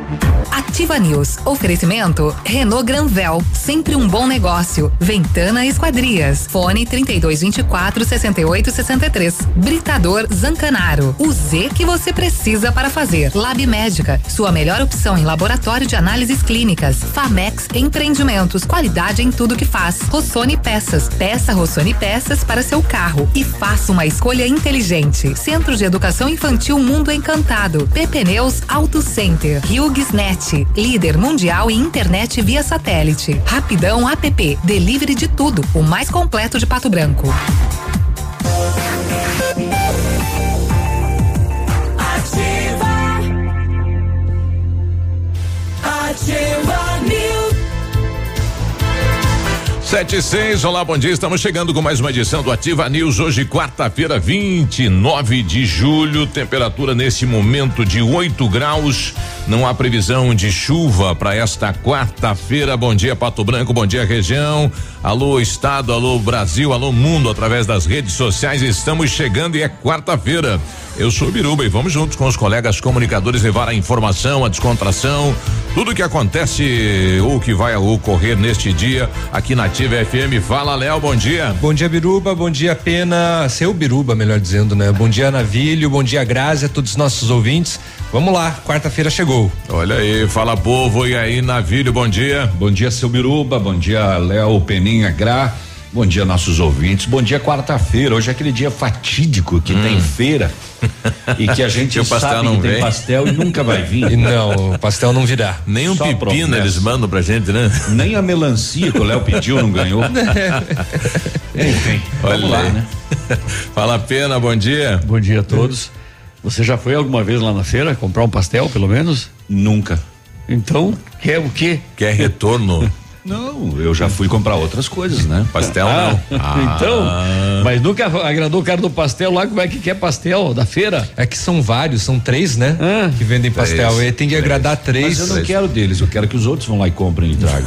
Ativa News. Oferecimento Renault Granvel, sempre um bom negócio. Ventana Esquadrias. Fone 3224-6863. Britador Zancanaro. O Z que você precisa para fazer. Lab Médica, sua melhor opção em laboratório de análises clínicas. Famex Empreendimentos, qualidade em tudo que faz. Rossoni Peças. Peça Rossoni Peças para seu carro e faça uma escolha inteligente. Centro de Educação Infantil Mundo Encantado. PP Neus Auto Center. HughesNet, líder mundial em internet via satélite. Rapidão App, delivery de tudo, o mais completo de Pato Branco. Ativa News. 7:06, olá, bom dia. Estamos chegando com mais uma edição do Ativa News. Hoje, quarta-feira, 29 de julho. Temperatura nesse momento de 8 graus. Não há previsão de chuva para esta quarta-feira. Bom dia, Pato Branco. Bom dia, região. Alô, estado. Alô, Brasil. Alô, mundo. Através das redes sociais. Estamos chegando e é quarta-feira. Eu sou o Biruba e vamos juntos com os colegas comunicadores levar a informação, a descontração, tudo que acontece ou que vai ocorrer neste dia aqui na Ativa FM. Fala, Léo, bom dia. Bom dia, Biruba, bom dia, Pena, seu Biruba, melhor dizendo, né? Bom dia, Navilho, bom dia, Grazi, a todos os nossos ouvintes. Vamos lá, quarta-feira chegou. Olha aí, fala povo, e aí, Navilho, bom dia. Bom dia, seu Biruba, bom dia, Léo, Peninha, Gra. Bom dia, nossos ouvintes. Bom dia, quarta-feira. Hoje é aquele dia fatídico que tem feira e que a gente sabe que tem pastel e nunca vai vir. E não, o pastel não virá. Nem um pepino promessa. Eles mandam pra gente, né? Nem a melancia que o Léo pediu não ganhou. Enfim, olha lá, né? Fala, Pena, bom dia. Bom dia a todos. Você já foi alguma vez lá na feira comprar um pastel, pelo menos? Nunca. Então, quer o quê? Quer retorno? Não, eu já fui comprar outras coisas, né? Pastel não. Então, mas nunca agradou o cara do pastel lá, como é que quer pastel da feira? É que são vários, são 3, né? Que vendem pastel, e tem que agradar 3. Mas eu não quero deles, eu quero que os outros vão lá e comprem e tragam.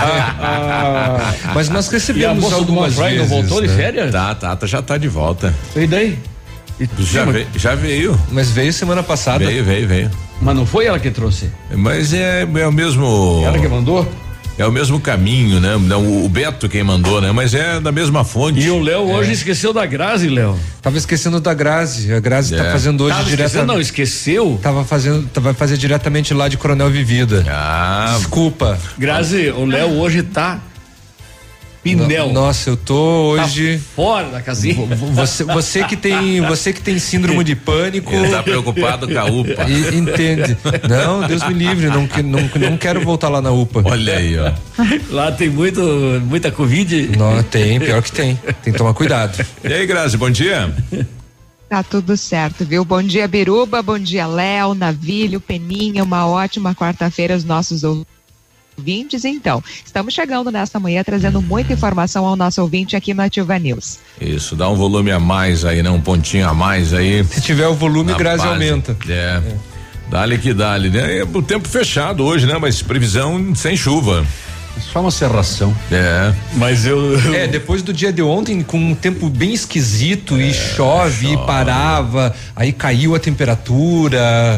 Mas nós recebemos algumas vezes. Não voltou de férias? Já tá de volta. E daí? Já veio. Mas veio semana passada. Veio. Mas não foi ela que trouxe? Mas é o mesmo. Ela que mandou? É o mesmo caminho, né? O Beto quem mandou, né? Mas é da mesma fonte. E o Léo hoje esqueceu da Grazi, Léo. Tava esquecendo da Grazi. A Grazi tá fazendo hoje diretamente. Não, esqueceu? Vai fazer diretamente lá de Coronel Vivida. Desculpa. Grazi, o Léo hoje tá Pinel. Nossa, eu tô hoje. Tá fora da casinha. Você que tem síndrome de pânico. Ele tá preocupado com a UPA. Entende? Não, Deus me livre, não quero voltar lá na UPA. Olha aí, ó. Lá tem muita Covid? Não, tem, pior que tem. Tem que tomar cuidado. E aí, Grazi, bom dia. Tá tudo certo, viu? Bom dia, Biruba, bom dia, Léo, Navilho, Peninha, uma ótima quarta-feira aos nossos ouvintes. Então, estamos chegando nesta manhã trazendo muita informação ao nosso ouvinte aqui no Ativa News. Isso, dá um volume a mais aí, né? Um pontinho a mais aí. Se tiver o volume, Grazi aumenta. Dá-lhe que dá-lhe, né? O tempo fechado hoje, né? Mas previsão sem chuva. Só uma cerração. Mas depois do dia de ontem, com um tempo bem esquisito e chove e parava, aí caiu a temperatura.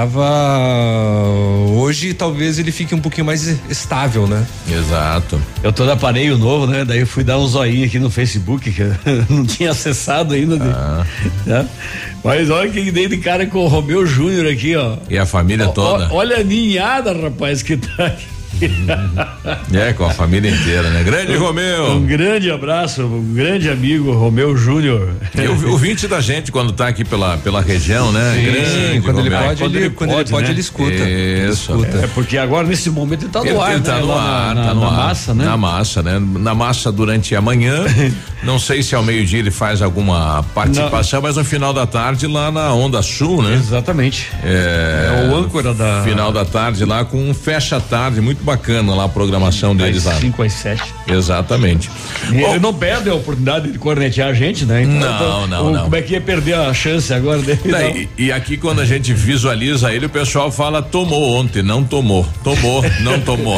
Hoje talvez ele fique um pouquinho mais estável, né? Exato. Eu tô de aparelho novo, né? Daí eu fui dar um zoinho aqui no Facebook, que eu não tinha acessado ainda. Né? Mas olha que dei de cara com o Romeu Júnior aqui, ó. E a família toda. Olha a ninhada, rapaz, que tá aqui. Com a família inteira, né? Grande Romeu. Um grande abraço, um grande amigo, Romeu Júnior. E o ouvinte da gente quando tá aqui pela região, né? Sim, grande, quando ele pode, ele escuta. Isso. É porque agora nesse momento ele tá no ar, ele tá no ar, na massa, né? Na massa, né? Na massa durante a manhã. Não sei se ao meio-dia ele faz alguma participação, mas no final da tarde lá na Onda Sul, né? Exatamente. É o âncora da. Final da tarde lá com um fecha-tarde, muito bacana lá a programação deles lá. 5 às 7. Exatamente. Ele não perde a oportunidade de cornetear a gente, né? Então, não. Como é que ia perder a chance agora dele? E aqui quando a gente visualiza ele, o pessoal fala tomou ontem, não tomou. Tomou, não tomou.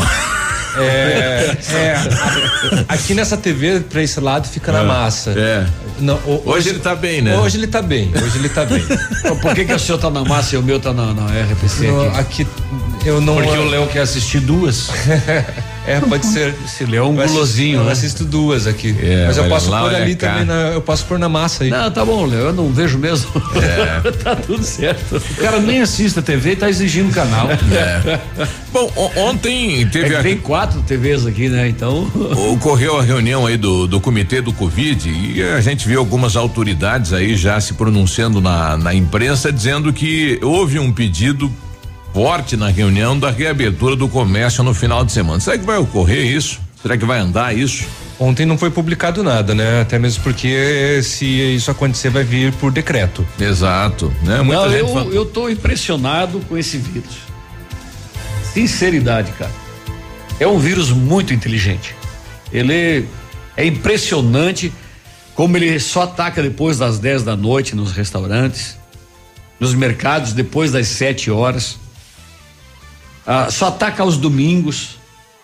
Aqui nessa TV, pra esse lado, fica na massa. Não, hoje ele tá bem, né? Hoje ele tá bem. Por que o seu tá na massa e o meu tá na RPC aqui? Eu não. Porque o Léo quer assistir 2. Pode ser. Esse Léo é um gulosinho. Eu assisto 2 aqui. Mas eu posso pôr ali também, eu posso pôr na massa aí. Não, tá bom, Léo, eu não vejo mesmo. Tá tudo certo. O cara nem assiste a TV e tá exigindo canal. Bom, ontem teve tem 4 TVs aqui, né? Então. Ocorreu a reunião aí do comitê do Covid e a gente viu algumas autoridades aí já se pronunciando na imprensa dizendo que houve um pedido forte na reunião da reabertura do comércio no final de semana. Será que vai ocorrer isso? Será que vai andar isso? Ontem não foi publicado nada, né? Até mesmo porque se isso acontecer vai vir por decreto. Exato, né? Muita gente eu tô impressionado com esse vírus. Sinceridade, cara. É um vírus muito inteligente. Ele é impressionante como ele só ataca depois das 10 da noite nos restaurantes, nos mercados depois das 7 horas. Só ataca aos domingos.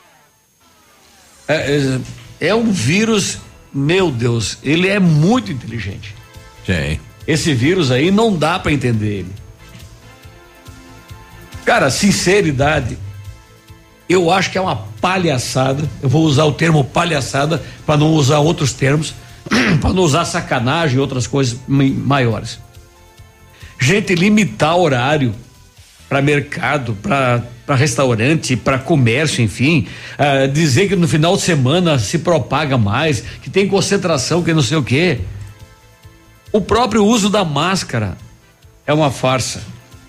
É um vírus, meu Deus, ele é muito inteligente. Sim. Esse vírus aí não dá para entender ele. Cara, sinceridade, eu acho que é uma palhaçada. Eu vou usar o termo palhaçada para não usar outros termos, para não usar sacanagem e outras coisas maiores. Gente, limitar horário para mercado, para restaurante, para comércio, enfim, dizer que no final de semana se propaga mais, que tem concentração, que não sei o quê. O próprio uso da máscara é uma farsa.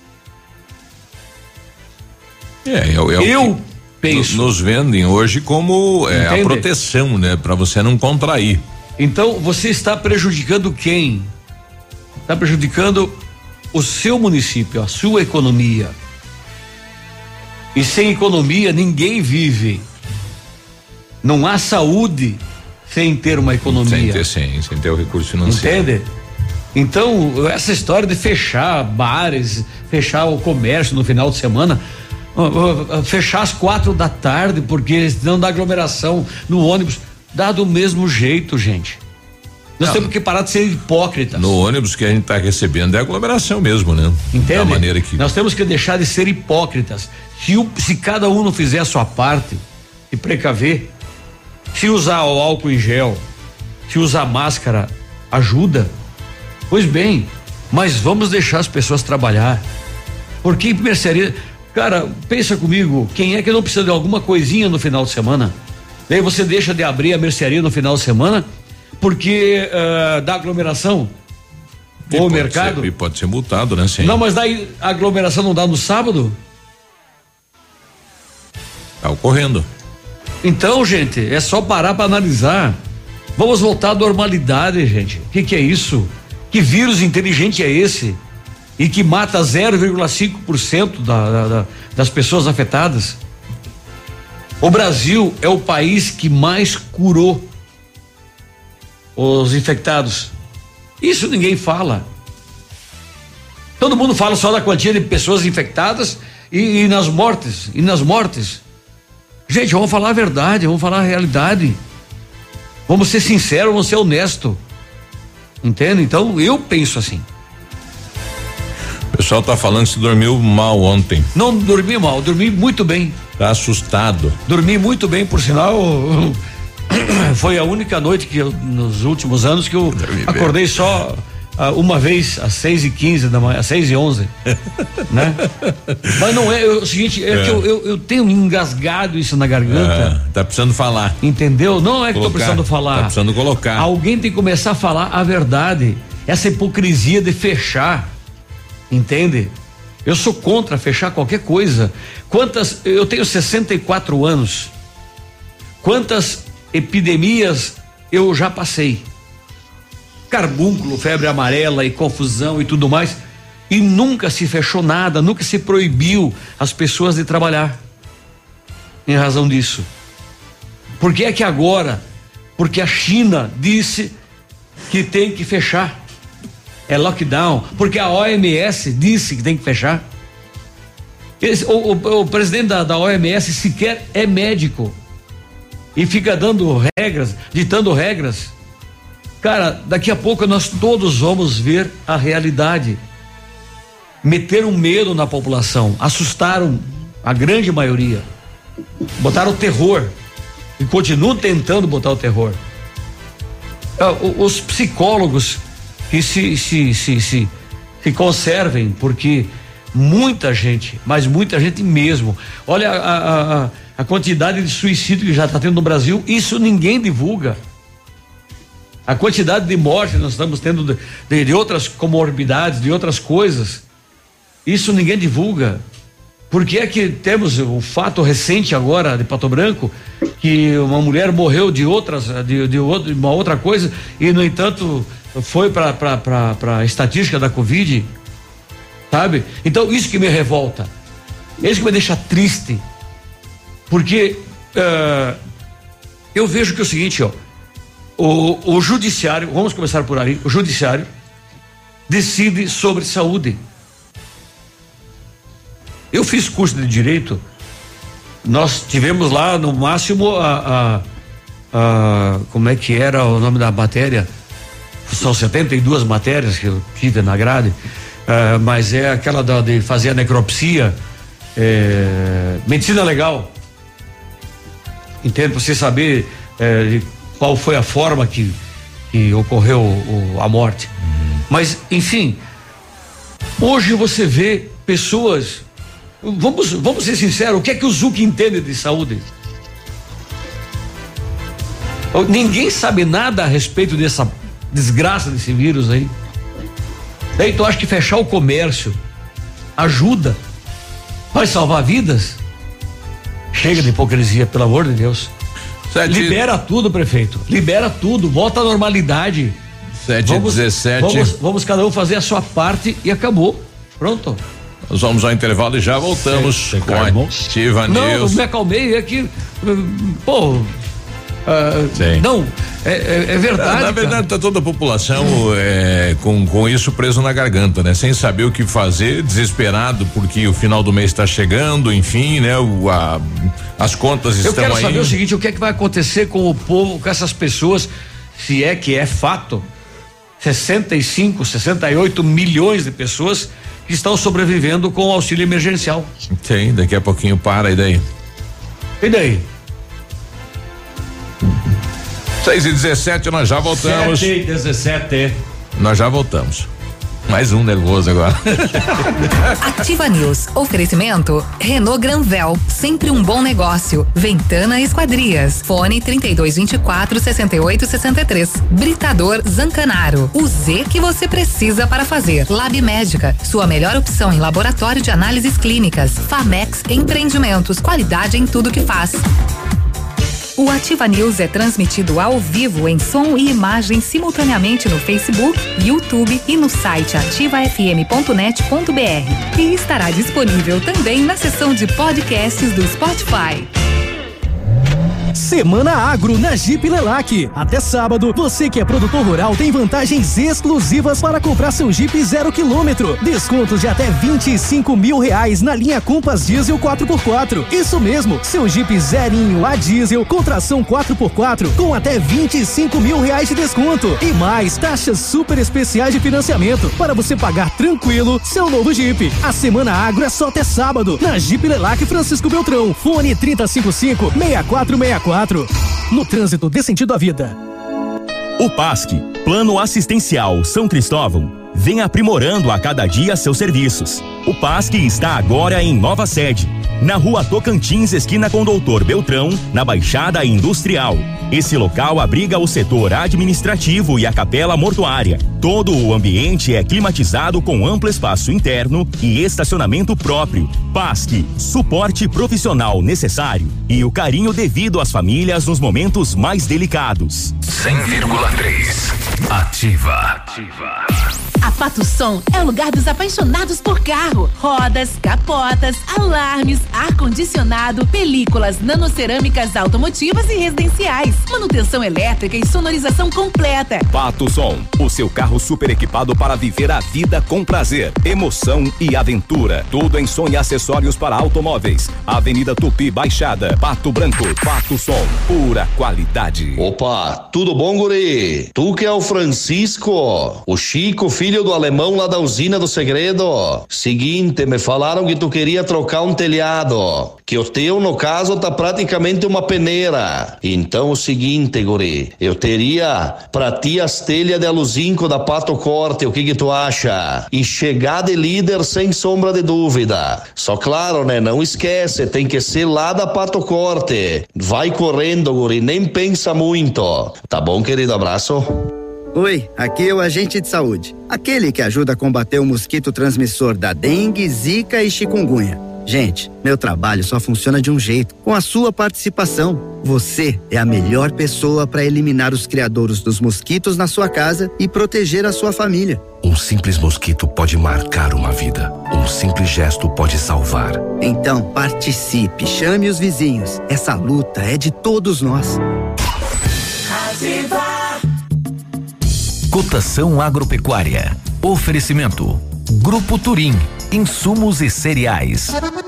Eu penso. Nos vendem hoje como a proteção, né, para você não contrair. Então você está prejudicando quem? Está prejudicando o seu município, a sua economia. E sem economia ninguém vive. Não há saúde sem ter uma economia. Sem ter o recurso financeiro. Entende? Então, essa história de fechar bares, fechar o comércio no final de semana, fechar às 4 da tarde, porque não dá aglomeração no ônibus, dá do mesmo jeito, gente. Nós temos que parar de ser hipócritas. No ônibus que a gente está recebendo é aglomeração mesmo, né? Entende? Da maneira que. Nós temos que deixar de ser hipócritas. Se cada um não fizer a sua parte e precaver, se usar o álcool em gel, se usar máscara, ajuda. Pois bem, mas vamos deixar as pessoas trabalhar. Porque mercearia, cara, pensa comigo, quem é que não precisa de alguma coisinha no final de semana? Daí você deixa de abrir a mercearia no final de semana porque dá aglomeração ou mercado. E pode ser multado, né? Sim. Não, mas daí a aglomeração não dá no sábado? Tá ocorrendo. Então, gente, é só parar para analisar. Vamos voltar à normalidade, gente. O que é isso? Que vírus inteligente é esse? E que mata 0,5% das pessoas afetadas? O Brasil é o país que mais curou os infectados. Isso ninguém fala. Todo mundo fala só da quantia de pessoas infectadas e nas mortes. Gente, vamos falar a verdade, vamos falar a realidade. Vamos ser sinceros, vamos ser honestos. Entende? Então, eu penso assim. O pessoal tá falando que você dormiu mal ontem. Não dormi mal, dormi muito bem. Tá assustado. Dormi muito bem, por sinal. Foi a única noite que nos últimos anos que eu acordei só uma vez às 6:15 da manhã, às 6:11, né? Mas não é o seguinte, que eu tenho engasgado isso na garganta. Tá precisando falar. Entendeu? Não é que tô precisando falar. Tá precisando colocar. Alguém tem que começar a falar a verdade. Essa hipocrisia de fechar, entende? Eu sou contra fechar qualquer coisa. Eu tenho 64 anos. Quantas epidemias eu já passei? Carbúnculo, febre amarela e confusão e tudo mais, e nunca se fechou nada, nunca se proibiu as pessoas de trabalhar em razão disso. Por que é que agora? Porque a China disse que tem que fechar, é lockdown, porque a OMS disse que tem que fechar. O presidente da OMS sequer é médico e fica dando regras, ditando regras. Cara, daqui a pouco nós todos vamos ver a realidade. Meteram medo na população, assustaram a grande maioria, botaram o terror e continuam tentando botar o terror. Os psicólogos que se conservem, porque muita gente, mas muita gente mesmo, olha a quantidade de suicídio que já está tendo no Brasil, isso ninguém divulga. A quantidade de mortes nós estamos tendo de outras comorbidades, de outras coisas, isso ninguém divulga. Por que é que temos o fato recente agora de Pato Branco, que uma mulher morreu de uma outra coisa e no entanto foi para a estatística da Covid, sabe? Então isso que me revolta, isso que me deixa triste, porque eu vejo que é o seguinte, o judiciário, vamos começar por aí, o judiciário decide sobre saúde. Eu fiz curso de direito, nós tivemos lá no máximo como é que era o nome da matéria? São 72 matérias que eu tive na grade, mas é aquela de fazer a necropsia, medicina legal, entende? Pra você saber qual foi a forma que ocorreu a morte. Mas, enfim, hoje você vê pessoas. Vamos ser sinceros, o que é que o Zuc entende de saúde? Ninguém sabe nada a respeito dessa desgraça desse vírus aí. Daí tu acha que fechar o comércio ajuda? Vai salvar vidas? Chega de hipocrisia, pelo amor de Deus. Libera tudo, prefeito. Libera tudo, volta à normalidade. 7h17. Vamos cada um fazer a sua parte e acabou. Pronto. Nós vamos ao intervalo e já voltamos com a Ativa News. Não, eu me acalmei, é que, pô, não, é verdade. Na verdade, tá toda a população com isso preso na garganta, né? Sem saber o que fazer, desesperado porque o final do mês está chegando, enfim, né? As contas estão aí. Eu quero saber o seguinte, o que é que vai acontecer com o povo, com essas pessoas, se é que é fato, 65, 68 milhões de pessoas que estão sobrevivendo com o auxílio emergencial. Sim, daqui a pouquinho para, e daí? E daí? 6h17, nós já voltamos. 7h17. Nós já voltamos. Mais um nervoso agora. Ativa News. Oferecimento Renault Granvel, sempre um bom negócio. Ventana Esquadrias. Fone 3224-6863. Britador Zancanaro. O Z que você precisa para fazer. Lab Médica. Sua melhor opção em laboratório de análises clínicas. Famex Empreendimentos. Qualidade em tudo que faz. O Ativa News é transmitido ao vivo em som e imagem simultaneamente no Facebook, YouTube e no site ativafm.net.br. E estará disponível também na seção de podcasts do Spotify. Semana Agro na Jeep Lelac. Até sábado, você que é produtor rural tem vantagens exclusivas para comprar seu Jeep 0 km. Descontos de até R$25 mil na linha Compass Diesel 4x4. Isso mesmo, seu Jeep zerinho a diesel com tração 4x4 com até R$25 mil de desconto. E mais, taxas super especiais de financiamento para você pagar tranquilo seu novo Jeep. A Semana Agro é só até sábado na Jeep Lelac Francisco Beltrão. Fone 3055-6464. No trânsito dê sentido à vida. O PASC, Plano Assistencial São Cristóvão, vem aprimorando a cada dia seus serviços. O PASC está agora em nova sede, na Rua Tocantins, esquina com Doutor Beltrão, na Baixada Industrial. Esse local abriga o setor administrativo e a capela mortuária. Todo o ambiente é climatizado com amplo espaço interno e estacionamento próprio. PASC, suporte profissional necessário e o carinho devido às famílias nos momentos mais delicados. 100,3 Ativa. A Pato Som é o lugar dos apaixonados por carro. Rodas, capotas, alarmes, ar-condicionado ar-condicionado, películas, nanocerâmicas automotivas e residenciais, manutenção elétrica e sonorização completa. Pato Som, o seu carro super equipado para viver a vida com prazer, emoção e aventura. Tudo em som e acessórios para automóveis. Avenida Tupi Baixada, Pato Branco. Pato Som, pura qualidade. Opa, tudo bom, guri? Tu que é o Francisco, o Chico, filho do alemão lá da usina do segredo. Seguinte, me falaram que tu queria trocar um telhado, que o teu, no caso, tá praticamente uma peneira. Então, o seguinte, guri, eu teria pra ti as telhas de aluzinco da Pato Corte, o que tu acha? E chegar de líder sem sombra de dúvida. Só claro, né, não esquece, tem que ser lá da Pato Corte. Vai correndo, guri, nem pensa muito. Tá bom, querido? Abraço. Oi, aqui é o agente de saúde, aquele que ajuda a combater o mosquito transmissor da dengue, zika e chikungunya. Gente, meu trabalho só funciona de um jeito, com a sua participação. Você é a melhor pessoa para eliminar os criadouros dos mosquitos na sua casa e proteger a sua família. Um simples mosquito pode marcar uma vida. Um simples gesto pode salvar. Então, participe, chame os vizinhos. Essa luta é de todos nós. Ativa. Cotação agropecuária. Oferecimento. Grupo Turim. Insumos e cereais.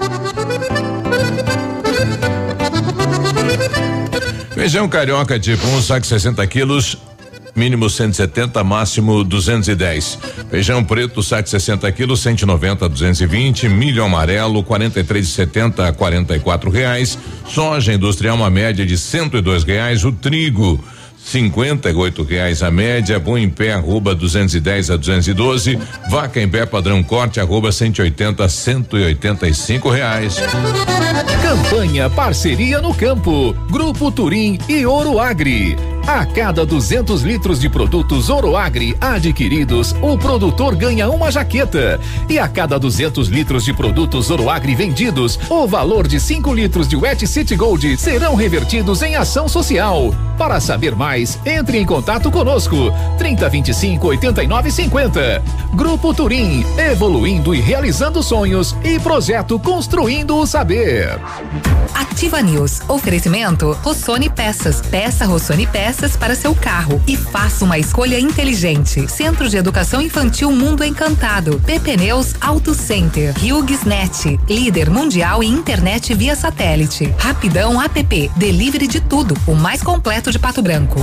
Feijão carioca tipo 1, saco 60 quilos, mínimo 170, máximo 210. Feijão preto, saco 60 quilos, 190 a 220. Milho amarelo, 43,70 a R$44. Soja industrial, uma média de R$102. O trigo, R$58 a média. Boi em pé, arroba 210 a 212. Vaca em pé padrão corte, arroba 180 a R$185. Campanha Parceria no Campo, Grupo Turim e Oroagri. A cada 200 litros de produtos Oroagri adquiridos, o produtor ganha uma jaqueta. E a cada 200 litros de produtos Oroagri vendidos, o valor de 5 litros de Wet City Gold serão revertidos em ação social. Para saber mais, entre em contato conosco. 3025-8950. Grupo Turim, evoluindo e realizando sonhos, e projeto Construindo o Saber. Ativa News. Oferecimento Rossoni Peças. Peça Rossoni Peças para seu carro e faça uma escolha inteligente. Centro de Educação Infantil Mundo Encantado. PP Neus Auto Center. HughesNet, líder mundial em internet via satélite. Rapidão App, delivery de tudo, o mais completo de Pato Branco.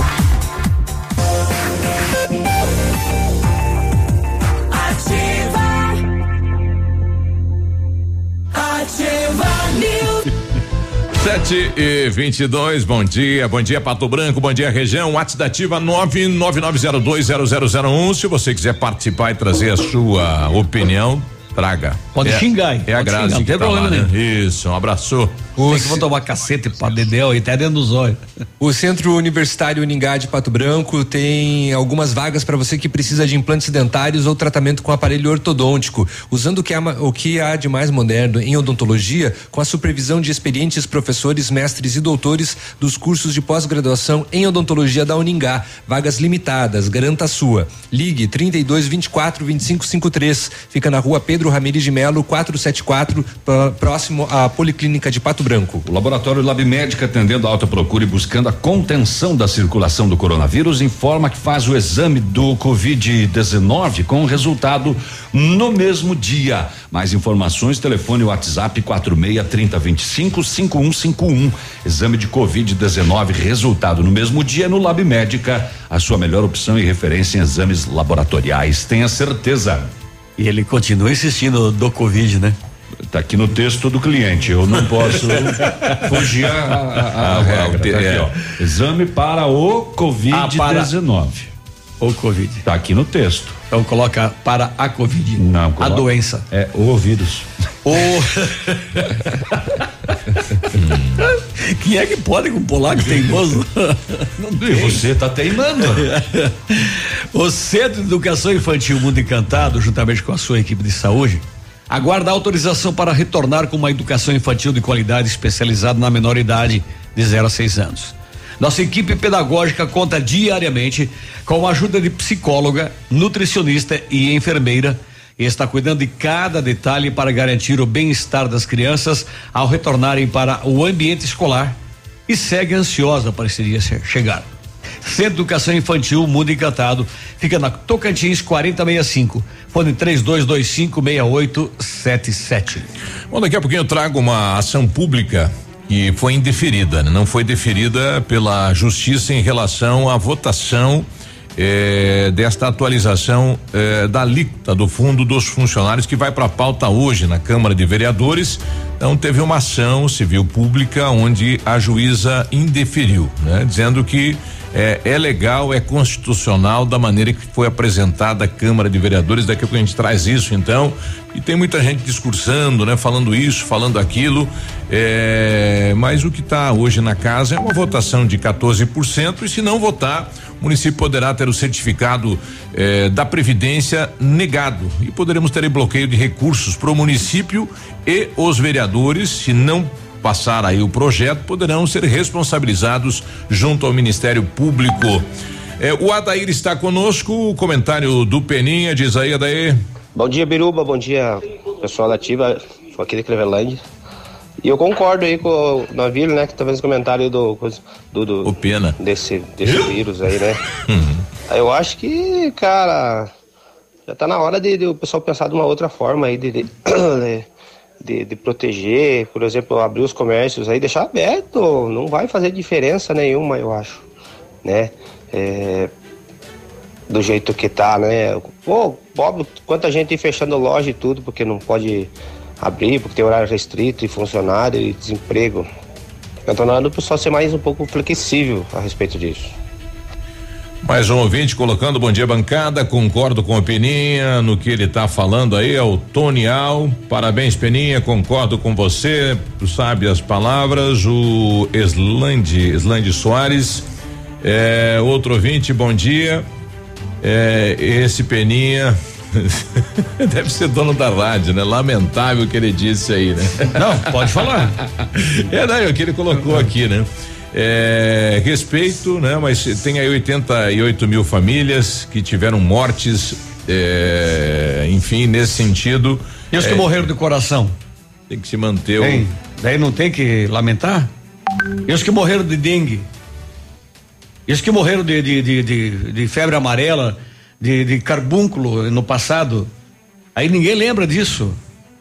Ativa News. 7:22, bom dia Pato Branco, bom dia região. WhatsApp da Ativa 999020001. Se você quiser participar e trazer a sua opinião, traga. Pode xingar, é a Grazi, não tem problema nenhum. Isso, um abraço. Tem que vou tomar cacete pra Dedéu e até dentro dos olhos. O Centro Universitário Uningá de Pato Branco tem algumas vagas para você que precisa de implantes dentários ou tratamento com aparelho ortodôntico, usando o que há de mais moderno em odontologia, com a supervisão de experientes professores, mestres e doutores dos cursos de pós-graduação em odontologia da Uningá. Vagas limitadas, garanta a sua. Ligue 3224-2553. Fica na rua Pedro Ramires de Melo, 474, próximo à Policlínica de Pato Branco. O laboratório Lab Médica, atendendo a alta procura e buscando a contenção da circulação do coronavírus, informa que faz o exame do Covid-19 com o resultado no mesmo dia. Mais informações, telefone WhatsApp 46-3025-5151. Exame de Covid-19, resultado no mesmo dia no Lab Médica, a sua melhor opção e referência em exames laboratoriais. Tenha certeza. E ele continua insistindo do Covid, né? Tá aqui no texto do cliente, eu não posso fugir a regra. Tá aqui, ó. Exame para o Covid-19. O Covid. Tá aqui no texto. Então coloca para a Covid. Não, coloca, a doença. É o vírus. Quem é que pode com polaco teimoso? Não tem. Você tá teimando. O Centro de Educação Infantil Mundo Encantado, juntamente com a sua equipe de saúde, aguarda autorização para retornar com uma educação infantil de qualidade especializada na menor idade de 0 a 6 anos. Nossa equipe pedagógica conta diariamente com a ajuda de psicóloga, nutricionista e enfermeira e está cuidando de cada detalhe para garantir o bem-estar das crianças ao retornarem para o ambiente escolar e segue ansiosa para esse dia chegar. Centro de Educação Infantil Mundo Encantado fica na Tocantins 4065, fone 32256877. Bom, daqui a pouquinho eu trago uma ação pública que foi indeferida, né? Não foi deferida pela Justiça em relação à votação desta atualização da alíquota do Fundo dos Funcionários, que vai para a pauta hoje na Câmara de Vereadores. Então teve uma ação civil pública onde a juíza indeferiu, né? Dizendo que é legal, é constitucional da maneira que foi apresentada à Câmara de Vereadores. Daqui a pouco a gente traz isso, então, e tem muita gente discursando, né? Falando isso, falando aquilo, mas o que está hoje na casa é uma votação de 14%, e se não votar, o município poderá ter o certificado da Previdência negado, e poderemos ter bloqueio de recursos para o município, e os vereadores, se não passar aí o projeto, poderão ser responsabilizados junto ao Ministério Público. O Adair está conosco, o comentário do Peninha, diz aí, Adair. Bom dia, Biruba, bom dia, pessoal da Ativa, sou aqui de Cleveland. E eu concordo aí com o Navilho, né, que tá fazendo comentário o Pena. Desse vírus aí, né? Eu acho que, cara, já tá na hora de o pessoal pensar de uma outra forma aí de proteger, por exemplo, abrir os comércios aí, deixar aberto, não vai fazer diferença nenhuma, eu acho, né? Do jeito que tá, né? Pô, óbvio, quanta gente fechando loja e tudo, porque não pode abrir, porque tem horário restrito e funcionário e desemprego. Então na hora do pessoal ser mais um pouco flexível a respeito disso. Mais um ouvinte colocando bom dia, bancada, concordo com o Peninha no que ele tá falando aí, é o Tony Al, parabéns Peninha, concordo com você, tu sabe as palavras. O Eslande Soares, outro ouvinte, bom dia, esse Peninha deve ser dono da rádio, né? Lamentável o que ele disse aí, né? Não, pode falar. Não, o que ele colocou aqui, né? Respeito, né? Mas tem aí 88 mil famílias que tiveram mortes, enfim, nesse sentido. E os que morreram de coração? Tem que se manter Daí não tem que lamentar? E os que morreram de dengue? E os que morreram de febre amarela, de carbúnculo no passado? Aí ninguém lembra disso.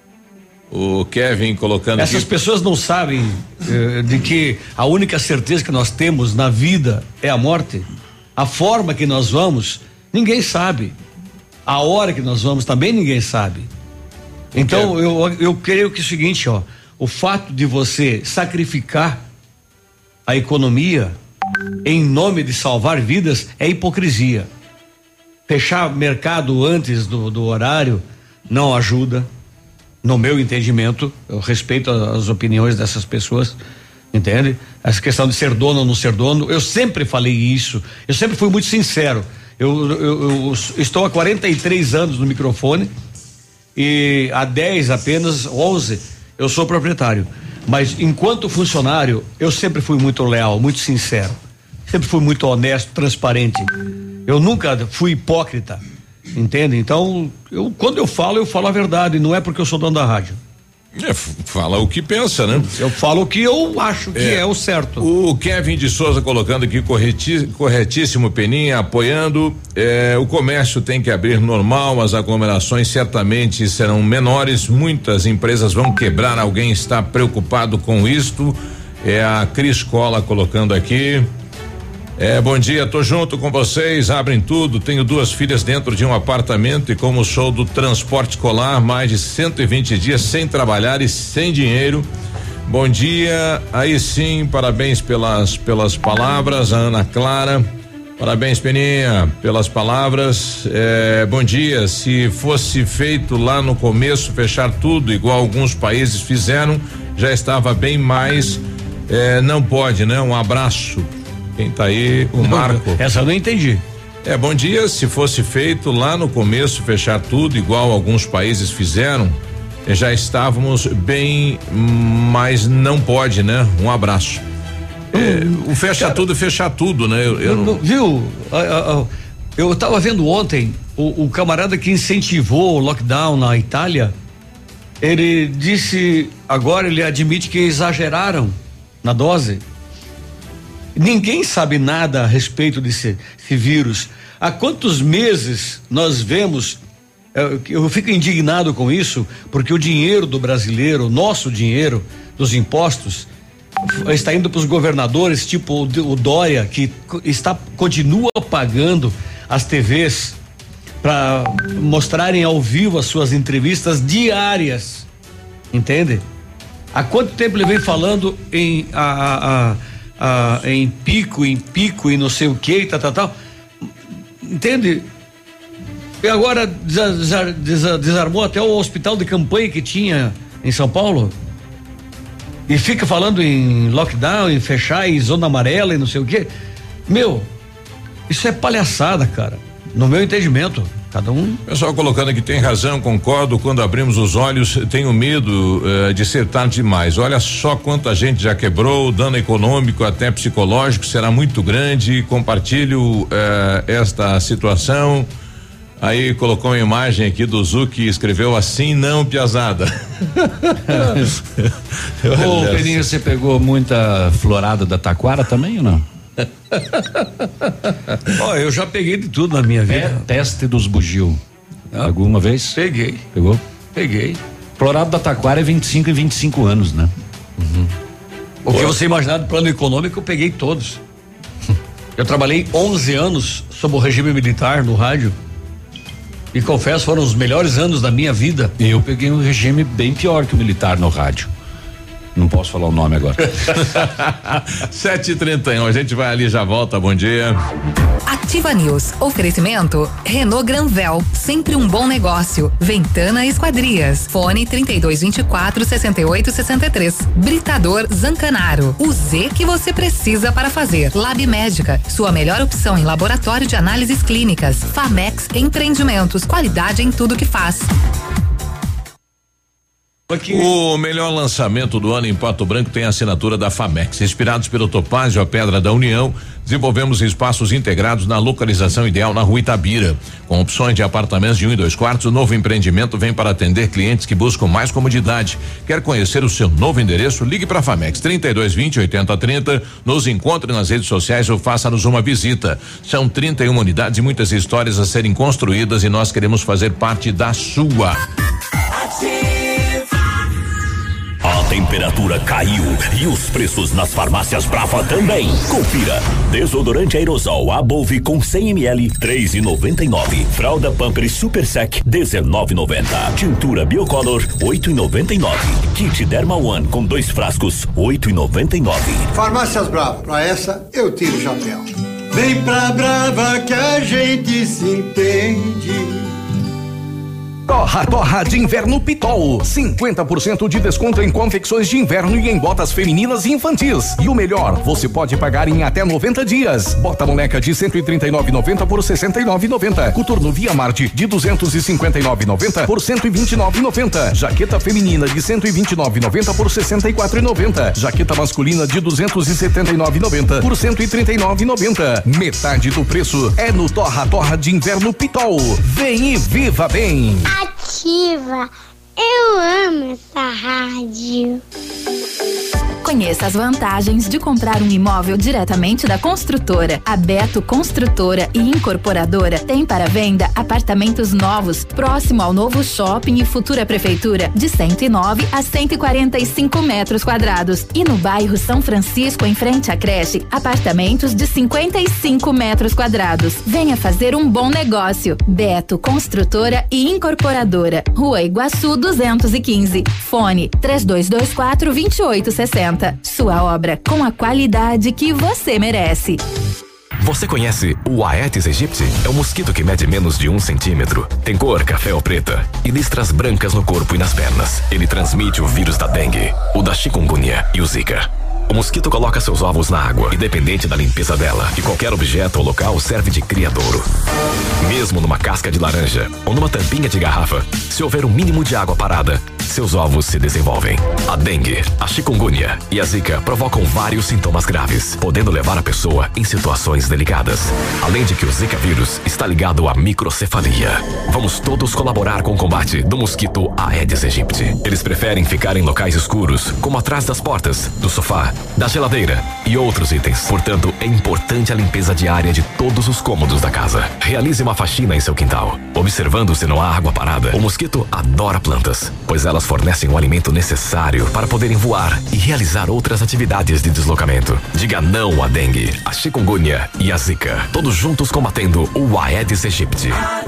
O Kevin colocando essas pessoas não sabem de que a única certeza que nós temos na vida é a morte. A forma que nós vamos, ninguém sabe. A hora que nós vamos também ninguém sabe. Então eu creio que é o seguinte, ó, o fato de você sacrificar a economia em nome de salvar vidas é hipocrisia. Fechar mercado antes do horário não ajuda. No meu entendimento, eu respeito as opiniões dessas pessoas, entende? Essa questão de ser dono ou não ser dono, eu sempre falei isso, eu sempre fui muito sincero. Eu estou há 43 anos no microfone e há 10, apenas 11, eu sou proprietário. Mas enquanto funcionário, eu sempre fui muito leal, muito sincero, sempre fui muito honesto, transparente. Eu nunca fui hipócrita. Entende? Então, quando eu falo a verdade, não é porque eu sou dono da rádio. Fala o que pensa, né? Eu falo o que eu acho que é o certo. O Kevin de Souza colocando aqui corretíssimo, Peninha, apoiando. O comércio tem que abrir normal, as aglomerações certamente serão menores, muitas empresas vão quebrar, alguém está preocupado com isto. A Cris Cola colocando aqui. Bom dia, tô junto com vocês, abrem tudo, tenho 2 filhas dentro de um apartamento e como sou do transporte escolar, mais de 120 dias sem trabalhar e sem dinheiro. Bom dia, aí sim, parabéns pelas palavras, a Ana Clara, parabéns Peninha, pelas palavras, bom dia, se fosse feito lá no começo, fechar tudo igual alguns países fizeram, já estava bem mais, não pode, né? Um abraço. Quem tá aí, o Marco. Essa eu não entendi. Bom dia, se fosse feito lá no começo, fechar tudo igual alguns países fizeram, já estávamos bem, mas não pode, né? Um abraço. Fechar tudo, né? Viu? Eu estava vendo ontem o camarada que incentivou o lockdown na Itália, ele disse, agora ele admite que exageraram na dose. Ninguém sabe nada a respeito desse vírus. Há quantos meses nós vemos, eu fico indignado com isso, porque o dinheiro do brasileiro, nosso dinheiro dos impostos, está indo para os governadores, tipo o Dória, que continua pagando as TVs para mostrarem ao vivo as suas entrevistas diárias, entende? Há quanto tempo ele vem falando em pico e não sei o que, tal, entende? E agora desarmou até o hospital de campanha que tinha em São Paulo e fica falando em lockdown, em fechar, em zona amarela e não sei o que. Meu, isso é palhaçada, cara, no meu entendimento. Cada um. Pessoal colocando aqui, tem razão, concordo, quando abrimos os olhos tenho medo de ser tarde demais. Olha só quanta gente já quebrou, o dano econômico até psicológico será muito grande. Compartilho esta situação. Aí colocou uma imagem aqui do Zuki, escreveu assim, não, piazada. Ô, Peninho, você pegou muita florada da taquara também ou não? Eu já peguei de tudo na minha vida. Teste dos bugio. Alguma vez? Peguei. Pegou? Peguei. Florado da taquara é 25 e 25 anos, né? Uhum. O que você imaginar do plano econômico, eu peguei todos. Eu trabalhei 11 anos sob o regime militar no rádio. E confesso, foram os melhores anos da minha vida. Eu peguei um regime bem pior que o militar no rádio. Não posso falar o nome agora. 7h31, a gente vai ali, já volta, bom dia. Ativa News, oferecimento Renault Granvel, sempre um bom negócio. Ventana Esquadrias, fone 3224-6863. Britador Zancanaro, o Z que você precisa para fazer. Lab Médica, sua melhor opção em laboratório de análises clínicas. Famex Empreendimentos, qualidade em tudo que faz. O melhor lançamento do ano em Pato Branco tem a assinatura da Famex. Inspirados pelo Topázio, a Pedra da União, desenvolvemos espaços integrados na localização ideal na Rua Itabira. Com opções de apartamentos de 1 e 2 quartos, o novo empreendimento vem para atender clientes que buscam mais comodidade. Quer conhecer o seu novo endereço? Ligue para a Famex 3220-8030, nos encontre nas redes sociais ou faça-nos uma visita. São 31 unidades e muitas histórias a serem construídas e nós queremos fazer parte da sua. A temperatura caiu e os preços nas farmácias Brava também. Confira. Desodorante aerosol Above com 100 ml, 3,99. Fralda Pampers Super Sec, 19,90. Tintura Biocolor, 8,99. Kit Derma One com 2 frascos, 8,99. Farmácias Brava, pra essa eu tiro o chapéu. Vem pra Brava que a gente se entende. Torra de inverno Pitol, 50% de desconto em confecções de inverno e em botas femininas e infantis. E o melhor, você pode pagar em até 90 dias. Bota moleca de 139,90 por 69,90. Coturno Via Marte de 259,90 por 129,90. Jaqueta feminina de 129,90 por 64,90. Jaqueta masculina de 279,90 por 139,90. Metade do preço é no Torra de inverno Pitol. Vem e viva bem. Ativa, eu amo essa rádio. Conheça as vantagens de comprar um imóvel diretamente da construtora. A Beto Construtora e Incorporadora tem para venda apartamentos novos, próximo ao novo shopping e futura prefeitura, de 109 a 145 metros quadrados. E no bairro São Francisco, em frente à creche, apartamentos de 55 metros quadrados. Venha fazer um bom negócio. Beto Construtora e Incorporadora. Rua Iguaçu 215. Fone 3224-2860. Sua obra com a qualidade que você merece. Você conhece o Aedes aegypti? É um mosquito que mede menos de 1 centímetro. Tem cor café ou preta e listras brancas no corpo e nas pernas. Ele transmite o vírus da dengue, o da chikungunya e o zika. O mosquito coloca seus ovos na água, independente da limpeza dela, e qualquer objeto ou local serve de criadouro. Mesmo numa casca de laranja ou numa tampinha de garrafa, se houver um mínimo de água parada, seus ovos se desenvolvem. A dengue, a chikungunya e a zika provocam vários sintomas graves, podendo levar a pessoa em situações delicadas. Além de que o Zika vírus está ligado à microcefalia. Vamos todos colaborar com o combate do mosquito Aedes aegypti. Eles preferem ficar em locais escuros, como atrás das portas, do sofá, da geladeira e outros itens. Portanto, é importante a limpeza diária de todos os cômodos da casa. Realize uma faxina em seu quintal, observando se não há água parada. O mosquito adora plantas, pois elas fornecem o alimento necessário para poderem voar e realizar outras atividades de deslocamento. Diga não à dengue, a chikungunya e a zika. Todos juntos combatendo o Aedes aegypti.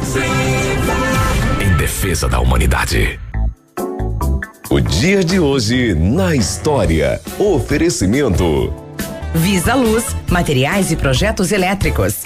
Em defesa da humanidade. O dia de hoje na história. Oferecimento. Visa Luz, materiais e projetos elétricos.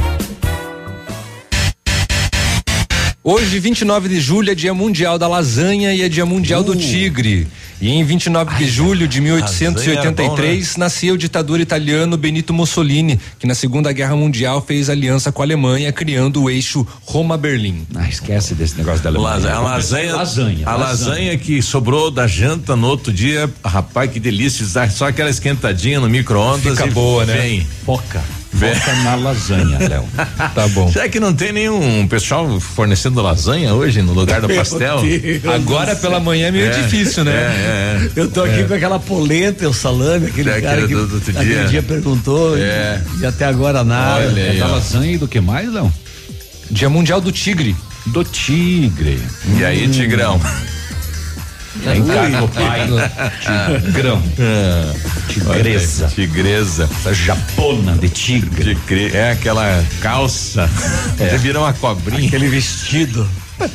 Hoje, 29 de julho, é Dia Mundial da Lasanha e é Dia Mundial do Tigre. E em 29 de julho de 1883, nasceu o ditador italiano Benito Mussolini, que na Segunda Guerra Mundial fez aliança com a Alemanha, criando o eixo Roma-Berlim. Esquece desse negócio da Alemanha. A lasanha que sobrou da janta no outro dia, rapaz, que delícia, só aquela esquentadinha no micro-ondas. Fica boa, né? Vem. Foca na lasanha, Léo. Tá bom. Será que não tem nenhum pessoal fornecendo lasanha hoje no lugar do pastel? Agora pela manhã é meio difícil, né? Eu tô aqui com aquela polenta, o salame, aquele cara que aquele dia perguntou e até agora nada. Olha aí, lasanha e do que mais, Léo? Dia Mundial do Tigre. Do tigre. E aí, Tigrão? Vem cá, meu pai. Tigrão. Tigresa. Tigresa. Essa japona de tigre. É aquela calça. Vira uma cobrinha. Aquele vestido.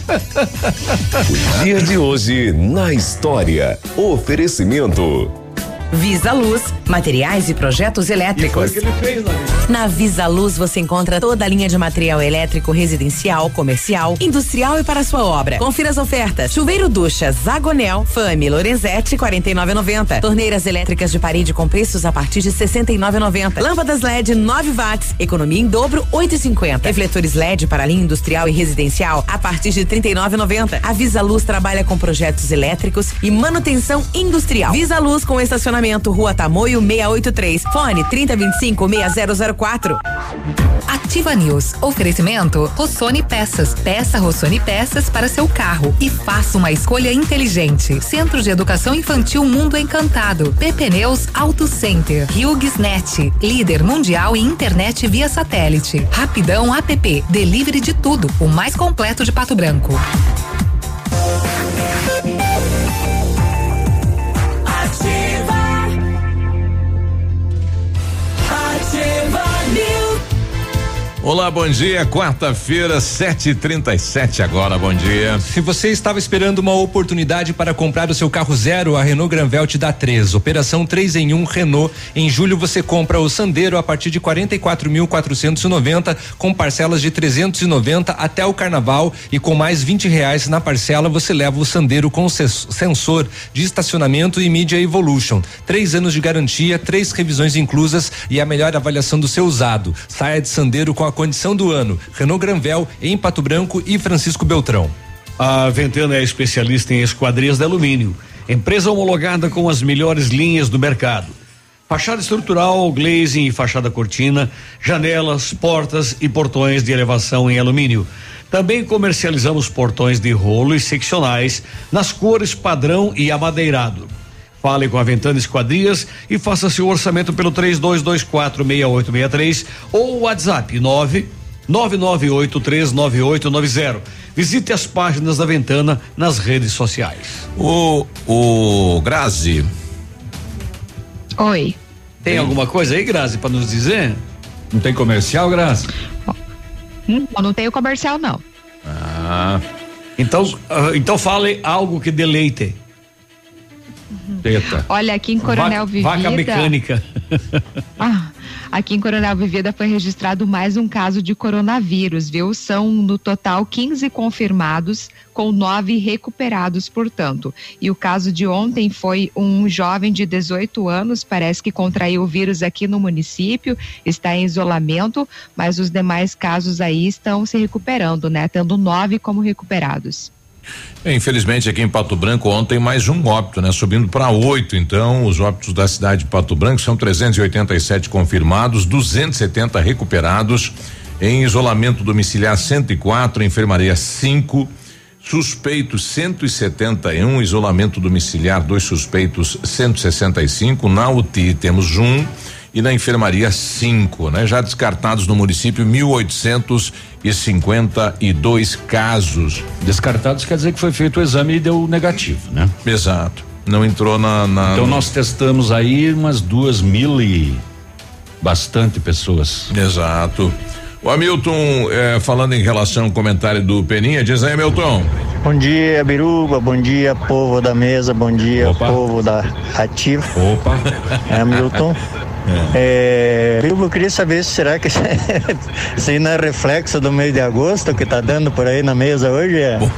O dia de hoje na história. Oferecimento. Visa Luz, materiais e projetos elétricos. E foi o que ele fez, Na Visa Luz você encontra toda a linha de material elétrico residencial, comercial, industrial e para sua obra. Confira as ofertas. Chuveiro ducha Zagonel, Fame, Lorenzetti, 49,90. Torneiras elétricas de parede com preços a partir de 69,90. Lâmpadas LED 9 watts, economia em dobro 8,50. Refletores LED para linha industrial e residencial a partir de 39,90. A Visa Luz trabalha com projetos elétricos e manutenção industrial. Visa Luz com estacionamento Rua Tamoio 683. Fone 3025-6004. Ativa News. Oferecimento Rossoni Peças. Peça Rossoni Peças para seu carro e faça uma escolha inteligente. Centro de Educação Infantil Mundo Encantado. PP Neus Auto Center. HughesNet. Líder mundial em internet via satélite. Rapidão App. Delivery de tudo. O mais completo de Pato Branco. Olá, bom dia. Quarta-feira, 7h37 agora. Bom dia. Se você estava esperando uma oportunidade para comprar o seu carro zero, a Renault Granvel te dá 3. Operação 3 em 1 Renault. Em julho você compra o Sandero a partir de 44.490 com parcelas de 390 até o Carnaval e com mais R$20 na parcela você leva o Sandero com sensor de estacionamento e Media Evolution. 3 anos de garantia, 3 revisões inclusas e a melhor avaliação do seu usado. Saia de Sandero com a condição do ano. Renault Granvel em Pato Branco e Francisco Beltrão. A Ventana é especialista em esquadrias de alumínio. Empresa homologada com as melhores linhas do mercado. Fachada estrutural, glazing e fachada cortina, janelas, portas e portões de elevação em alumínio. Também comercializamos portões de rolo e seccionais nas cores padrão e amadeirado. Fale com a Ventana Esquadrias e faça seu orçamento pelo 32246863 ou WhatsApp 999839890. Visite as páginas da Ventana nas redes sociais. O Grazi. Oi. Tem alguma coisa aí, Grazi, para nos dizer? Não tem comercial, Grazi? Não tem o comercial, não. Então fale algo que deleite. Eita. Olha, aqui em Coronel Vivida. Vaca mecânica. Aqui em Coronel Vivida foi registrado mais um caso de coronavírus, viu? São no total 15 confirmados, com 9 recuperados, portanto. E o caso de ontem foi um jovem de 18 anos, parece que contraiu o vírus aqui no município, está em isolamento, mas os demais casos aí estão se recuperando, né? Tendo 9 como recuperados. Infelizmente aqui em Pato Branco ontem mais um óbito, né? Subindo para 8, então os óbitos da cidade de Pato Branco são 387 confirmados, 270 recuperados, em isolamento domiciliar 104, enfermaria 5, suspeitos 171, isolamento domiciliar 2 suspeitos 165, na UTI temos 1 e na enfermaria 5, né? Já descartados no município 1.852 casos. Descartados quer dizer que foi feito o exame e deu negativo, né? Exato. Não entrou na. Então nós testamos aí umas 2.000 e bastante pessoas. Exato. O Hamilton, falando em relação ao comentário do Peninha, diz aí, Hamilton. Bom dia, Biruba, bom dia, povo da mesa, bom dia, povo da Ativa. Opa. Hamilton. Biruba, eu queria saber se será que isso aí não é reflexo do mês de agosto que tá dando por aí na mesa hoje?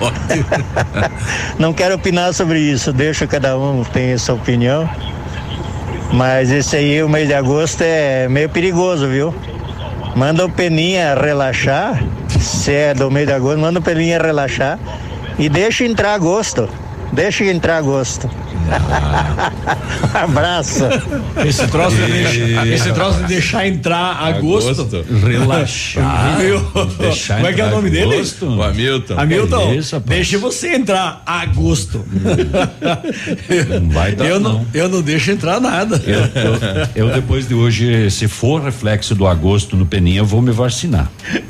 Não quero opinar sobre isso, deixa cada um tem essa opinião. Mas esse aí, o mês de agosto é meio perigoso, viu? Manda o Peninha relaxar, se é do mês de agosto, manda o Peninha relaxar e deixa entrar agosto. Abraço. Esse troço de deixar entrar agosto. Relaxar. Como é que é o nome dele? O Hamilton. Hamilton, deixa você entrar agosto. Não vai dar, eu não deixo entrar nada. Eu depois de hoje, se for reflexo do agosto no Peninha, eu vou me vacinar.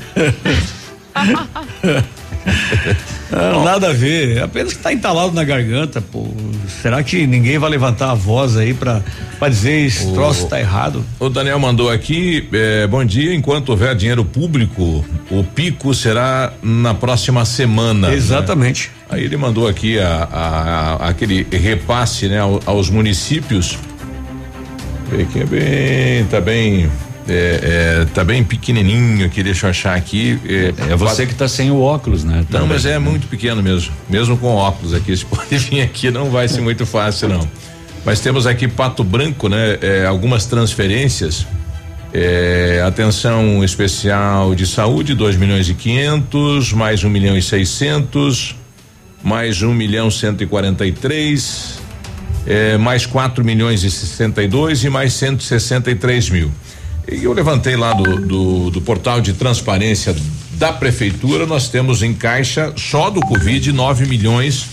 Não, nada a ver, apenas que tá entalado na garganta, pô. Será que ninguém vai levantar a voz aí pra dizer esse troço tá errado? O Daniel mandou aqui, bom dia, enquanto houver dinheiro público, o pico será na próxima semana. Exatamente. Né? Aí ele mandou aqui aquele repasse, né, aos municípios. Que tá bem pequenininho aqui, deixa eu achar aqui. É você que tá sem o óculos, né? Não, também. Mas é muito pequeno mesmo com óculos aqui, se pode vir aqui não vai ser muito fácil não. Mas temos aqui Pato Branco, né? Algumas transferências, atenção especial de saúde, 2.500.000, mais 1.600.000, mais 1.143.000, mais 4.062.000 e mais 163.000. E eu levantei lá do portal de transparência da prefeitura, nós temos em caixa só do Covid 9 milhões.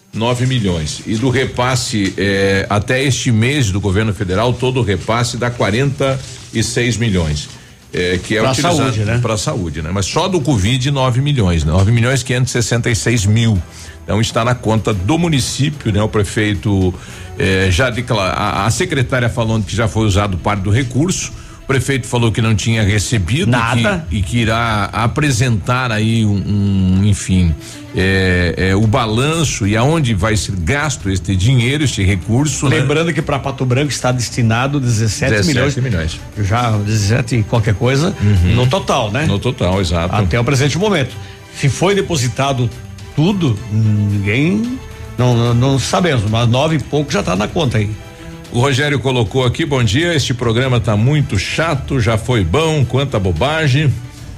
E do repasse até este mês do governo federal, todo o repasse dá 46 milhões. Que é utilizado saúde, né? Para saúde, né? Mas só do Covid 9 milhões, né? 9.566.000. Então está na conta do município, né? O prefeito já declarou, a secretária falando que já foi usado parte do recurso. O prefeito falou que não tinha recebido nada e que irá apresentar aí enfim, o balanço e aonde vai ser gasto este dinheiro, este recurso. Lembrando, né? Que para Pato Branco está destinado 17 milhões. Já 17 qualquer coisa no total, né? No total, exato. Até o presente momento. Se foi depositado tudo, ninguém não sabemos, mas 9 e pouco já está na conta aí. O Rogério colocou aqui, bom dia, este programa tá muito chato, já foi bom, quanta bobagem.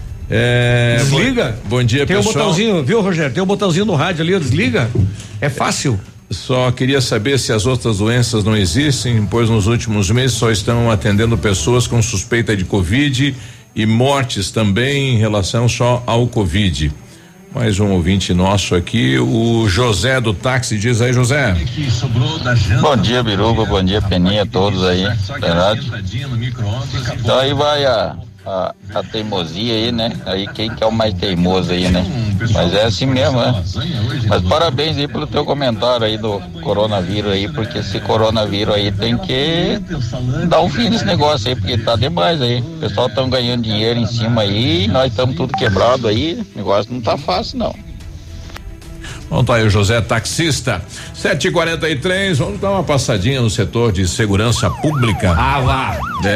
Desliga. Bom dia, tem pessoal. Tem um botãozinho, viu, Rogério? Tem um botãozinho no rádio ali, desliga. É fácil. Só queria saber se as outras doenças não existem, pois nos últimos meses só estão atendendo pessoas com suspeita de Covid e mortes também em relação só ao Covid. Mais um ouvinte nosso aqui, o José do táxi, diz aí, José. Bom dia, Biruba, bom dia, Peninha, todos aí, verdade? Então aí vai a teimosia aí, né? Aí quem que é o mais teimoso aí, né? Mas é assim mesmo, né? Mas parabéns aí pelo teu comentário aí do coronavírus aí, porque esse coronavírus aí tem que dar um fim nesse negócio aí, porque tá demais aí. O pessoal tão ganhando dinheiro em cima aí, nós estamos tudo quebrado aí, o negócio não tá fácil não. Bom, tá aí o José, taxista. 7h43, vamos dar uma passadinha no setor de segurança pública. Vá.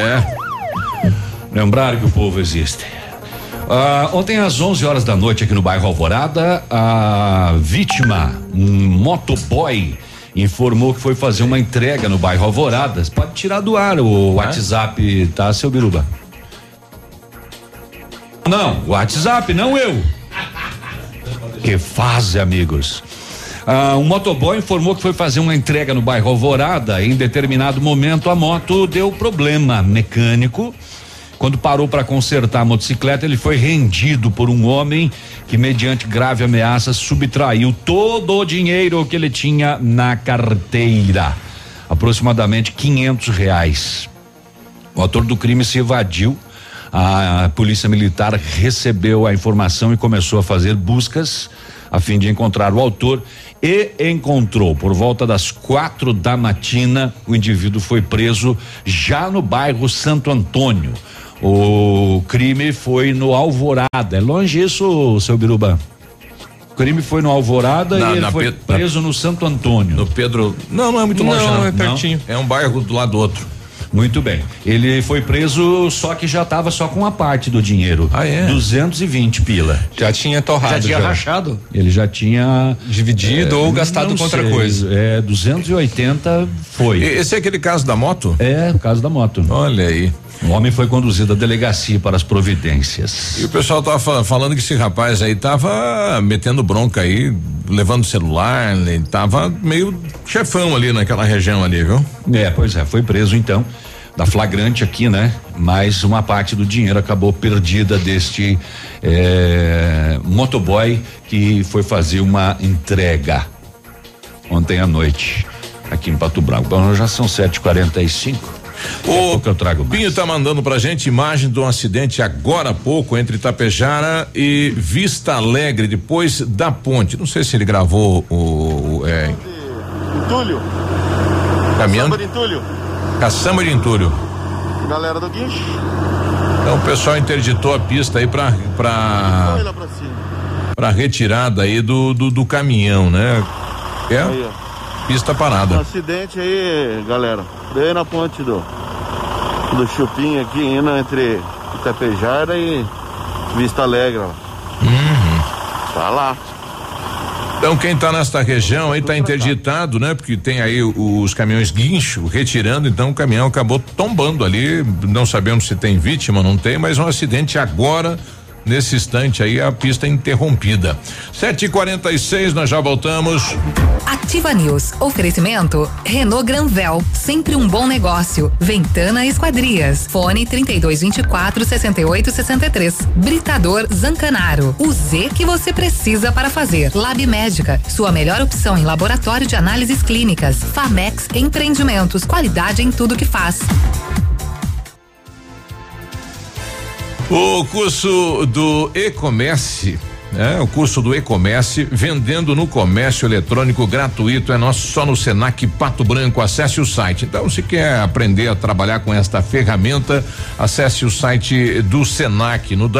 Lembrar que o povo existe. Ontem às 11h da noite aqui no bairro Alvorada, a vítima, um motoboy, informou que foi fazer uma entrega no bairro Alvorada. Pode tirar do ar o WhatsApp, tá, seu Biruba? Não, o WhatsApp, não eu. Que fase, amigos. Um motoboy informou que foi fazer uma entrega no bairro Alvorada. Em determinado momento, a moto deu problema mecânico. Quando parou para consertar a motocicleta, ele foi rendido por um homem que, mediante grave ameaça, subtraiu todo o dinheiro que ele tinha na carteira, aproximadamente R$500. O autor do crime se evadiu. A polícia militar recebeu a informação e começou a fazer buscas a fim de encontrar o autor e encontrou. Por volta das 4 da matina, o indivíduo foi preso já no bairro Santo Antônio. O crime foi no Alvorada. É longe isso, seu Biruba? O crime foi no Alvorada e ele foi preso no Santo Antônio. No Pedro. Não é muito longe, não. É pertinho. Não. É um bairro do lado do outro. Muito bem. Ele foi preso, só que já estava só com a parte do dinheiro. 220 pila. Já tinha torrado. Já tinha rachado? Ele já tinha dividido ou gastado com outra coisa. 280 foi. Esse é aquele caso da moto? É, o caso da moto. Olha aí. O homem foi conduzido à delegacia para as providências. E o pessoal tava falando que esse rapaz aí tava metendo bronca aí, levando celular, ele tava meio chefão ali naquela região ali, viu? Pois é, foi preso então, da flagrante aqui, né? Mas uma parte do dinheiro acabou perdida deste motoboy que foi fazer uma entrega ontem à noite aqui em Pato Branco. Bom, já são 7h45. O Pinho tá mandando pra gente imagem de um acidente agora há pouco entre Itapejara e Vista Alegre, depois da ponte. Não sei se ele gravou Entulho. Caminhando. Caçamba de Entulho. Caçamba de Entulho. Galera do guincho. Então o pessoal interditou a pista aí pra retirada aí do caminhão, né? Aí, pista parada. Um acidente aí, galera. Bem na ponte do Chupim aqui, indo entre Itapejara e Vista Alegre. Tá lá. Então quem tá nesta região aí tá interditado, né? Porque tem aí os caminhões guincho retirando, então o caminhão acabou tombando ali, não sabemos se tem vítima, não tem, mas um acidente agora. Nesse instante aí, a pista interrompida. 7h46, nós já voltamos. Ativa News. Oferecimento Renault Granvel, sempre um bom negócio. Ventana Esquadrias. Fone 3224-6863. Britador Zancanaro. O Z que você precisa para fazer. Lab Médica. Sua melhor opção em laboratório de análises clínicas. Famex Empreendimentos. Qualidade em tudo que faz. O curso do e-commerce, o curso do e-commerce, vendendo no comércio eletrônico gratuito, só no Senac Pato Branco. Acesse o site. Então, se quer aprender a trabalhar com esta ferramenta, acesse o site do Senac no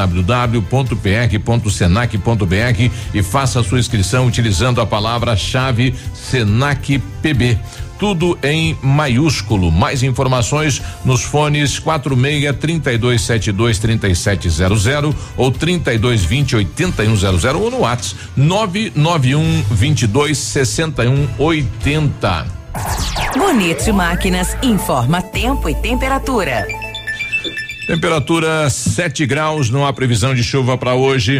www.pr.senac.br e faça a sua inscrição utilizando a palavra-chave Senac PB. Tudo em maiúsculo. Mais informações nos fones 46-3272-3700 ou 3220-8100 ou no WhatsApp 991-22-6180. Bonito Máquinas informa tempo e temperatura. Temperatura 7 graus, não há previsão de chuva para hoje.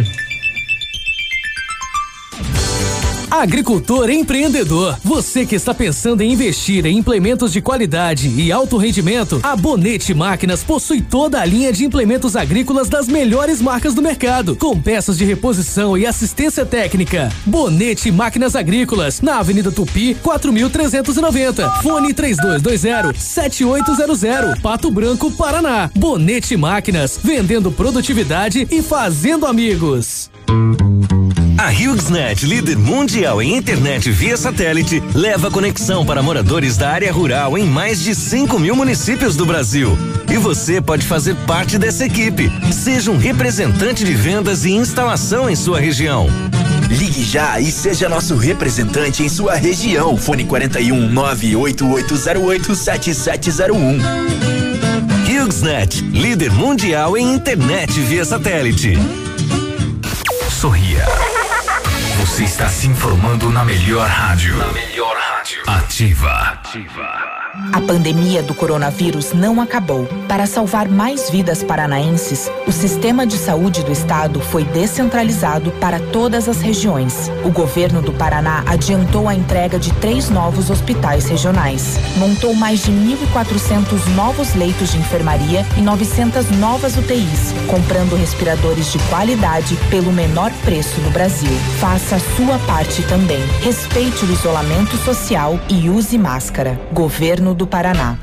Agricultor empreendedor, você que está pensando em investir em implementos de qualidade e alto rendimento, a Bonete Máquinas possui toda a linha de implementos agrícolas das melhores marcas do mercado, com peças de reposição e assistência técnica. Bonete Máquinas Agrícolas, na Avenida Tupi, 4390, fone 3220-7800, Pato Branco, Paraná. Bonete Máquinas, vendendo produtividade e fazendo amigos. A HughesNet, líder mundial em internet via satélite, leva conexão para moradores da área rural em mais de 5.000 municípios do Brasil. E você pode fazer parte dessa equipe. Seja um representante de vendas e instalação em sua região. Ligue já e seja nosso representante em sua região. Fone 41 98808 7701. HughesNet, líder mundial em internet via satélite. Sorria. Você está se informando na melhor rádio. Na melhor rádio. Ativa. A pandemia do coronavírus não acabou. Para salvar mais vidas paranaenses, o sistema de saúde do estado foi descentralizado para todas as regiões. O governo do Paraná adiantou a entrega de 3 novos hospitais regionais. Montou mais de 1.400 novos leitos de enfermaria e 900 novas UTIs, comprando respiradores de qualidade pelo menor preço no Brasil. Faça a sua parte também. Respeite o isolamento social e use máscara. Governo do Paraná.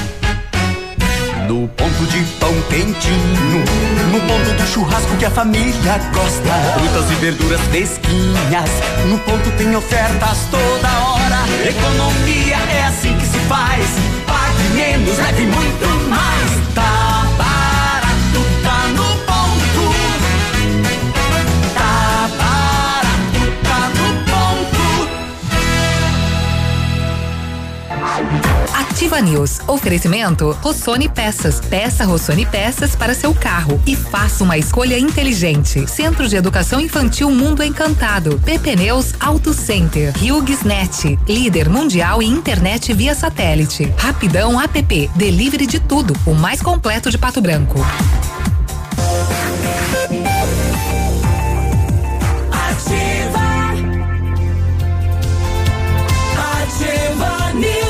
No ponto de pão quentinho, no ponto do churrasco que a família gosta, frutas e verduras fresquinhas, no ponto tem ofertas toda hora. Economia é assim que se faz, pague menos, leve muito mais. Tá barato, tá no ponto. Tá barato, tá no ponto. Ativa News. Oferecimento Rossoni Peças. Peça Rossoni Peças para seu carro e faça uma escolha inteligente. Centro de Educação Infantil Mundo Encantado. PP Neus Auto Center. HughesNet. Líder mundial em internet via satélite. Rapidão App. Delivery de tudo. O mais completo de Pato Branco. Ativa News.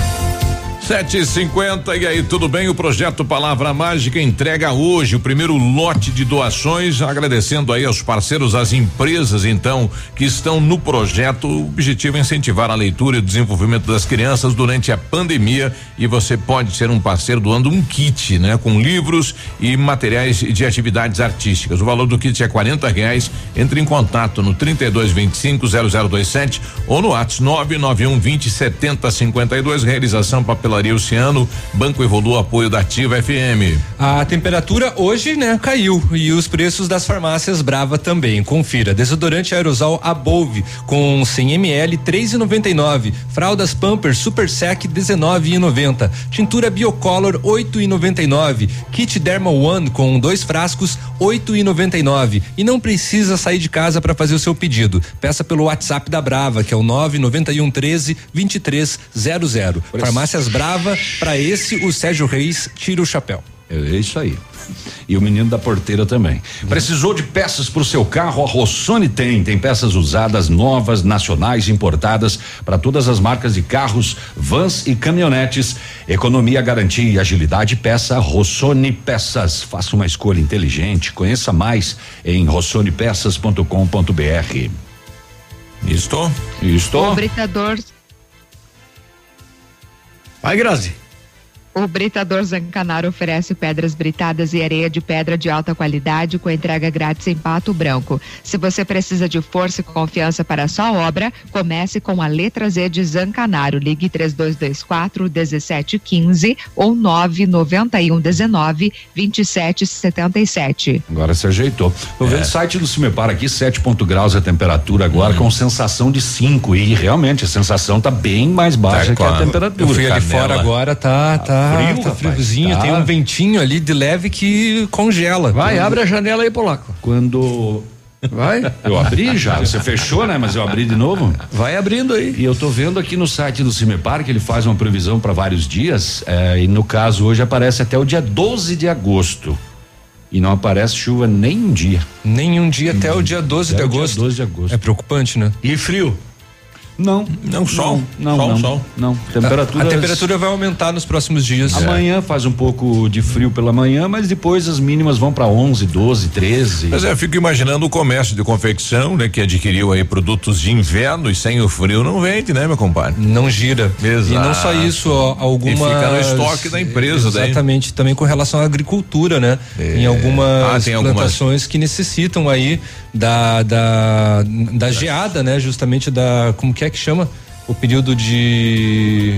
7h50, e aí, tudo bem? O projeto Palavra Mágica entrega hoje o primeiro lote de doações, agradecendo aí aos parceiros, às empresas, então, que estão no projeto. O objetivo é incentivar a leitura e o desenvolvimento das crianças durante a pandemia, e você pode ser um parceiro doando um kit, né? Com livros e materiais de atividades artísticas. O valor do kit é R$40. Entre em contato no 3225-0027 ou no WhatsApp 991207052. Realização Papelaria Oceano, Banco Evolu, apoio da Ativa FM. A temperatura hoje, né, caiu, e os preços das farmácias Brava também. Confira: desodorante aerosol Above com 100 ml 3,99, fraldas Pampers Super Sec 19,90, tintura Biocolor 8,99, kit Derma One com 2 frascos 8,99. E não precisa sair de casa para fazer o seu pedido. Peça pelo WhatsApp da Brava, que é o 99113-2300. Farmácias Brava, para esse o Sérgio Reis tira o chapéu. É isso aí. E o menino da porteira também. Precisou de peças para o seu carro? A Rossoni tem peças usadas, novas, nacionais, importadas para todas as marcas de carros, vans e caminhonetes. Economia, garantia e agilidade. Peça Rossoni Peças. Faça uma escolha inteligente. Conheça mais em rossonipeças.com.br. Isto. O Britador. Vai, Grazi. O Britador Zancanaro oferece pedras britadas e areia de pedra de alta qualidade com entrega grátis em Pato Branco. Se você precisa de força e confiança para a sua obra, comece com a letra Z de Zancanaro. Ligue 3224-1715 ou 99119-2777. Agora se ajeitou. Tô vendo o site do Cimepar aqui, 7 graus a temperatura agora, com sensação de 5, e realmente a sensação tá bem mais baixa que a temperatura. Eu fui ali fora agora, tá frio, tá friozinho, tem um ventinho ali de leve que congela. Vai, abre a janela aí, Polaco. Quando vai? Eu abri já, você fechou, né? Mas eu abri de novo. Vai abrindo aí. E eu tô vendo aqui no site do Cimepar que ele faz uma previsão para vários dias, e no caso hoje aparece até o dia 12 de agosto. E não aparece chuva nem um dia. Nem um dia até o dia 12 de agosto. Dia 12 de agosto. É preocupante, né? E frio? Não, sol. Não. A temperatura vai aumentar nos próximos dias. Amanhã faz um pouco de frio pela manhã, mas depois as mínimas vão para 11, 12, 13. Mas eu fico imaginando o comércio de confecção, né, que adquiriu aí produtos de inverno e sem o frio não vende, né, meu compadre? Não gira. Exato. E não só isso, algumas. E fica no estoque da empresa, exatamente. Daí. Também com relação à agricultura, né? Em algumas plantações que necessitam aí da geada, né? Justamente como que chama? O período de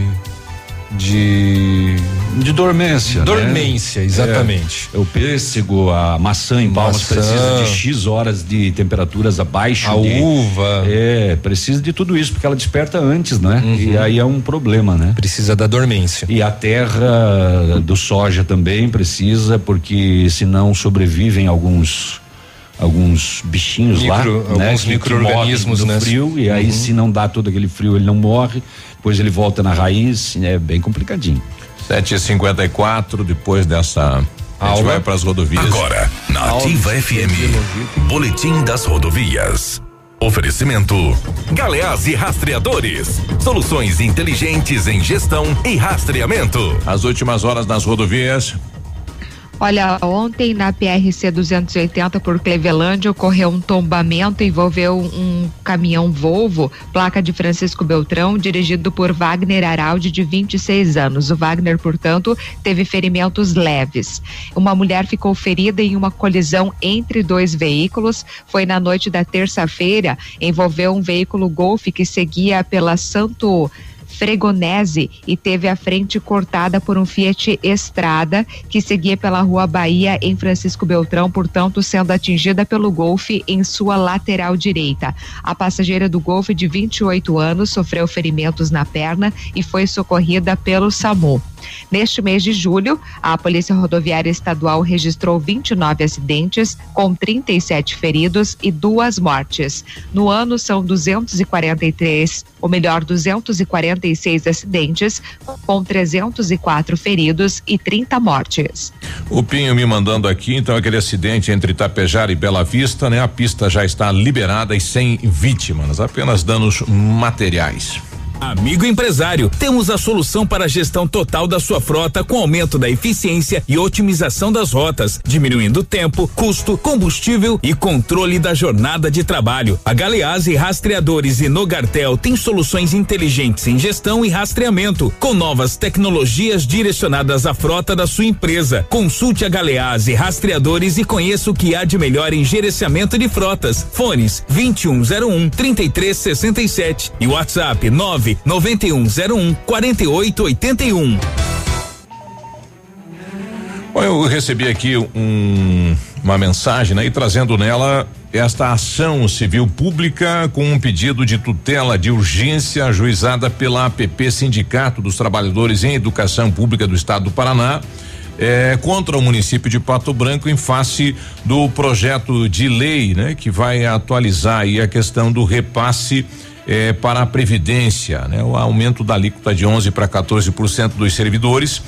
dormência. Dormência, né? Exatamente. O pêssego, a maçã em Palmas precisa de X horas de temperaturas abaixo. Uva. Precisa de tudo isso, porque ela desperta antes, né? E aí é um problema, né? Precisa da dormência. E a terra do soja também precisa, porque senão sobrevivem alguns alguns bichinhos lá, né? Alguns micro-organismos, no frio, e aí se não dá todo aquele frio, ele não morre, depois ele volta na raiz, é bem complicadinho. 7h54, depois dessa a gente vai para as rodovias. Agora, na Ativa FM, Boletim das Rodovias. Oferecimento Galeás e Rastreadores, soluções inteligentes em gestão e rastreamento. As últimas horas nas rodovias. Olha, ontem na PRC 280 por Clevelândia ocorreu um tombamento, envolveu um caminhão Volvo, placa de Francisco Beltrão, dirigido por Wagner Araldi, de 26 anos. O Wagner, portanto, teve ferimentos leves. Uma mulher ficou ferida em uma colisão entre dois veículos. Foi na noite da terça-feira, envolveu um veículo Golf que seguia pela Santo Fregonese e teve a frente cortada por um Fiat Estrada que seguia pela Rua Bahia em Francisco Beltrão, portanto sendo atingida pelo Golf em sua lateral direita. A passageira do Golf, de 28 anos, sofreu ferimentos na perna e foi socorrida pelo SAMU. Neste mês de julho, a Polícia Rodoviária Estadual registrou 29 acidentes, com 37 feridos e 2 mortes. No ano, são 246 acidentes, com 304 feridos e 30 mortes. O Pinho me mandando aqui, então, aquele acidente entre Itapejara e Bela Vista, né? A pista já está liberada e sem vítimas, apenas danos materiais. Amigo empresário, temos a solução para a gestão total da sua frota com aumento da eficiência e otimização das rotas, diminuindo tempo, custo, combustível e controle da jornada de trabalho. A Galeás e Rastreadores e Nogartel tem soluções inteligentes em gestão e rastreamento, com novas tecnologias direcionadas à frota da sua empresa. Consulte a Galeás e Rastreadores e conheça o que há de melhor em gerenciamento de frotas. Fones 2101-3367 e WhatsApp 99101-4881. Bom, eu recebi aqui uma mensagem, né, e trazendo nela esta ação civil pública com um pedido de tutela de urgência ajuizada pela APP, Sindicato dos Trabalhadores em Educação Pública do Estado do Paraná, contra o município de Pato Branco em face do projeto de lei, né, que vai atualizar aí a questão do repasse para a Previdência, né? O aumento da alíquota de 11% para 14% dos servidores.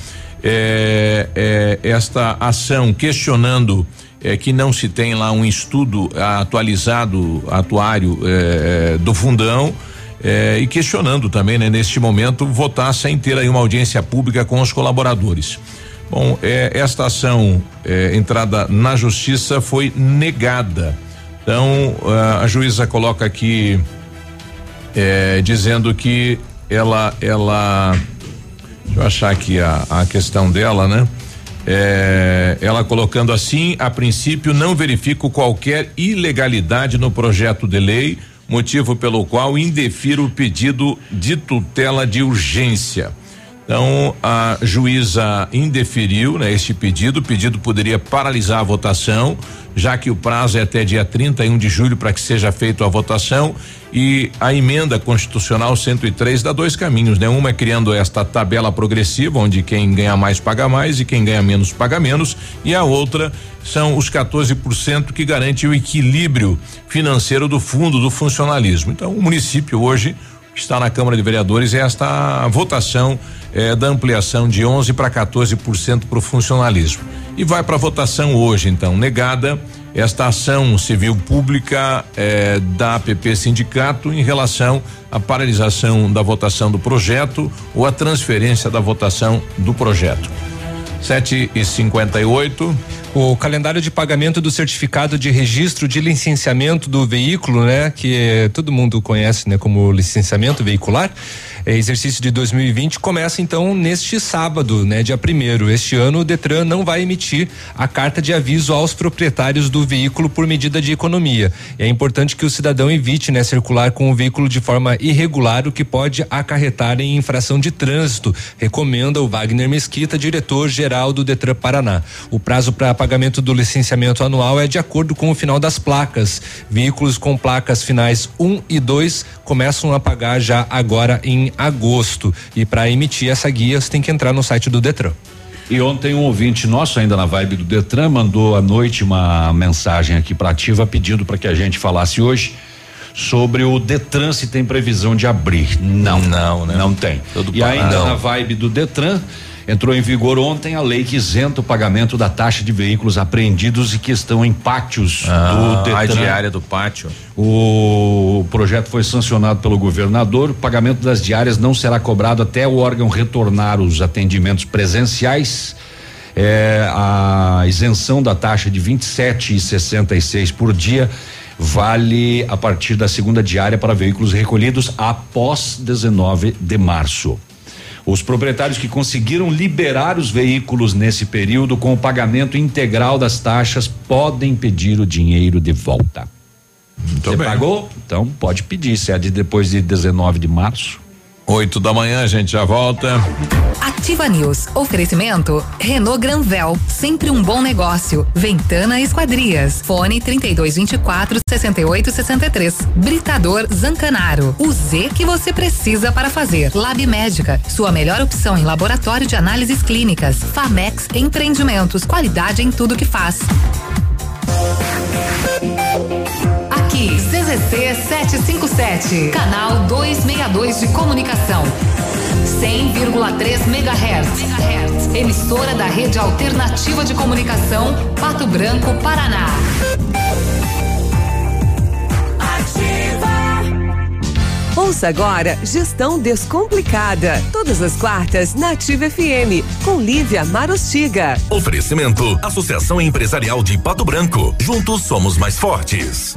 Esta ação questionando que não se tem lá um estudo atuário do fundão, e questionando também, né, neste momento, votar sem ter aí uma audiência pública com os colaboradores. Bom, esta ação entrada na justiça foi negada. Então, a juíza coloca aqui dizendo que ela deixa eu achar aqui a questão dela, né? Ela colocando assim: a princípio não verifico qualquer ilegalidade no projeto de lei, motivo pelo qual indefiro o pedido de tutela de urgência. Então, a juíza indeferiu, né, este pedido. O pedido poderia paralisar a votação, já que o prazo é até dia 31 de julho para que seja feita a votação, e a emenda constitucional 103 dá 2 caminhos, né? Uma é criando esta tabela progressiva, onde quem ganha mais paga mais e quem ganha menos paga menos, e a outra são os 14% que garante o equilíbrio financeiro do fundo do funcionalismo. Então, o município hoje está na Câmara de Vereadores esta votação da ampliação de 11% para 14% para o funcionalismo. E vai para votação hoje, então, negada esta ação civil pública da APP Sindicato em relação à paralisação da votação do projeto ou a transferência da votação do projeto. 7h58. O calendário de pagamento do certificado de registro de licenciamento do veículo, né? Que todo mundo conhece, né? Como licenciamento veicular, exercício de 2020, começa então neste sábado, né? Dia 1º. Este ano o Detran não vai emitir a carta de aviso aos proprietários do veículo por medida de economia. É importante que o cidadão evite, né? Circular com o veículo de forma irregular, o que pode acarretar em infração de trânsito, recomenda o Wagner Mesquita, diretor-geral do Detran Paraná. O prazo para pagamento do licenciamento anual é de acordo com o final das placas. Veículos com placas finais 1 e 2 começam a pagar já agora em agosto. E para emitir essa guia, você tem que entrar no site do Detran. E ontem um ouvinte nosso, ainda na vibe do Detran, mandou à noite uma mensagem aqui pra Ativa pedindo para que a gente falasse hoje sobre o Detran, se tem previsão de abrir. Não tem. E ainda na vibe do Detran, entrou em vigor ontem a lei que isenta o pagamento da taxa de veículos apreendidos e que estão em pátios do Detran. A diária do pátio. O projeto foi sancionado pelo governador. O pagamento das diárias não será cobrado até o órgão retornar os atendimentos presenciais. A isenção da taxa de 27,66 por dia vale a partir da segunda diária para veículos recolhidos após 19 de março. Os proprietários que conseguiram liberar os veículos nesse período com o pagamento integral das taxas podem pedir o dinheiro de volta. Você pagou? Então pode pedir, se é de depois de 19 de março. 8 da manhã, a gente já volta. Ativa News. Oferecimento Renault Granvel, sempre um bom negócio. Ventana Esquadrias. Fone 3224-6863. Britador Zancanaro. O Z que você precisa para fazer. Lab Médica. Sua melhor opção em laboratório de análises clínicas. Famex Empreendimentos. Qualidade em tudo que faz. Aqui, CZC 757, canal 262 de comunicação. 100,3 MHz. Emissora da Rede Alternativa de Comunicação, Pato Branco, Paraná. Ouça agora Gestão Descomplicada. Todas as quartas na Ativa FM, com Lívia Marostiga. Oferecimento: Associação Empresarial de Pato Branco. Juntos somos mais fortes.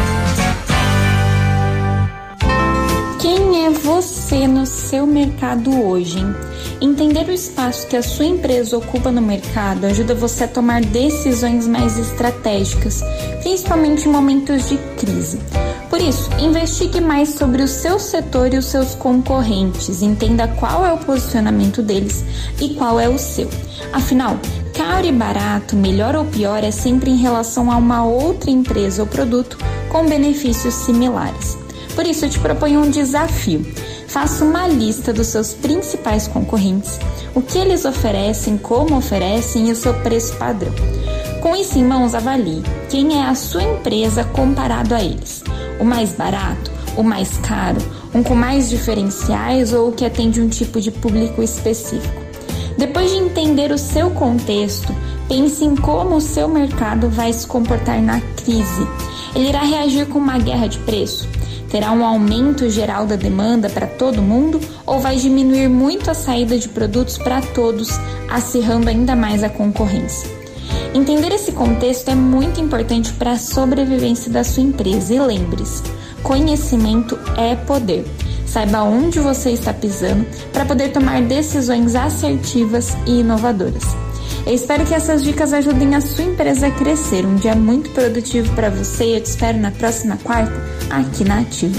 Quem é você no seu mercado hoje? Entender o espaço que a sua empresa ocupa no mercado ajuda você a tomar decisões mais estratégicas, principalmente em momentos de crise. Por isso, investigue mais sobre o seu setor e os seus concorrentes, entenda qual é o posicionamento deles e qual é o seu. Afinal, caro e barato, melhor ou pior, é sempre em relação a uma outra empresa ou produto com benefícios similares. Por isso, eu te proponho um desafio. Faça uma lista dos seus principais concorrentes, o que eles oferecem, como oferecem e o seu preço padrão. Com isso em mãos, avalie quem é a sua empresa comparado a eles. O mais barato, o mais caro, um com mais diferenciais ou o que atende um tipo de público específico. Depois de entender o seu contexto, pense em como o seu mercado vai se comportar na crise. Ele irá reagir com uma guerra de preço? Terá um aumento geral da demanda para todo mundo ou vai diminuir muito a saída de produtos para todos, acirrando ainda mais a concorrência? Entender esse contexto é muito importante para a sobrevivência da sua empresa e lembre-se, conhecimento é poder. Saiba onde você está pisando para poder tomar decisões assertivas e inovadoras. Eu espero que essas dicas ajudem a sua empresa a crescer. Um dia muito produtivo para você e eu te espero na próxima quarta aqui na Ativa.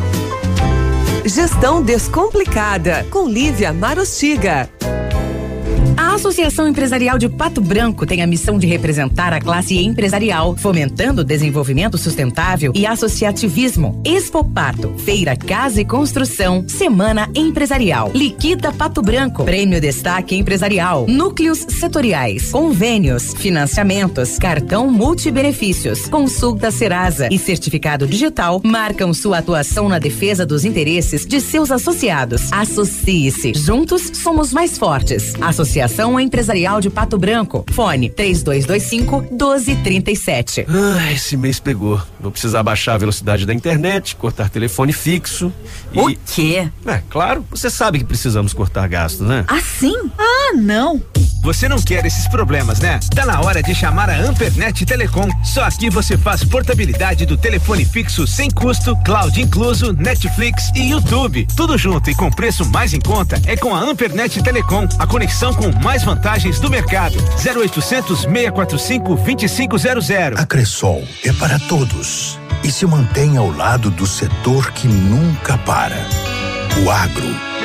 Gestão Descomplicada, com Lívia Marostiga. A Associação Empresarial de Pato Branco tem a missão de representar a classe empresarial, fomentando o desenvolvimento sustentável e associativismo. Expo Pato, Feira Casa e Construção, Semana Empresarial, Liquida Pato Branco, Prêmio Destaque Empresarial, Núcleos Setoriais, Convênios, Financiamentos, Cartão Multibenefícios, Consulta Serasa e Certificado Digital marcam sua atuação na defesa dos interesses de seus associados. Associe-se. Juntos somos mais fortes. Associação Empresarial de Pato Branco. Fone 3225-1237. Esse mês pegou. Vou precisar baixar a velocidade da internet, cortar telefone fixo. O quê? Claro, você sabe que precisamos cortar gastos, né? Assim? Ah, não. Você não quer esses problemas, né? Tá na hora de chamar a Ampernet Telecom. Só aqui você faz portabilidade do telefone fixo sem custo, cloud incluso, Netflix e YouTube. Tudo junto e com preço mais em conta é com a Ampernet Telecom. A conexão com mais vantagens do mercado. 0800 645 2500. A Cressol é para todos e se mantém ao lado do setor que nunca para. O agro.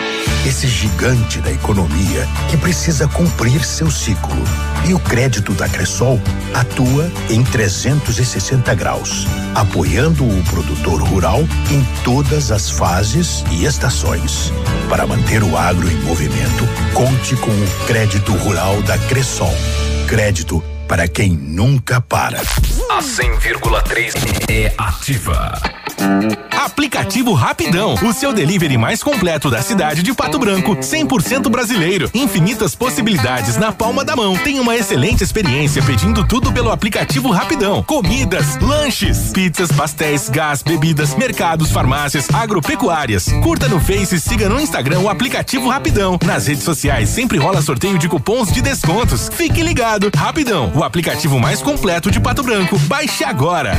esse gigante da economia que precisa cumprir seu ciclo. E o crédito da Cressol atua em 360 graus, apoiando o produtor rural em todas as fases e estações. Para manter o agro em movimento, conte com o crédito rural da Cressol. Crédito para quem nunca para. A 100,3 é ativa. Aplicativo Rapidão, o seu delivery mais completo da cidade de Pato Branco, 100% brasileiro. Infinitas possibilidades na palma da mão. Tem uma excelente experiência pedindo tudo pelo aplicativo Rapidão. Comidas, lanches, pizzas, pastéis, gás, bebidas, mercados, farmácias, agropecuárias. Curta no Face e siga no Instagram o aplicativo Rapidão. Nas redes sociais sempre rola sorteio de cupons de descontos. Fique ligado, Rapidão, o aplicativo mais completo de Pato Branco. Baixe agora.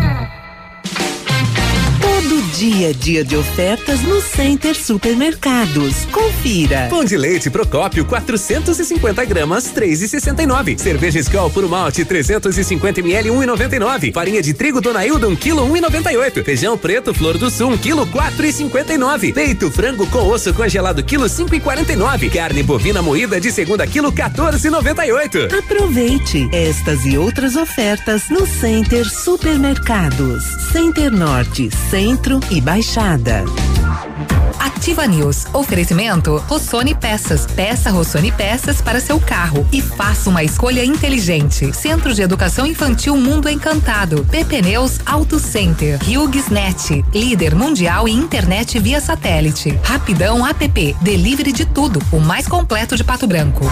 Todo dia de ofertas no Center Supermercados. Confira. Pão de leite Procópio 450 gramas 3,69. Cerveja Skol Puro Malte 350 ml 1,99. Farinha de trigo Dona Hilda 1 kg 1,98. Feijão preto Flor do Sul 1 kg 4,59. Peito frango com osso congelado quilo 5,49. Carne bovina moída de segunda quilo 14,98. Aproveite estas e outras ofertas no Center Supermercados. Center Norte, Centro e Baixada. Ativa News. Oferecimento Rossoni Peças. Peça Rossoni Peças para seu carro e faça uma escolha inteligente. Centro de Educação Infantil Mundo Encantado. PP Neus Auto Center. HughesNet. Líder mundial em internet via satélite. Rapidão app. Delivery de tudo. O mais completo de Pato Branco.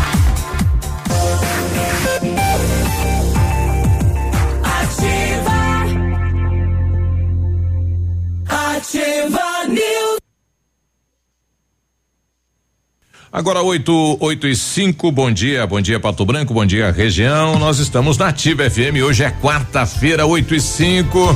Ativa News. Agora 8:05, bom dia Pato Branco, bom dia região, nós estamos na Ativa FM, hoje é quarta-feira, 8:05.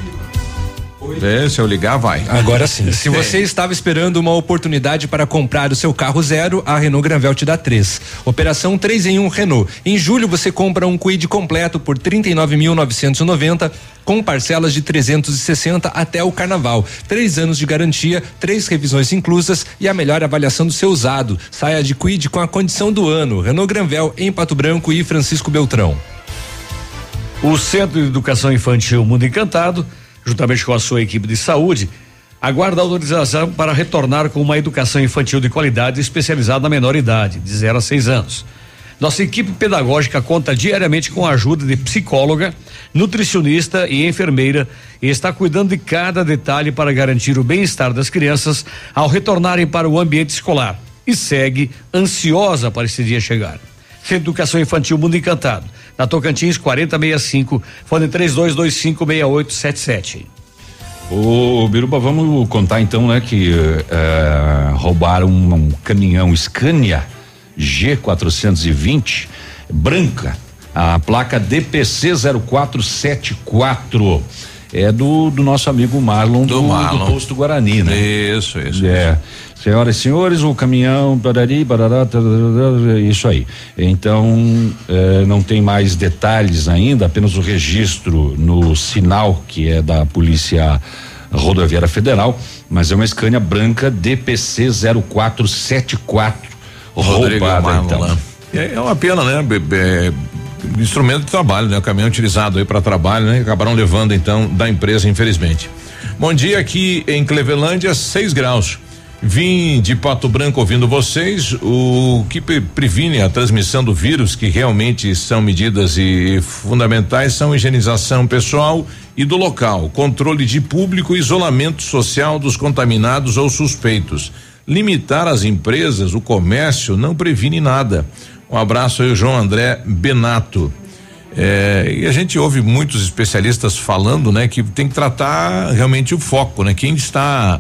Se eu ligar, vai. Agora sim. Se você estava esperando uma oportunidade para comprar o seu carro zero, a Renault Granvel te dá 3. Operação 3 em 1 Renault. Em julho você compra um Kwid completo por 39.990 com parcelas de 360 até o carnaval. 3 anos de garantia, 3 revisões inclusas e a melhor avaliação do seu usado. Saia de Kwid com a condição do ano. Renault Granvel em Pato Branco e Francisco Beltrão. O Centro de Educação Infantil Mundo Encantado, juntamente com a sua equipe de saúde, aguarda autorização para retornar com uma educação infantil de qualidade especializada na menor idade, de 0 a 6 anos. Nossa equipe pedagógica conta diariamente com a ajuda de psicóloga, nutricionista e enfermeira e está cuidando de cada detalhe para garantir o bem-estar das crianças ao retornarem para o ambiente escolar e segue ansiosa para esse dia chegar. Centro de Educação Infantil Mundo Encantado, na Tocantins 4065, fone 32256877. Ô Biruba, vamos contar então, né, que roubaram um caminhão Scania G420 branca, a placa DPC 0474, é do nosso amigo Marlon do Posto Guarani, né? Isso. Senhoras e senhores, o caminhão, isso aí. Então, não tem mais detalhes ainda, apenas o registro no sinal que é da Polícia Rodoviária Federal, mas é uma Scania branca DPC 0474 roubada, então. É uma pena, né? Instrumento de trabalho, né? O caminhão utilizado aí para trabalho, né? Acabaram levando então da empresa, infelizmente. Bom dia, aqui em Clevelândia, 6 graus. Vim de Pato Branco ouvindo vocês. O que previne a transmissão do vírus, que realmente são medidas fundamentais, são higienização pessoal e do local, controle de público e isolamento social dos contaminados ou suspeitos. Limitar as empresas, o comércio, não previne nada. Um abraço aí, o João André Benato. E a gente ouve muitos especialistas falando, né, que tem que tratar realmente o foco, né? Quem está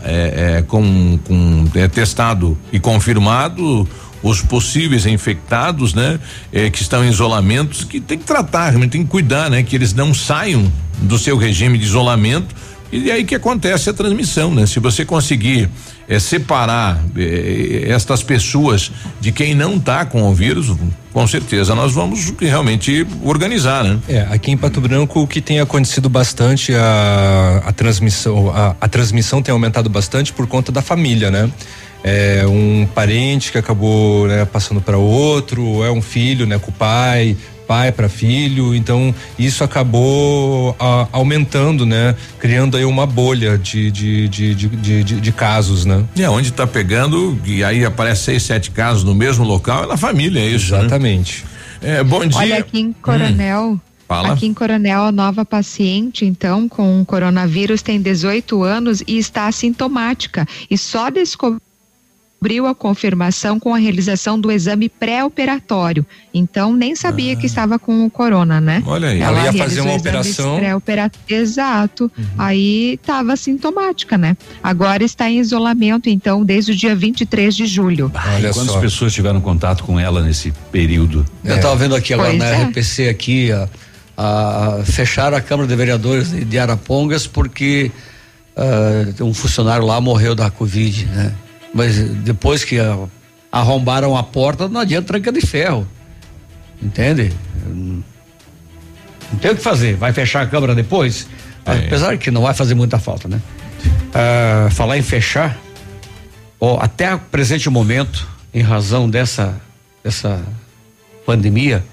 testado e confirmado, os possíveis infectados, né, que estão em isolamentos, que tem que tratar, realmente tem que cuidar, né, que eles não saiam do seu regime de isolamento. E aí que acontece a transmissão, né? Se você conseguir separar estas pessoas de quem não está com o vírus, com certeza nós vamos realmente organizar, né? Aqui em Pato Branco o que tem acontecido bastante, a transmissão tem aumentado bastante por conta da família, né? é um parente que acabou, né, passando para outro, é um filho, né, com o pai para filho, então isso acabou aumentando, né, criando aí uma bolha de casos, né? E onde está pegando, e aí aparece 6, 7 casos no mesmo local, é na família, é isso? Exatamente. Né? Bom dia. Olha, aqui em Coronel. Fala. Aqui em Coronel, a nova paciente, então, com coronavírus tem 18 anos e está assintomática e só descobriu a confirmação com a realização do exame pré-operatório. Então, nem sabia que estava com o corona, né? Olha aí. Ela ia fazer uma operação. Exato. Aí estava assintomática, né? Agora está em isolamento, então, desde o dia 23 de julho. Olha quantas pessoas tiveram contato com ela nesse período? Eu estava vendo aqui agora na é. RPC aqui, fecharam a Câmara de Vereadores de Arapongas porque um funcionário lá morreu da Covid, né? Mas depois que arrombaram a porta, não adianta tranca de ferro. Entende? Não tem o que fazer. Vai fechar a Câmara depois? Apesar que não vai fazer muita falta, né? Falar em fechar, até o presente momento, em razão dessa pandemia,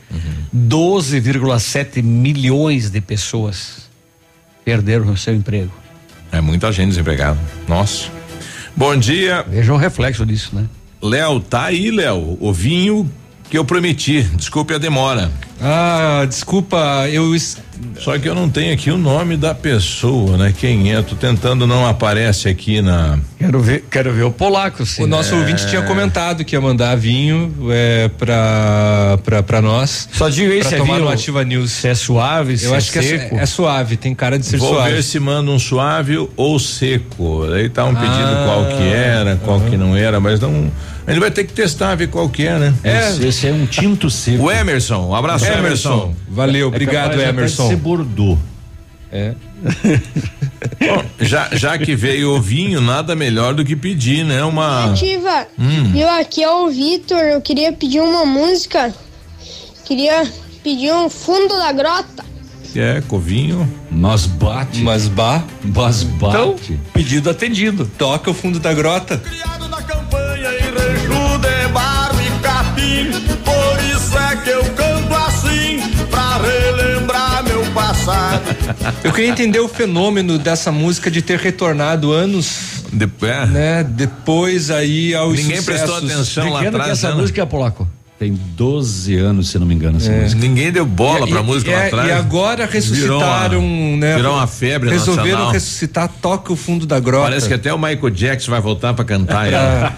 12,7 milhões de pessoas perderam o seu emprego. É muita gente desempregada. Nossa. Bom dia. Veja o reflexo disso, né? Léo, tá aí, Léo, o vinho que eu prometi. Desculpe a demora. Desculpa, Só que eu não tenho aqui o nome da pessoa, né? Quem é? Tô tentando, não aparece aqui na. Quero ver o polaco, sim. O nosso ouvinte tinha comentado que ia mandar vinho pra nós. Só diga aí, pra se tomar vinho, no Ativa News. Se é suave, se eu é acho seco. Que é suave, tem cara de ser Vou suave. ver se manda um suave ou seco. Aí tá um pedido qual que era, qual que não era, mas não. Ele vai ter que testar, ver qual que é, né? Esse é um tinto seco. O Emerson, um abraço, Emerson. Valeu, obrigado, Emerson. Ser Bordeaux. Bom, já que veio o vinho, nada melhor do que pedir, né? Uma. Ativa. Eu aqui é o Vitor, eu queria pedir uma música. Queria pedir um Fundo da Grota. Com vinho. Mas bate. Então, pedido atendido. Toca o Fundo da Grota. Criado na campanha em Reju de Barro e Capim, por isso é que eu canto assim, pra relembrar meu passado. Eu queria entender o fenômeno dessa música de ter retornado anos, né? Depois aí aos Ninguém sucessos. prestou atenção lá atrás. Que essa música é polaco? Tem 12 anos, se não me engano, essa música. Ninguém deu bola pra música lá atrás. E agora ressuscitaram, virou uma febre resolveram nacional. ressuscitar Toca o Fundo da Grota. Parece que até o Michael Jackson vai voltar pra cantar ela.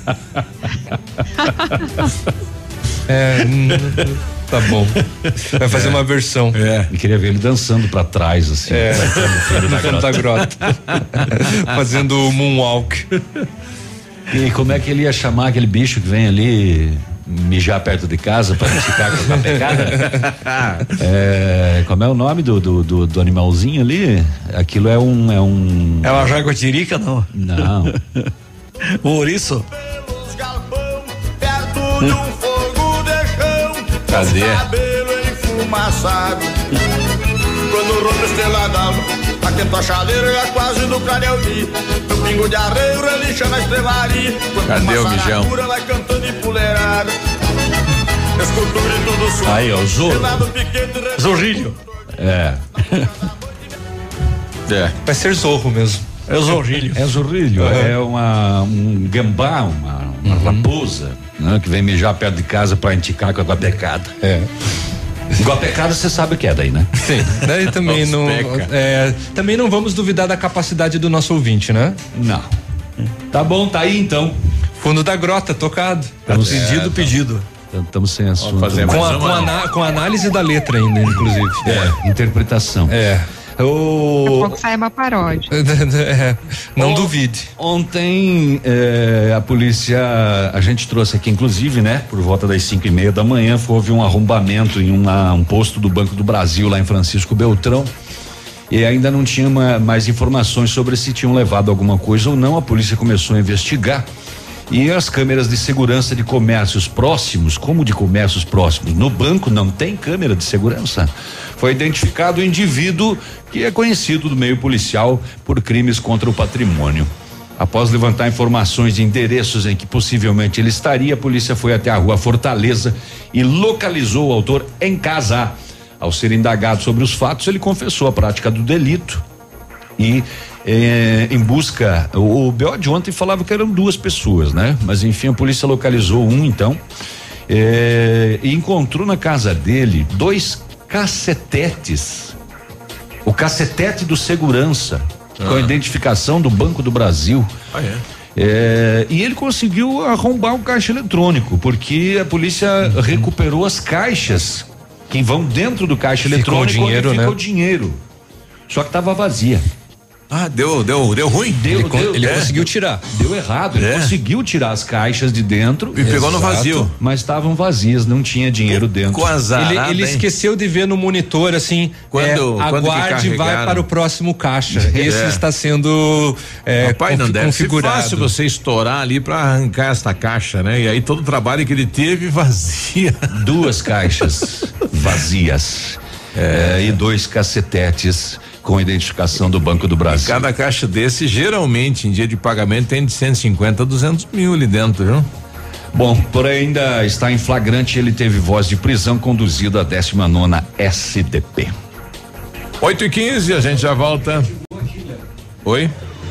Tá bom. Vai fazer uma versão. E queria ver ele dançando pra trás, assim. No Fundo da Grota. Fazendo o moonwalk. E como é que ele ia chamar aquele bicho que vem ali mijar perto de casa pra ficar com a pegada? Como é o nome do animalzinho ali? Aquilo é um. É uma jaguatirica, não? Não. O ouriço? Perto de um fogo de chão, cadê? Cabelo enfumaçado. Quando rompe a estrela d'alva, aquenta a chaleira é quase no Canelmi. No pingo de arreio relincha na estrevaria. Cadê o mijão? Vai cantando empoleirada. Escuto o grito do som. Aí, ó, o Zorro. Zorrilho. Vai ser Zorro mesmo. É o Zorrilho. É Zorrilho. É um gambá, uma raposa, né, que vem mijar perto de casa pra enticar com a guapecada. Guapecada você sabe o que é daí, né? Sim. Daí também também não vamos duvidar da capacidade do nosso ouvinte, né? Não. Tá bom, tá aí então. Fundo da Grota, tocado. Pedido. Estamos sem assunto. Fazer mais com análise da letra ainda, inclusive. Interpretação. Daqui a pouco sai uma paródia. Não duvide. Ontem a polícia, a gente trouxe aqui inclusive, né? Por volta das 5:30 da manhã, houve um arrombamento em um posto do Banco do Brasil lá em Francisco Beltrão. E ainda não tinha mais informações sobre se tinham levado alguma coisa ou não. A polícia começou a investigar. E as câmeras de segurança de comércios próximos, como de comércios próximos, no banco não tem câmera de segurança. Foi identificado o indivíduo que é conhecido do meio policial por crimes contra o patrimônio. Após levantar informações de endereços em que possivelmente ele estaria, a polícia foi até a rua Fortaleza e localizou o autor em casa. Ao ser indagado sobre os fatos, ele confessou a prática do delito e em busca, o BO de ontem falava que eram 2 pessoas, né? Mas enfim, a polícia localizou um então e encontrou na casa dele 2 cacetetes. O cacetete do segurança com a identificação do Banco do Brasil. E ele conseguiu arrombar o caixa eletrônico, porque a polícia recuperou as caixas que vão dentro do caixa eletrônico, dinheiro, onde fica né? o dinheiro. Só que estava vazia. Deu ruim? Ele conseguiu tirar. Deu errado, ele conseguiu tirar as caixas de dentro. E pegou no vazio. Mas estavam vazias, não tinha dinheiro dentro. Ele esqueceu de ver no monitor assim, aguarde e vai para o próximo caixa. Esse está sendo Rapaz, não deve ser configurado. fácil você estourar ali para arrancar esta caixa, né? E aí todo o trabalho que ele teve vazia. 2 caixas vazias e 2 cacetetes com identificação do Banco do Brasil. Cada caixa desse, geralmente, em dia de pagamento, tem de 150 a 200 mil ali dentro, viu? Bom, por ainda está em flagrante, ele teve voz de prisão, conduzido à 19ª SDP. 8h15, a gente já volta. Oi?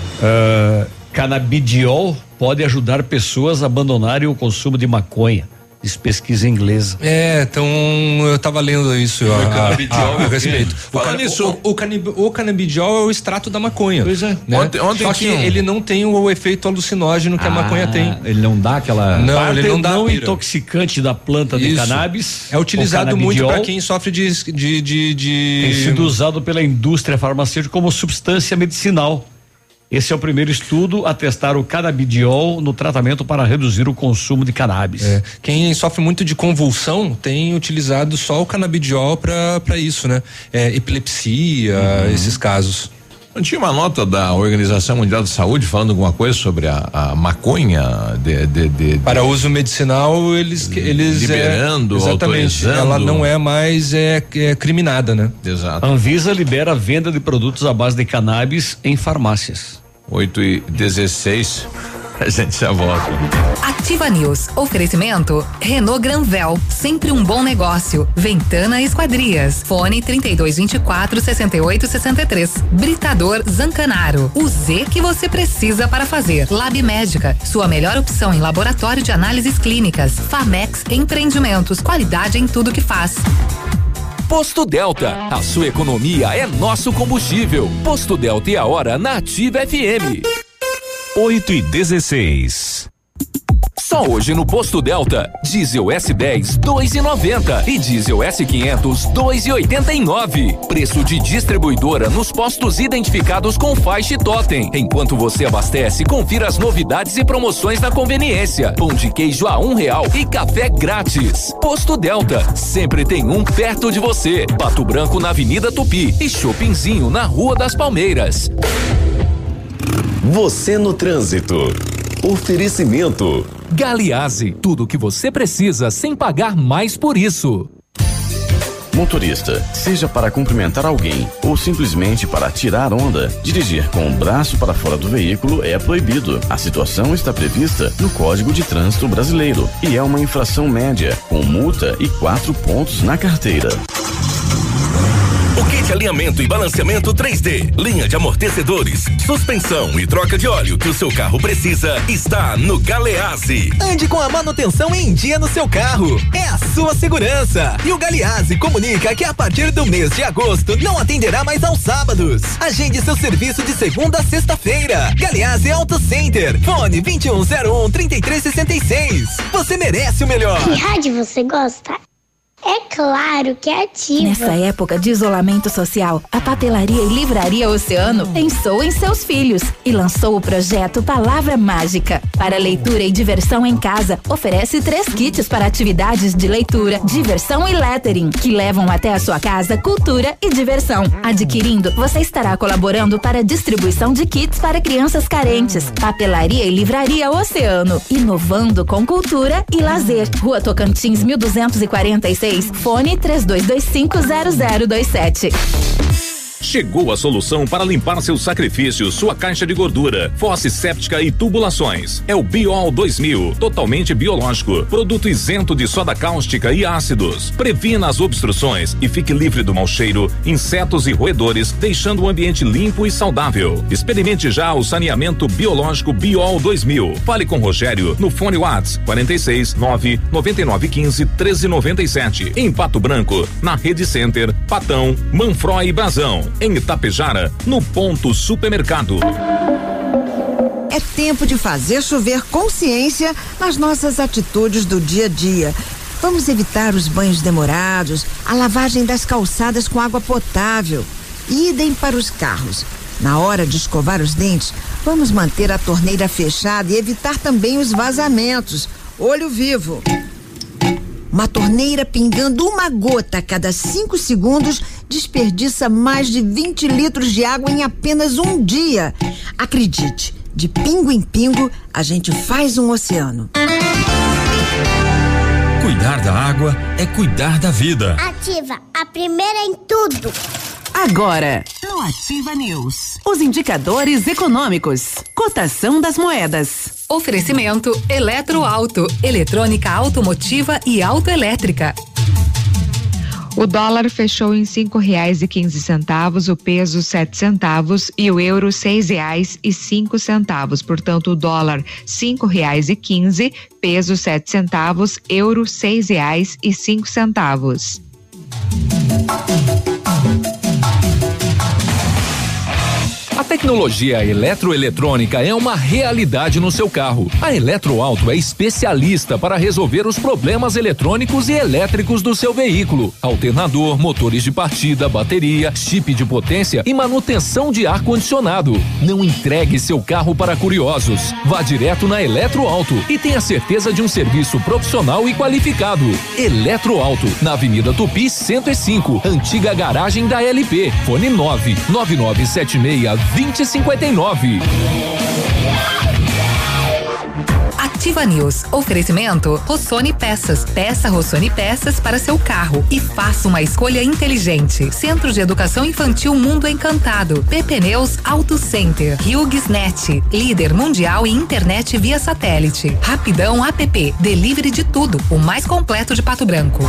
Canabidiol pode ajudar pessoas a abandonarem o consumo de maconha. Diz pesquisa inglesa. Então eu tava lendo isso a respeito. O canabidiol é o extrato da maconha. Pois é. Né? Ontem Só que ele não tem o efeito alucinógeno que a maconha tem. Ele não dá aquela. Não, ele não dá. Não intoxicante da planta de cannabis. É utilizado muito para quem sofre de. Tem sido usado pela indústria farmacêutica como substância medicinal. Esse é o primeiro estudo a testar o canabidiol no tratamento para reduzir o consumo de cannabis. Quem sofre muito de convulsão tem utilizado só o canabidiol para isso, né? Epilepsia, esses casos. Não tinha uma nota da Organização Mundial de Saúde falando alguma coisa sobre a maconha para uso medicinal, eles liberando, exatamente, autorizando. Ela não é mais criminada, né? Exato. A Anvisa libera a venda de produtos à base de cannabis em farmácias. 8h16. A gente já volta. Ativa News. Oferecimento Renault Granvel, sempre um bom negócio. Ventana Esquadrias. Fone 3224-6863. Britador Zancanaro. O Z que você precisa para fazer. Lab Médica. Sua melhor opção em laboratório de análises clínicas. Famex Empreendimentos. Qualidade em tudo que faz. Posto Delta, a sua economia é nosso combustível. Posto Delta e a hora na Ativa FM. 8h16. Só hoje no Posto Delta, diesel S10 2,90 e diesel S500 2,89. Preço de distribuidora nos postos identificados com faixa e totem. Enquanto você abastece, confira as novidades e promoções na conveniência. Pão de queijo a R$1 e café grátis. Posto Delta, sempre tem um perto de você. Pato Branco na Avenida Tupi e Shoppingzinho na Rua das Palmeiras. Você no trânsito. Oferecimento. Galeazzi, tudo o que você precisa sem pagar mais por isso. Motorista, seja para cumprimentar alguém ou simplesmente para tirar onda, dirigir com o braço para fora do veículo é proibido. A situação está prevista no Código de Trânsito Brasileiro e é uma infração média, com multa e 4 pontos na carteira. O kit alinhamento e balanceamento 3D, linha de amortecedores, suspensão e troca de óleo que o seu carro precisa está no Galeazzi. Ande com a manutenção em dia no seu carro. É a sua segurança. E o Galeazzi comunica que a partir do mês de agosto não atenderá mais aos sábados. Agende seu serviço de segunda a sexta-feira. Galeazzi Auto Center. Fone 2101-3366. Você merece o melhor. Que rádio você gosta? É claro que é Ativa. Nessa época de isolamento social, a Papelaria e Livraria Oceano pensou em seus filhos e lançou o projeto Palavra Mágica. Para leitura e diversão em casa, oferece 3 kits para atividades de leitura, diversão e lettering, que levam até a sua casa cultura e diversão. Adquirindo, você estará colaborando para a distribuição de kits para crianças carentes. Papelaria e Livraria Oceano, inovando com cultura e lazer. Rua Tocantins, 1246. Fone 32250027. Chegou a solução para limpar seu sacrifício, sua caixa de gordura, fosse séptica e tubulações. É o Biol 2000, totalmente biológico, produto isento de soda cáustica e ácidos. Previna as obstruções e fique livre do mau cheiro, insetos e roedores, deixando o ambiente limpo e saudável. Experimente já o saneamento biológico Biol 2000. Fale com Rogério no fone WhatsApp 46 9 9915 1397. Em Pato Branco, na Rede Center, Patão, Manfró e Brasão. Em Itapejara, no Ponto Supermercado. É tempo de fazer chover consciência nas nossas atitudes do dia a dia. Vamos evitar os banhos demorados, a lavagem das calçadas com água potável. Idem para os carros. Na hora de escovar os dentes, vamos manter a torneira fechada e evitar também os vazamentos. Olho vivo. Uma torneira pingando uma gota a cada 5 segundos desperdiça mais de 20 litros de água em apenas um dia. Acredite, de pingo em pingo, a gente faz um oceano. Cuidar da água é cuidar da vida. Ativa, a primeira em tudo. Agora, no Ativa News, os indicadores econômicos, cotação das moedas. Oferecimento Eletroauto, eletrônica automotiva e autoelétrica. O dólar fechou em R$5,15, o peso 7 centavos e o euro R$6,05. Portanto, o dólar R$5,15, peso 7 centavos, euro R$6,05. A tecnologia eletroeletrônica é uma realidade no seu carro. A Eletroauto é especialista para resolver os problemas eletrônicos e elétricos do seu veículo. Alternador, motores de partida, bateria, chip de potência e manutenção de ar-condicionado. Não entregue seu carro para curiosos. Vá direto na Eletroauto e tenha certeza de um serviço profissional e qualificado. Eletroauto, na Avenida Tupi 105, antiga garagem da LP. Fone 99976 2059. Ativa News. Oferecimento Rossoni Peças. Peça Rossoni Peças para seu carro e faça uma escolha inteligente. Centro de Educação Infantil Mundo Encantado. Pepneus Auto Center. HughesNet. Líder mundial em internet via satélite. Rapidão App. Delivery de tudo. O mais completo de Pato Branco.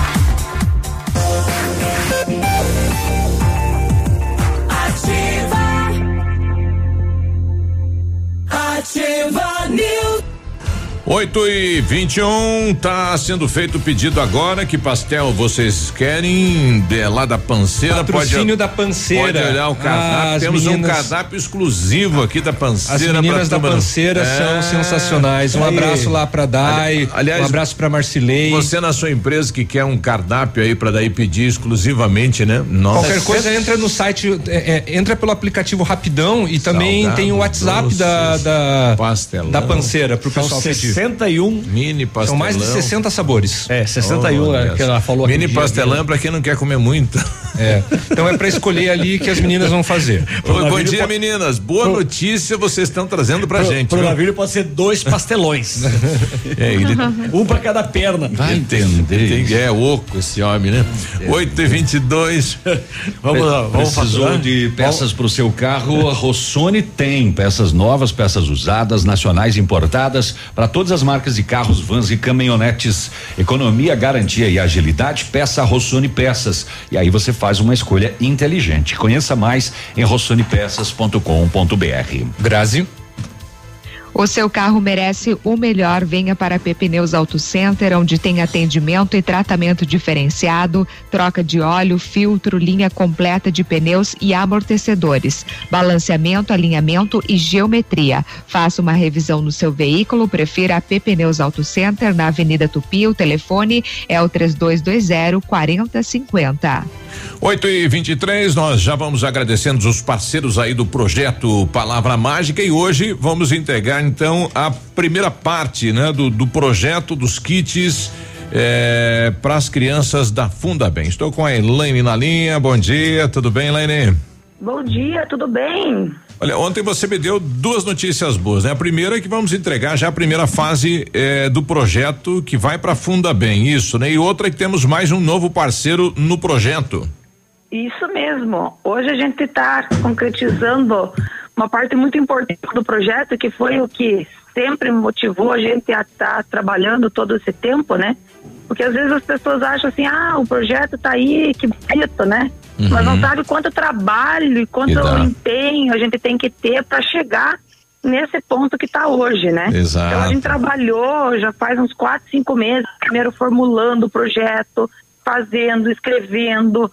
Ativa News. 8h21, tá sendo feito o pedido agora. Que pastel vocês querem? Lá da Panceira. Patrocínio da Panceira. Pode olhar o cardápio. Temos um cardápio exclusivo aqui da Panceira. As meninas da Panceira são sensacionais. Um abraço lá pra Dai. Aliás, um abraço pra Marcilei. Você na sua empresa que quer um cardápio aí pra daí pedir exclusivamente, né? Nossa. Qualquer coisa entra no site, entra pelo aplicativo Rapidão e também Salgado, tem o WhatsApp da Panceira pro pessoal pedir. 61 mini pastelão. São mais de 60 sabores. 61 que ela falou. Mini pastelão pra quem não quer comer muito. Então é pra escolher ali que as meninas vão fazer. Bom dia, meninas. Boa notícia vocês estão trazendo pra gente. Pro Navírio pode ser 2 pastelões. Um pra cada perna. Vai entender. É oco esse homem, né? 8h22. Vamos Precisou de peças pro seu carro? A Rossoni tem peças novas, peças usadas, nacionais importadas para todas as marcas de carros, vans e caminhonetes. Economia, garantia e agilidade, peça a Rossoni Peças. E aí você faz uma escolha inteligente. Conheça mais em rossonipeças.com.br. Grazi. O seu carro merece o melhor. Venha para a Pepneus Auto Center, onde tem atendimento e tratamento diferenciado, troca de óleo, filtro, linha completa de pneus e amortecedores, balanceamento, alinhamento e geometria. Faça uma revisão no seu veículo, prefira a Pepneus Auto Center na Avenida Tupi. O telefone é o 3220-4050. 8h23, nós já vamos agradecendo os parceiros aí do projeto Palavra Mágica e hoje vamos entregar então a primeira parte, né, do projeto dos kits para as crianças da Fundabem. Estou com a Elaine na linha. Bom dia, tudo bem, Elaine? Bom dia, tudo bem? Olha, ontem você me deu 2 notícias boas, né? A primeira é que vamos entregar já a primeira fase do projeto que vai para Fundabem, isso, né? E outra é que temos mais um novo parceiro no projeto. Isso mesmo. Hoje a gente está concretizando uma parte muito importante do projeto, que foi o que sempre motivou a gente a estar trabalhando todo esse tempo, né? Porque às vezes as pessoas acham assim, o projeto tá aí, que bonito, né? Mas não sabe quanto trabalho e quanto empenho a gente tem que ter para chegar nesse ponto que está hoje, né? Exato. Então a gente trabalhou já faz uns 4, 5 meses, primeiro formulando o projeto, fazendo, escrevendo,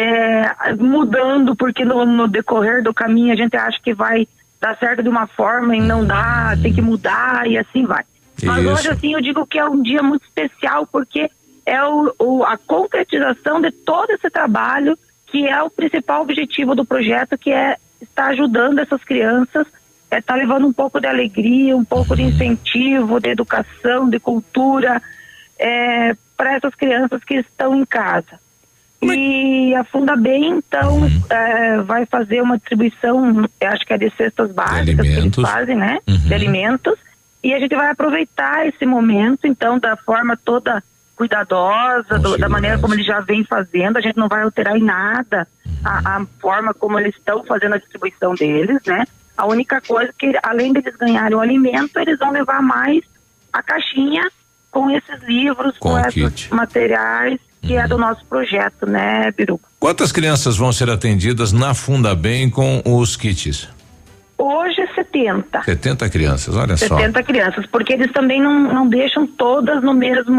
mudando, porque no decorrer do caminho a gente acha que vai dar certo de uma forma e não dá, tem que mudar e assim vai. Mas hoje, assim, eu digo que é um dia muito especial, porque é a concretização de todo esse trabalho, que é o principal objetivo do projeto, que é estar ajudando essas crianças, estar levando um pouco de alegria, um pouco de incentivo, de educação, de cultura, para essas crianças que estão em casa. E a Fundabem, então, vai fazer uma distribuição, acho que é de cestas básicas que eles fazem, né? De alimentos. E a gente vai aproveitar esse momento, então, da forma toda cuidadosa, da maneira como eles já vêm fazendo. A gente não vai alterar em nada a forma como eles estão fazendo a distribuição deles, né? A única coisa que, além deles ganharem o alimento, eles vão levar mais a caixinha com esses livros, com esses materiais, que é do nosso projeto, né, Biru? Quantas crianças vão ser atendidas na Fundabem com os kits? Hoje é 70. 70 crianças, olha 70 só. 70 crianças, porque eles também não deixam todas no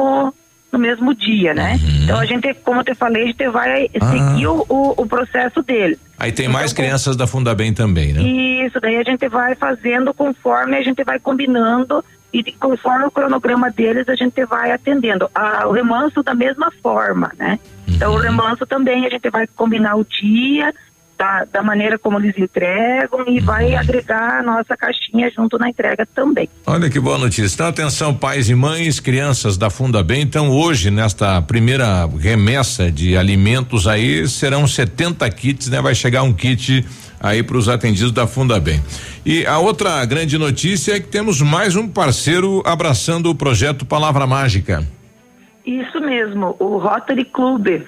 mesmo dia, né? Então a gente, como eu te falei, a gente vai seguir o processo deles. Aí tem mais crianças da Fundabem também, né? Isso, daí a gente vai fazendo conforme a gente vai combinando e conforme o cronograma deles a gente vai atendendo. O remanso da mesma forma, né? Então o remanso também a gente vai combinar o dia, da maneira como eles entregam e vai agregar a nossa caixinha junto na entrega também. Olha que boa notícia. Então, atenção, pais e mães, crianças da Fundabem. Então, hoje, nesta primeira remessa de alimentos aí, serão 70 kits, né? Vai chegar um kit aí para os atendidos da Fundabem. E a outra grande notícia é que temos mais um parceiro abraçando o projeto Palavra Mágica. Isso mesmo, o Rotary Club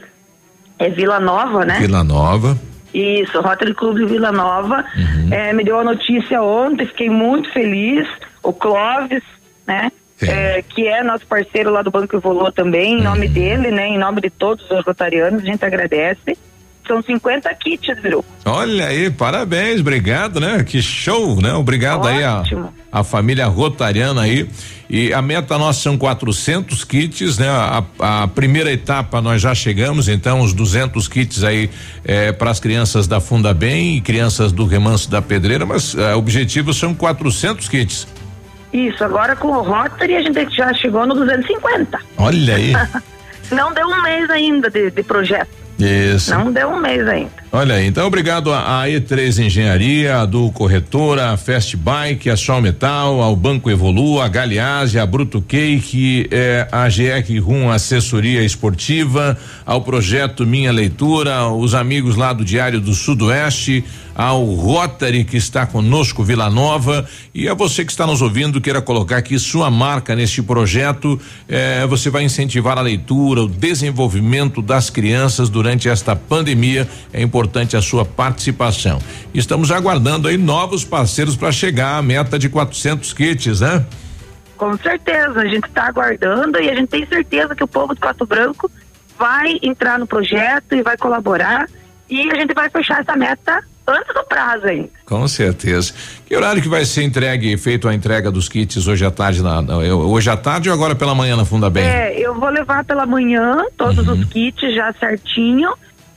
Vila Nova, né? Vila Nova. Isso, Rotary Club Vila Nova, me deu a notícia ontem, fiquei muito feliz. O Clóvis, né? Que é nosso parceiro lá do Banco Evolua também, em nome dele, né? Em nome de todos os rotarianos, a gente agradece. São 50 kits, viu? Olha aí, parabéns, obrigado, né? Que show, né? Obrigado. Ótimo. Aí a família rotariana aí. E a meta nossa são 400 kits, né? A primeira etapa nós já chegamos, então os 200 kits aí para as crianças da Fundabem e crianças do Remanso da Pedreira, mas o objetivo são 400 kits. Isso, agora com o Rotary a gente já chegou no 250. Olha aí. Não deu um mês ainda de projeto. Isso. Não deu um mês ainda. Olha aí, então obrigado a E3 Engenharia, a do Corretora, a Fast Bike, a Sol Metal, ao Banco Evolua, a Galease, a Bruto Cake, a GR Rum Assessoria Esportiva, ao projeto Minha Leitura, os amigos lá do Diário do Sudoeste, ao Rotary que está conosco, Vila Nova, e a você que está nos ouvindo, queira colocar aqui sua marca neste projeto, você vai incentivar a leitura, o desenvolvimento das crianças durante esta pandemia. É importante a sua participação. Estamos aguardando aí novos parceiros para chegar à meta de 400 kits, né? Com certeza, a gente está aguardando e a gente tem certeza que o povo de Pato Branco vai entrar no projeto e vai colaborar e a gente vai fechar essa meta antes do prazo ainda. Com certeza. Que horário que vai ser feito a entrega dos kits hoje à tarde hoje à tarde ou agora pela manhã na Fundabem? Eu vou levar pela manhã todos os kits já certinho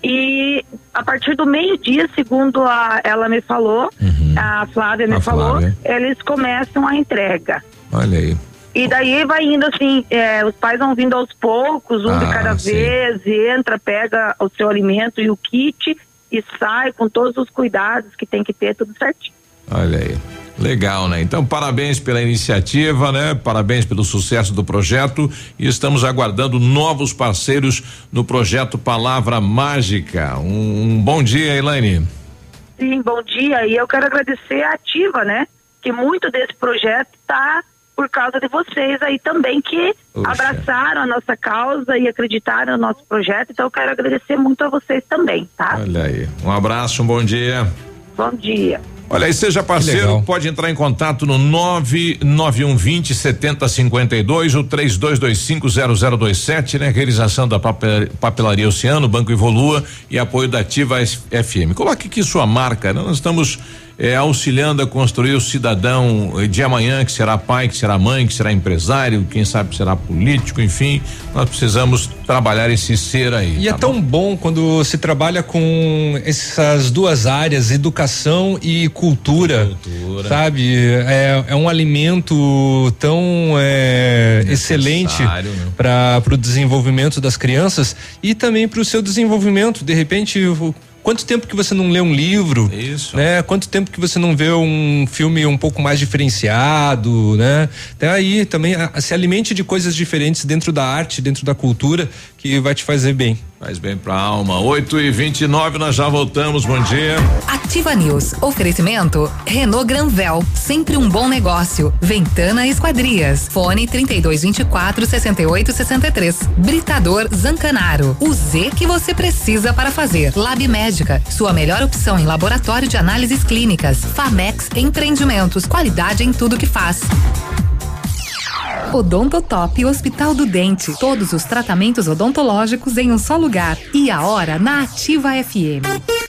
e a partir do meio-dia, segundo ela me falou, a Flávia me falou, eles começam a entrega. Olha aí. E daí vai indo assim, os pais vão vindo aos poucos, de cada vez, entra, pega o seu alimento e o kit e sai com todos os cuidados que tem que ter, tudo certinho. Olha aí, legal, né? Então, parabéns pela iniciativa, né? Parabéns pelo sucesso do projeto e estamos aguardando novos parceiros no projeto Palavra Mágica. Um bom dia, Elaine. Sim, bom dia, e eu quero agradecer a Ativa, né? Que muito desse projeto está por causa de vocês aí também que abraçaram a nossa causa e acreditaram no nosso projeto. Então eu quero agradecer muito a vocês também, tá? Olha aí, um abraço, um bom dia. Bom dia. Olha aí, seja parceiro, pode entrar em contato no 99120 7052 ou 32250027, né? Realização da Papelaria Oceano, Banco Evolua e apoio da Ativa FM. Coloque aqui sua marca, né? Nós estamos auxiliando a construir o cidadão de amanhã, que será pai, que será mãe, que será empresário, quem sabe será político, enfim, nós precisamos trabalhar esse ser aí. E é tão bom quando se trabalha com essas duas áreas, educação e cultura. Sabe? É um alimento tão excelente, né, para o desenvolvimento das crianças e também para o seu desenvolvimento. De repente, quanto tempo que você não lê um livro? Isso. Né? Quanto tempo que você não vê um filme um pouco mais diferenciado, né? Até aí também se alimente de coisas diferentes dentro da arte, dentro da cultura, que vai te fazer bem. Faz bem pra alma. 8h29, nós já voltamos. Bom dia. Ativa News. Oferecimento Renault Granvel. Sempre um bom negócio. Ventana Esquadrias. Fone 3224-6863. Britador Zancanaro. O Z que você precisa para fazer. Lab Médica. Sua melhor opção em laboratório de análises clínicas. Famex Empreendimentos. Qualidade em tudo que faz. Odontotop Hospital do Dente. Todos os tratamentos odontológicos em um só lugar. E a hora na Ativa FM.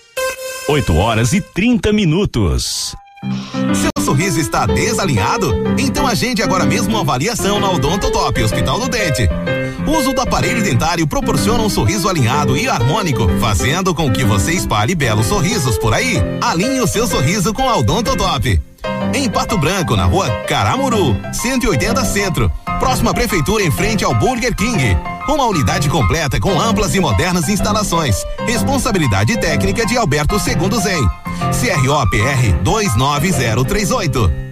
8h30. Seu sorriso está desalinhado? Então agende agora mesmo uma avaliação na Odontotop Hospital do Dente. O uso do aparelho dentário proporciona um sorriso alinhado e harmônico, fazendo com que você espalhe belos sorrisos por aí. Alinhe o seu sorriso com a Odontotop. Em Pato Branco, na rua Caramuru, 180 Centro, próxima à prefeitura, em frente ao Burger King. Uma unidade completa com amplas e modernas instalações. Responsabilidade técnica de Alberto Segundo Zen. CROPR 29038.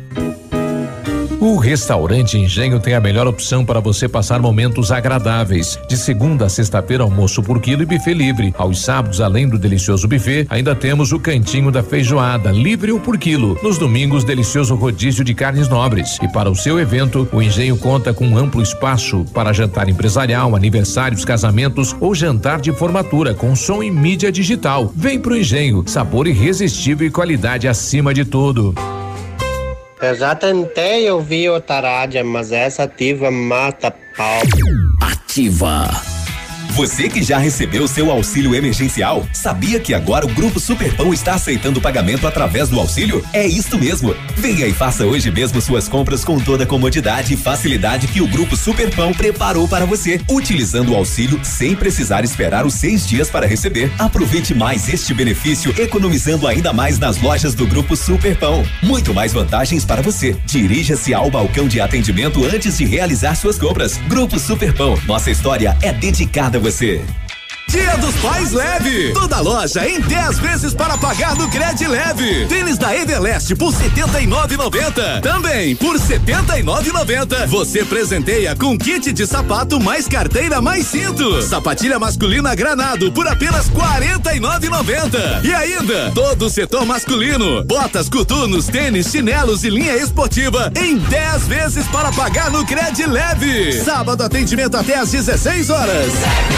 O restaurante Engenho tem a melhor opção para você passar momentos agradáveis. De segunda a sexta-feira, almoço por quilo e buffet livre. Aos sábados, além do delicioso buffet, ainda temos o cantinho da feijoada, livre ou por quilo. Nos domingos, delicioso rodízio de carnes nobres. E para o seu evento, o Engenho conta com um amplo espaço para jantar empresarial, aniversários, casamentos ou jantar de formatura com som e mídia digital. Vem pro Engenho, sabor irresistível e qualidade acima de tudo. Eu já tentei ouvir outra rádio, mas essa Ativa mata pau. Ativa. Você que já recebeu seu auxílio emergencial, sabia que agora o Grupo Superpão está aceitando pagamento através do auxílio? É isso mesmo. Venha e faça hoje mesmo suas compras com toda a comodidade e facilidade que o Grupo Superpão preparou para você, utilizando o auxílio sem precisar esperar os 6 dias para receber. Aproveite mais este benefício, economizando ainda mais nas lojas do Grupo Superpão. Muito mais vantagens para você. Dirija-se ao balcão de atendimento antes de realizar suas compras. Grupo Superpão, nossa história é dedicada a você. Dia dos Pais Leve. Toda loja em 10 vezes para pagar no Cred Leve. Tênis da Everlast por R$ 79,90. Também por R$ 79,90. Você presenteia com kit de sapato mais carteira mais cinto. Sapatilha masculina Granado por apenas R$ 49,90. E ainda todo o setor masculino: botas, coturnos, tênis, chinelos e linha esportiva em 10 vezes para pagar no Cred Leve. Sábado atendimento até às 16 horas.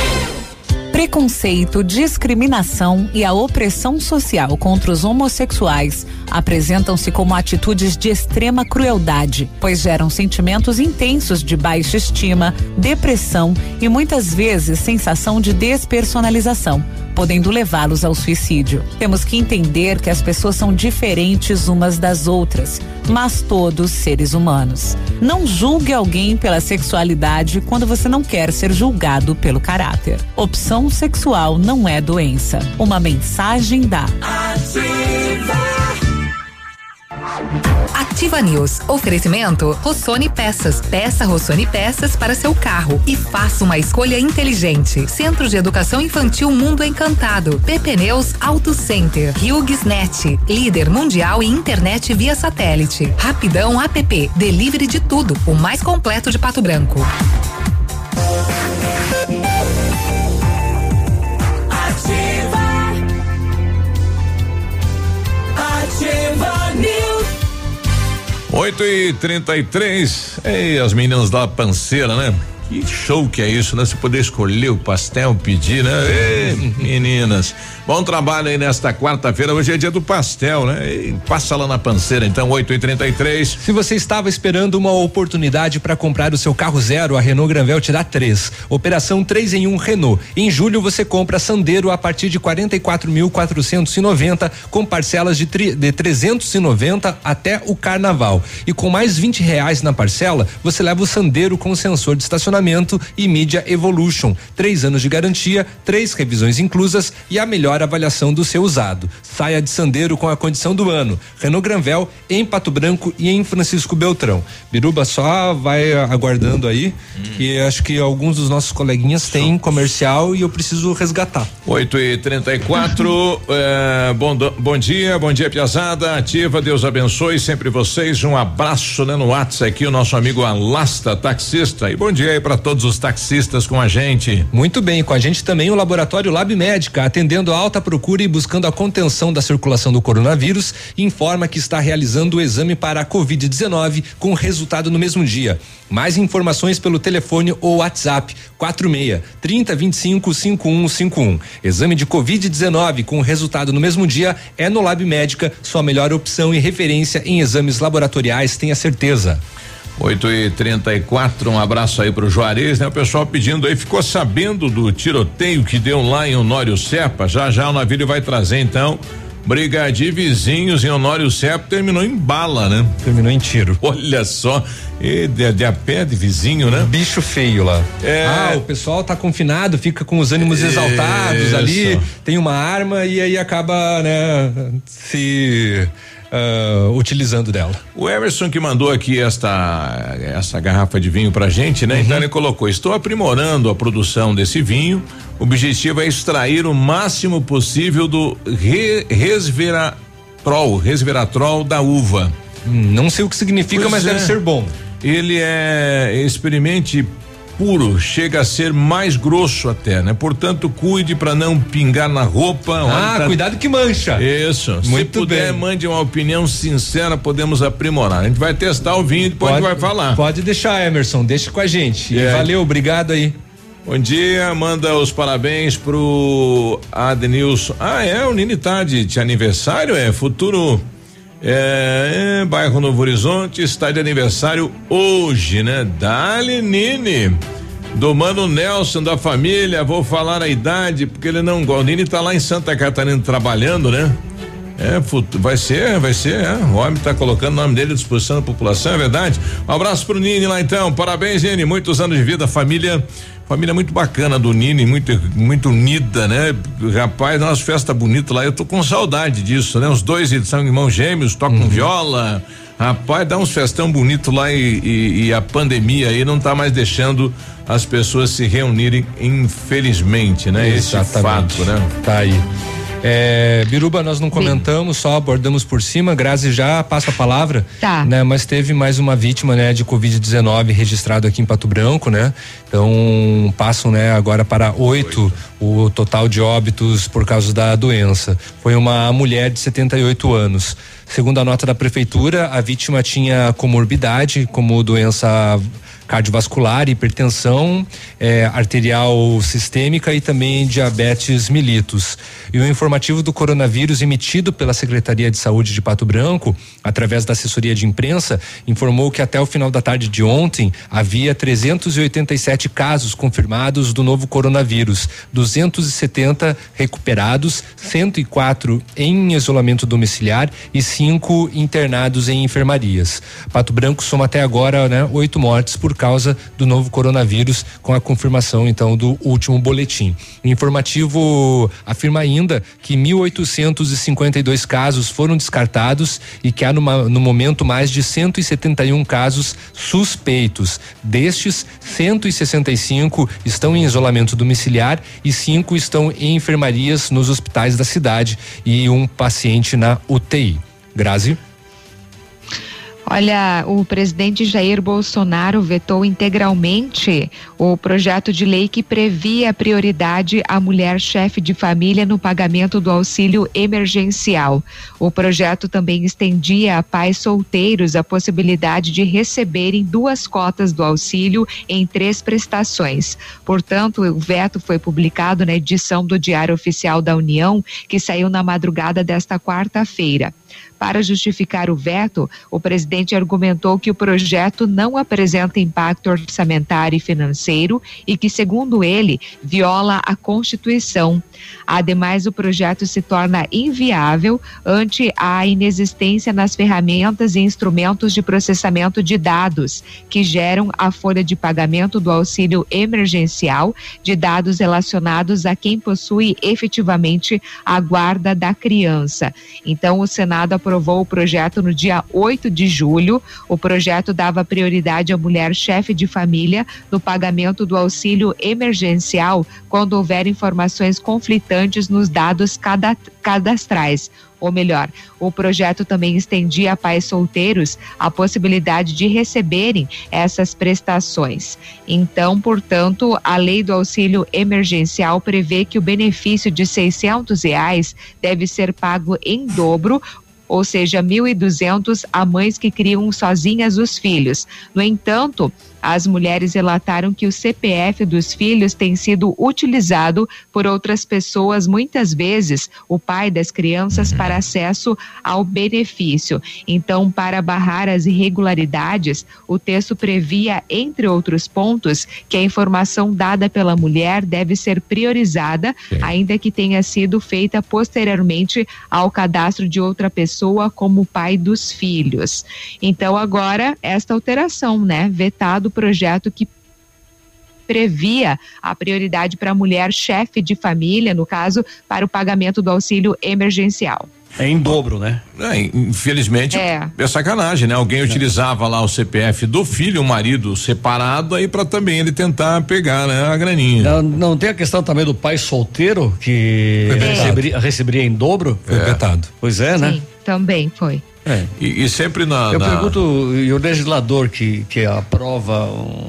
Preconceito, discriminação e a opressão social contra os homossexuais apresentam-se como atitudes de extrema crueldade, pois geram sentimentos intensos de baixa estima, depressão e muitas vezes sensação de despersonalização, podendo levá-los ao suicídio. Temos que entender que as pessoas são diferentes umas das outras, mas todos seres humanos. Não julgue alguém pela sexualidade quando você não quer ser julgado pelo caráter. Opção sexual não é doença. Uma mensagem da Ativa News. Oferecimento Rossoni Peças. Peça Rossoni Peças para seu carro e faça uma escolha inteligente. Centro de Educação Infantil Mundo Encantado. PP Neus Auto Center. HughesNet. Líder mundial em internet via satélite. Rapidão App. Delivery de tudo. O mais completo de Pato Branco. Ativa News. 8h33. Ei, as meninas da Panceira, né? Que show que é isso, né? Você poder escolher o pastel, pedir, né? Ei, meninas, bom trabalho aí nesta quarta-feira. Hoje é dia do pastel, né? E passa lá na Panceira, então, 8h33. Se você estava esperando uma oportunidade para comprar o seu carro zero, a Renault Granvel te dá 3. Operação 3 em 1 Renault. Em julho você compra Sandero a partir de 44.490 com parcelas de 390 até o Carnaval. E com mais R$20 na parcela, você leva o Sandero com sensor de estacionamento e Media Evolution, 3 anos de garantia, 3 revisões inclusas e a melhor avaliação do seu usado. Saia de Sandero com a condição do ano. Renault Granvel em Pato Branco e em Francisco Beltrão. Biruba, só vai aguardando aí, que acho que alguns dos nossos coleguinhas têm comercial e eu preciso resgatar. 8h34, bom dia, piazada, ativa, Deus abençoe sempre vocês, um abraço, né, no WhatsApp aqui, o nosso amigo Alasta, taxista, e bom dia aí para todos os taxistas com a gente. Muito bem, com a gente também o laboratório Lab Médica, atendendo a alta procura e buscando a contenção da circulação do coronavírus, informa que está realizando o exame para a Covid-19 com resultado no mesmo dia. Mais informações pelo telefone ou WhatsApp 46-3025-5151. Exame de Covid-19 com resultado no mesmo dia é no Lab Médica, sua melhor opção e referência em exames laboratoriais, tenha certeza. 8h34, um abraço aí pro Juarez, né? O pessoal pedindo aí, ficou sabendo do tiroteio que deu lá em Honório Cepa? Já o navio vai trazer então. Briga de vizinhos em Honório Cepa terminou em bala, né? Terminou em tiro. Olha só, de a pé de vizinho, né? Bicho feio lá. O pessoal tá confinado, fica com os ânimos exaltados ali, tem uma arma e aí acaba, né, se utilizando dela. O Emerson que mandou aqui essa garrafa de vinho pra gente, né? Então ele colocou: estou aprimorando a produção desse vinho. O objetivo é extrair o máximo possível do resveratrol da uva. Não sei o que significa, mas deve ser bom. Ele é experimente puro, chega a ser mais grosso até, né? Portanto, cuide para não pingar na roupa. Cuidado que mancha. Isso. Muito Se puder, mande uma opinião sincera, podemos aprimorar. A gente vai testar o vinho e depois a gente vai falar. Pode deixar, Emerson, deixa com a gente. Valeu, obrigado aí. Bom dia, manda os parabéns pro Adenilson. O Nini tá de aniversário, futuro. Bairro Novo Horizonte está de aniversário hoje, né? Dali Nini, do Mano Nelson da família, vou falar a idade porque ele não gosta. O Nini tá lá em Santa Catarina trabalhando, né? Vai ser, o homem tá colocando o nome dele à disposição da população, é verdade? Um abraço pro Nini lá então, parabéns, Nini, muitos anos de vida, família muito bacana do Nini, muito unida, né? Rapaz, nossa festa bonita lá, eu tô com saudade disso, né? Os dois são irmãos gêmeos, tocam viola, rapaz, dá uns festão bonito lá e a pandemia aí não tá mais deixando as pessoas se reunirem, infelizmente, né? Exatamente. Esse fato, né? Tá aí. Biruba, nós não comentamos, só abordamos por cima. Grazi já passa a palavra, né? Mas teve mais uma vítima, né, de Covid-19 registrado aqui em Pato Branco, né? Então passam, né, agora para 8 o total de óbitos por causa da doença. Foi uma mulher de 78 anos. Segundo a nota da prefeitura, a vítima tinha comorbidade como doença cardiovascular, hipertensão arterial sistêmica e também diabetes mellitus. E o informativo do coronavírus emitido pela Secretaria de Saúde de Pato Branco, através da assessoria de imprensa, informou que até o final da tarde de ontem havia 387 casos confirmados do novo coronavírus, 270 recuperados, 104 em isolamento domiciliar e 5 internados em enfermarias. Pato Branco soma até agora, né, 8 mortes por causa do novo coronavírus, com a confirmação então do último boletim. O informativo afirma ainda que 1.852 casos foram descartados e que há no momento mais de 171 casos suspeitos. Destes, 165 estão em isolamento domiciliar e 5 estão em enfermarias nos hospitais da cidade e um paciente na UTI. Grazi? Olha, o presidente Jair Bolsonaro vetou integralmente o projeto de lei que previa prioridade à mulher chefe de família no pagamento do auxílio emergencial. O projeto também estendia a pais solteiros a possibilidade de receberem 2 cotas do auxílio em 3 prestações. Portanto, o veto foi publicado na edição do Diário Oficial da União, que saiu na madrugada desta quarta-feira. Para justificar o veto, o presidente argumentou que o projeto não apresenta impacto orçamentário e financeiro e que, segundo ele, viola a Constituição. Ademais, o projeto se torna inviável ante a inexistência nas ferramentas e instrumentos de processamento de dados que geram a folha de pagamento do auxílio emergencial de dados relacionados a quem possui efetivamente a guarda da criança. Então, o Senado aprovou o projeto no dia 8 de julho. O projeto dava prioridade à mulher chefe de família no pagamento do auxílio emergencial quando houver informações conflitantes nos dados cadastrais. Ou melhor, o projeto também estendia a pais solteiros a possibilidade de receberem essas prestações. Então, portanto, a lei do auxílio emergencial prevê que o benefício de R$600 deve ser pago em dobro, ou seja, 1.200 a mães que criam sozinhas os filhos. No entanto, as mulheres relataram que o CPF dos filhos tem sido utilizado por outras pessoas, muitas vezes o pai das crianças, para acesso ao benefício. Então, para barrar as irregularidades, o texto previa, entre outros pontos, que a informação dada pela mulher deve ser priorizada, ainda que tenha sido feita posteriormente ao cadastro de outra pessoa como pai dos filhos. Então, agora, esta alteração, né? Vetado projeto que previa a prioridade para a mulher chefe de família, no caso, para o pagamento do auxílio emergencial. É em dobro, né? Infelizmente é sacanagem, né? Alguém utilizava lá o CPF do filho, o marido separado, aí para também ele tentar pegar, né, a graninha. Não tem a questão também do pai solteiro que receberia em dobro? Foi vetado. Pois é, né? Sim, também foi. E sempre eu pergunto, e o legislador que aprova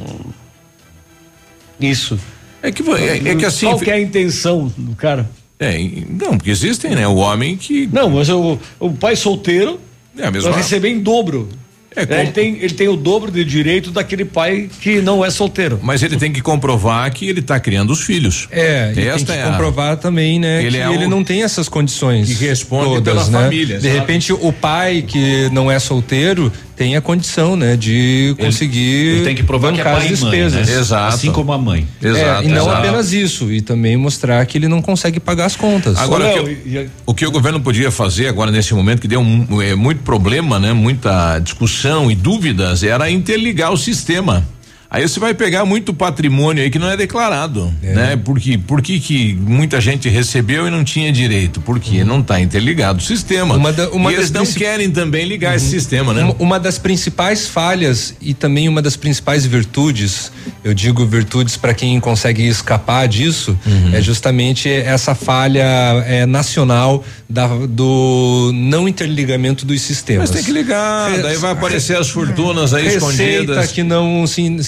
isso? É que assim. Qual que é a intenção do cara? Não, porque existem, né? O homem que. Não, mas o pai solteiro vai receber em dobro. Ele tem o dobro de direito daquele pai que não é solteiro. Mas ele tem que comprovar que ele está criando os filhos. Tem que comprovar também, né? Que ele não tem essas condições. Que responde todas, pela né? família. De repente, o pai que não é solteiro tem a condição, né? De conseguir ele tem que provar bancar que é pai as despesas. Mãe, né? Exato. Assim como a mãe. E não apenas isso, e também mostrar que ele não consegue pagar as contas. Agora, o que o governo podia fazer agora nesse momento que deu muito problema, né? Muita discussão e dúvidas, era interligar o sistema. Aí você vai pegar muito patrimônio aí que não é declarado, né? Por que muita gente recebeu e não tinha direito? Porque não está interligado o sistema. E eles não querem também ligar esse sistema, né? Uma das principais falhas e também uma das principais virtudes, eu digo virtudes para quem consegue escapar disso, é justamente essa falha nacional do não interligamento dos sistemas. Mas tem que ligar, daí vai aparecer as fortunas aí escondidas. Que não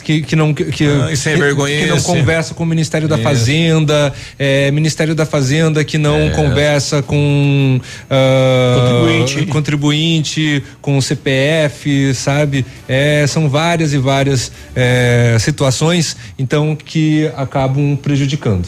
que não conversa com o Ministério da Fazenda, Ministério da Fazenda que não conversa com contribuinte, com o CPF, sabe? São várias e várias situações, então, que acabam prejudicando.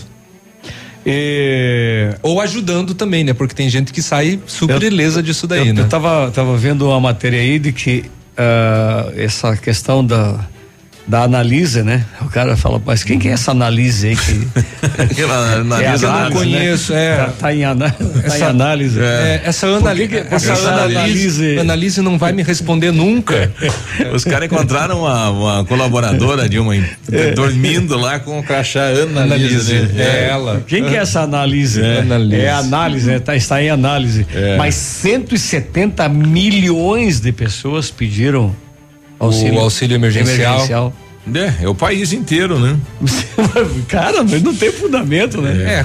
Ou ajudando também, né? Porque tem gente que sai super ilesa disso daí, né? Eu tava vendo uma matéria aí de que essa questão da Analisa, né? O cara fala, mas quem que é essa Analisa aí que eu não conheço, né? Tá em análise. Essa Analise não vai me responder nunca. Os caras encontraram uma colaboradora dormindo lá com o crachá Analise. Ela. Quem que é essa Analise? É análise, né? Está em análise. Mas 170 milhões de pessoas pediram o auxílio emergencial. É o país inteiro, né? Cara, mas não tem fundamento, né?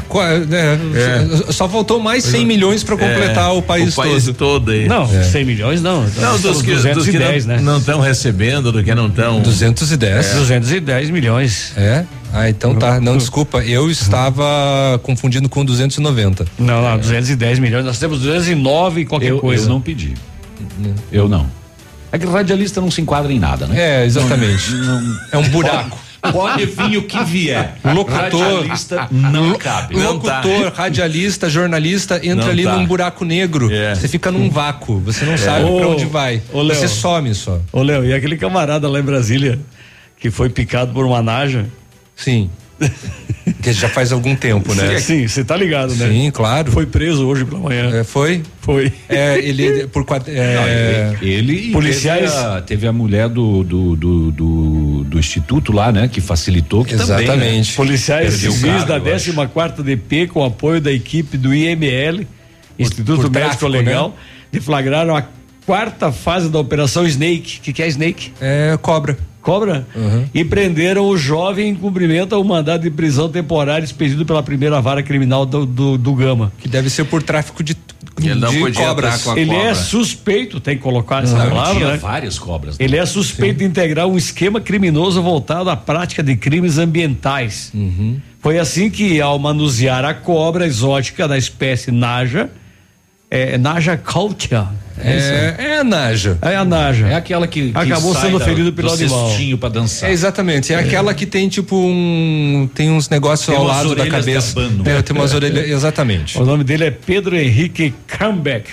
Só faltou mais 100 milhões para completar o país todo aí. Não, 100 milhões não. Não, dos que 210, né? Não estão recebendo, do que não estão. 210. 210 milhões. Então tá. Não, desculpa, eu estava confundindo com 290. Não, 210 milhões. Nós temos 209 e qualquer coisa. Eu não pedi. Eu não. É que o radialista não se enquadra em nada, né? Exatamente. É um buraco. Pode vir o que vier. Locutor, radialista não cabe. Locutor, radialista, jornalista, entra ali num buraco negro. Você fica num vácuo. Você não sabe pra onde vai. Você some só. Ô, Léo, e aquele camarada lá em Brasília que foi picado por uma naja? Sim. Que já faz algum tempo, né? Sim, você tá ligado, né? Sim, claro. Foi preso hoje pela manhã. Foi? Foi. Ele por ele policiais teve a mulher do instituto lá, né? Que facilitou, que exatamente. Também, né? Policiais civis da 14ª DP, com apoio da equipe do IML, Instituto Médico Legal, né? Deflagraram a 4ª fase da Operação Snake. O que é Snake? Cobra. E prenderam o jovem em cumprimento ao mandado de prisão temporário expedido pela primeira vara criminal do Gama. Que deve ser por tráfico de cobras. Ele é suspeito, tem que colocar essa palavra, tinha né? várias cobras. Ele é suspeito de integrar um esquema criminoso voltado à prática de crimes ambientais. Foi assim que, ao manusear a cobra exótica da espécie Naja, Naja Culture. A Naja. É a Naja. É aquela que acabou sendo ferido pelo animal. Pra dançar. Exatamente. É aquela que tem tem uns negócios ao lado da cabeça. Tem umas orelhas. Exatamente. O nome dele é Pedro Henrique Kambeck,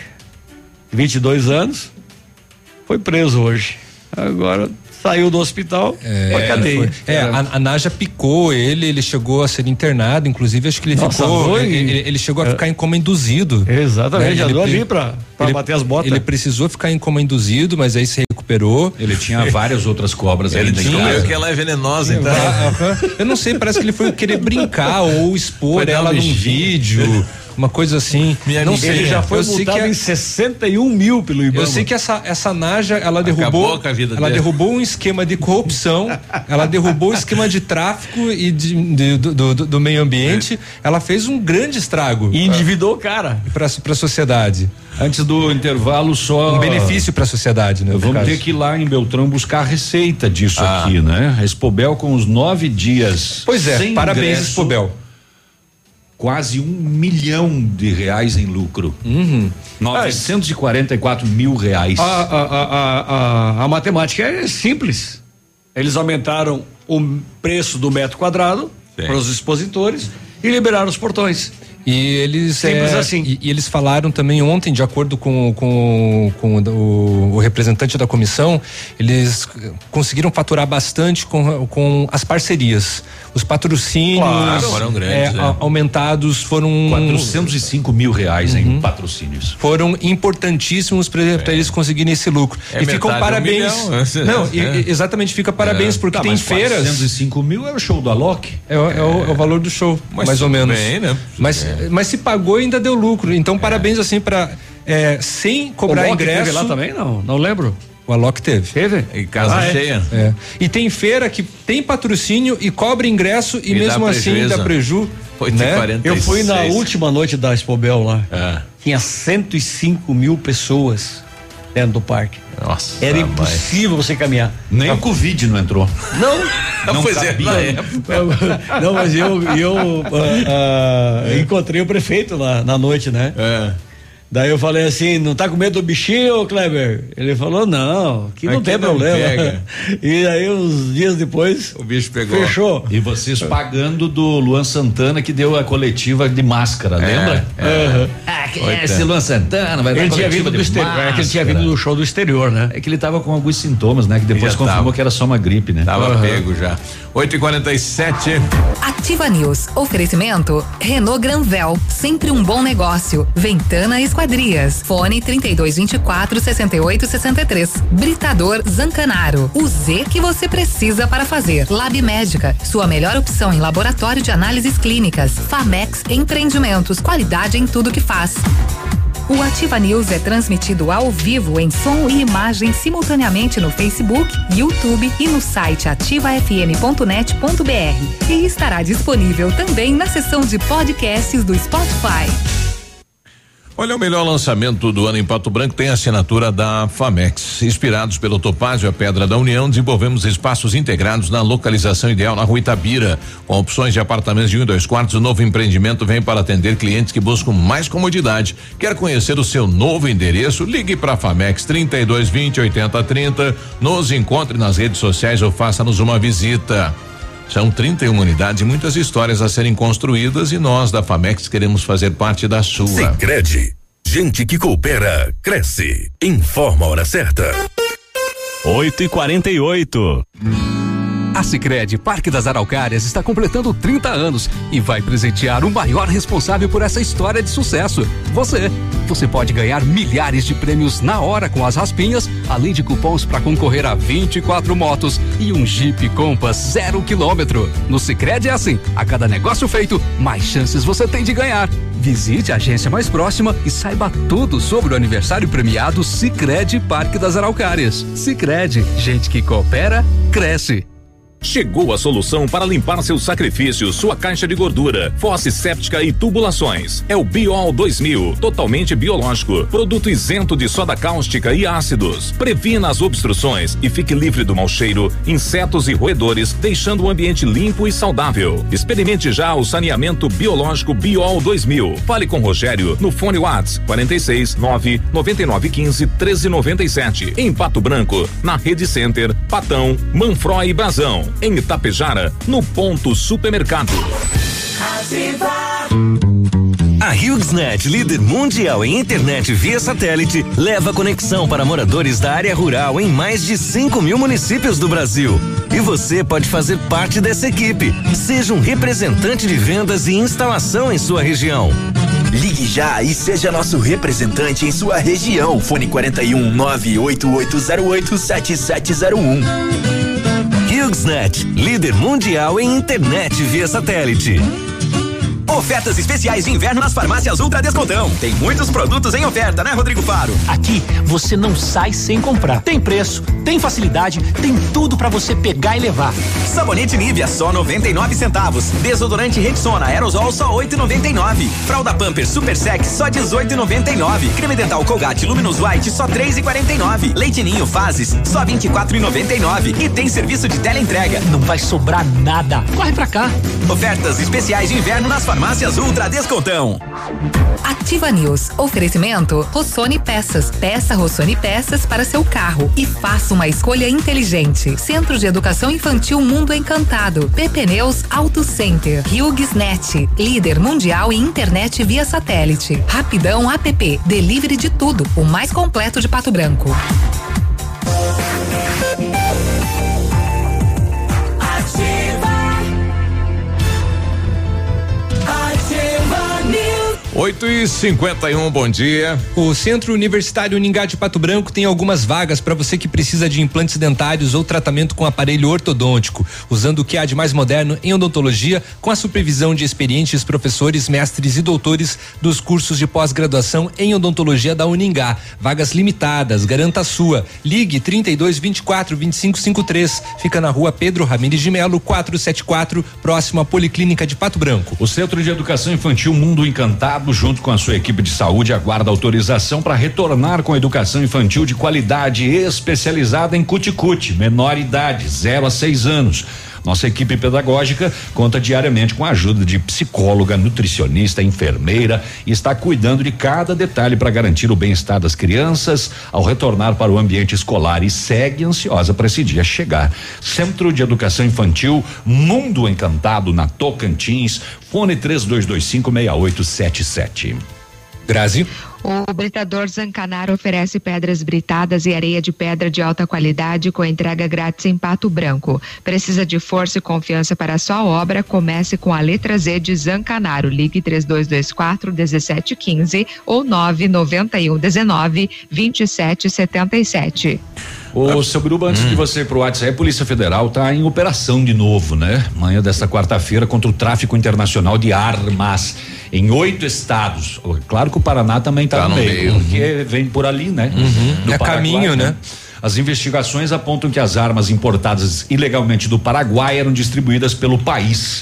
22 anos. Foi preso hoje. Agora saiu do hospital pra cadeia. A Naja picou ele chegou a ser internado, inclusive acho que ele ficou. Ele chegou a ficar em coma induzido. Exatamente, já deu ali pra bater as botas. Ele precisou ficar em coma induzido, mas aí se recuperou. Ele tinha várias outras cobras ainda. Ele descobriu que ela é venenosa, então. Eu não sei, parece que ele foi querer brincar ou expor ela num vídeo. Uma coisa assim. Não sei. Ele já foi multado em 61 mil pelo Ibama. Eu sei que essa Naja, ela derrubou um esquema de corrupção, ela derrubou o esquema de tráfico e do meio ambiente. Ela fez um grande estrago. E endividou o cara. Pra sociedade. Antes do intervalo, só um benefício para a sociedade, né? Vamos ter que ir lá em Beltrão buscar a receita disso aqui, né? A Expobel com os 9 dias. Pois é, parabéns, Expobel. Quase R$1 milhão em lucro. 944 mil reais. A matemática é simples. Eles aumentaram o preço do metro quadrado para os expositores e liberaram os portões. E eles simples assim. E eles falaram também ontem, de acordo com o representante da comissão, eles conseguiram faturar bastante com as parcerias. Os patrocínios foram grandes, aumentados, foram 405 mil reais em patrocínios. Foram importantíssimos para eles conseguirem esse lucro. E ficam parabéns. Exatamente, fica parabéns porque tem feiras. 405 mil é o show do Alok? É o valor do show, mais ou menos. Bem, né? Mas se pagou e ainda deu lucro. Então parabéns assim para sem cobrar ingresso. Teve lá também? Não lembro. O Alok teve. E casa cheia. E tem feira que tem patrocínio e cobra ingresso e mesmo assim dá preju. Né? Eu fui na última noite da Expobel lá. Tinha 105 mil pessoas dentro do parque. Nossa. Era impossível você caminhar. Nem o Covid não entrou. Não pois é, na época. Não, mas eu encontrei o prefeito lá na noite, né? Daí eu falei assim, não tá com medo do bichinho, Kleber? Ele falou, não, que não tem problema. E aí uns dias depois o bicho pegou. Fechou. E vocês pagando do Luan Santana que deu a coletiva de máscara, lembra? Quem é esse Luan Santana? Vai dar ele tinha vindo do exterior, ele tinha vindo do show do exterior, né? É que ele tava com alguns sintomas, né? Que depois confirmou que era só uma gripe, né? Tava pego já. 8h47. Ativa News. Oferecimento Renault Granvel, sempre um bom negócio. Ventana Esquadrias. Fone 3224-6863. Britador Zancanaro. O Z que você precisa para fazer. Lab Médica. Sua melhor opção em laboratório de análises clínicas. Famex Empreendimentos. Qualidade em tudo que faz. O Ativa News é transmitido ao vivo em som e imagem simultaneamente no Facebook, YouTube e no site ativafm.net.br. E estará disponível também na seção de podcasts do Spotify. Olha, o melhor lançamento do ano em Pato Branco tem a assinatura da Famex. Inspirados pelo Topázio, a Pedra da União, desenvolvemos espaços integrados na localização ideal na Rua Itabira. Com opções de apartamentos de 1 e 2 quartos, o novo empreendimento vem para atender clientes que buscam mais comodidade. Quer conhecer o seu novo endereço? Ligue para a Famex 3220-8030. Nos encontre nas redes sociais ou faça-nos uma visita. São 31 unidades e muitas histórias a serem construídas e nós da Famex queremos fazer parte da sua. Sicredi, gente que coopera, cresce. Informa a hora certa. 8h48. A Sicredi Parque das Araucárias está completando 30 anos e vai presentear o maior responsável por essa história de sucesso, você. Você pode ganhar milhares de prêmios na hora com as raspinhas, além de cupons para concorrer a 24 motos e um Jeep Compass 0 km. No Sicredi é assim, a cada negócio feito, mais chances você tem de ganhar. Visite a agência mais próxima e saiba tudo sobre o aniversário premiado Sicredi Parque das Araucárias. Sicredi, gente que coopera, cresce. Chegou a solução para limpar seus sacrifícios, sua caixa de gordura, fosse séptica e tubulações. É o Biol 2000, totalmente biológico, produto isento de soda cáustica e ácidos. Previna as obstruções e fique livre do mau cheiro, insetos e roedores, deixando o ambiente limpo e saudável. Experimente já o saneamento biológico Biol 2000. Fale com Rogério no fone WhatsApp 46 99915 1397. Em Pato Branco, na Rede Center, Patão, Manfroy e Brasão. Em Itapejara, no Ponto Supermercado. A HughesNet, líder mundial em internet via satélite, leva conexão para moradores da área rural em mais de 5.000 municípios do Brasil. E você pode fazer parte dessa equipe. Seja um representante de vendas e instalação em sua região. Ligue já e seja nosso representante em sua região. Fone 41 98808 7701. HughesNet, líder mundial em internet via satélite. Ofertas especiais de inverno nas farmácias Ultra Descontão. Tem muitos produtos em oferta, né, Rodrigo Faro? Aqui você não sai sem comprar. Tem preço, tem facilidade, tem tudo pra você pegar e levar. Sabonete Nivea só 99 centavos. Desodorante Rexona Aerosol só 8,99. Fralda Pampers Super Sec só 18,99. Creme dental Colgate Luminous White só 3,49. Leite Ninho Fases só 24,99. E tem serviço de teleentrega. Não vai sobrar nada. Corre pra cá. Ofertas especiais de inverno nas farmácias Ultra Descontão. Ativa News. Oferecimento Rossoni Peças. Peça Rossoni Peças para seu carro e faça uma escolha inteligente. Centro de Educação Infantil Mundo Encantado. PP Neus Auto Center. HughesNet. Líder mundial em internet via satélite. Rapidão App. Delivery de tudo. O mais completo de Pato Branco. 8h51, bom dia. O Centro Universitário Uningá de Pato Branco tem algumas vagas para você que precisa de implantes dentários ou tratamento com aparelho ortodôntico, usando o que há de mais moderno em odontologia, com a supervisão de experientes professores, mestres e doutores dos cursos de pós-graduação em odontologia da Uningá. Vagas limitadas, garanta a sua. Ligue 3224-2553. Fica na Rua Pedro Ramires de Melo, 474, próximo à Policlínica de Pato Branco. O Centro de Educação Infantil Mundo Encantado, junto com a sua equipe de saúde, aguarda autorização para retornar com a educação infantil de qualidade especializada em cuticute, menor idade, 0 a 6 anos. Nossa equipe pedagógica conta diariamente com a ajuda de psicóloga, nutricionista, enfermeira e está cuidando de cada detalhe para garantir o bem-estar das crianças ao retornar para o ambiente escolar e segue ansiosa para esse dia chegar. Centro de Educação Infantil Mundo Encantado, na Tocantins, fone 32256877. Grazi. O Britador Zancanaro oferece pedras britadas e areia de pedra de alta qualidade com entrega grátis em Pato Branco. Precisa de força e confiança para a sua obra? Comece com a letra Z de Zancanaro. Ligue 3224-1715 ou 99119-2777. Ô, seu Biruba, antes de você ir pro WhatsApp, a Polícia Federal tá em operação de novo, né? Manhã desta quarta-feira contra o tráfico internacional de armas. em 8 estados. Claro que o Paraná também tá no meio, porque vem por ali, né? É caminho, né? As investigações apontam que as armas importadas ilegalmente do Paraguai eram distribuídas pelo país.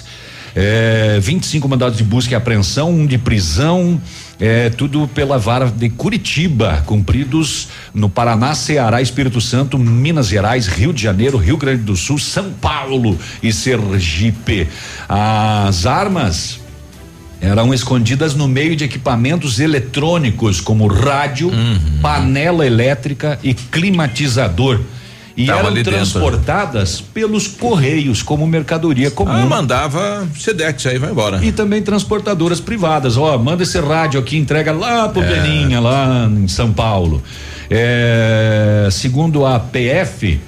25 mandados de busca e apreensão, 1 de prisão, tudo pela vara de Curitiba, cumpridos no Paraná, Ceará, Espírito Santo, Minas Gerais, Rio de Janeiro, Rio Grande do Sul, São Paulo e Sergipe. As armas eram escondidas no meio de equipamentos eletrônicos como rádio, panela elétrica e climatizador. E eram transportadas pelos correios como mercadoria comum. Mandava Sedex aí, vai embora. E também transportadoras privadas. Manda esse rádio aqui, entrega lá pro Beninha, lá em São Paulo. Segundo a PF,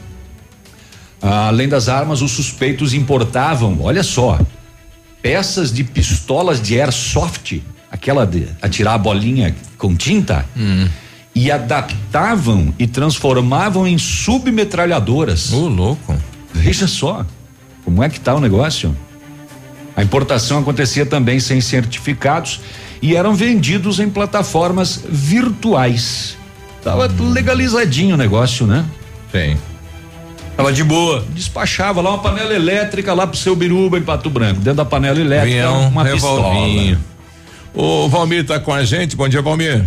além das armas, os suspeitos importavam, olha só, peças de pistolas de airsoft, aquela de atirar a bolinha com tinta. E adaptavam e transformavam em submetralhadoras. Louco. Veja só como é que tá o negócio. A importação acontecia também sem certificados e eram vendidos em plataformas virtuais. Tava legalizadinho o negócio, né? Sim. Tava de boa. Despachava lá uma panela elétrica lá pro seu Biruba em Pato Branco. Dentro da panela elétrica, uma pistola. O Valmir tá com a gente. Bom dia, Valmir.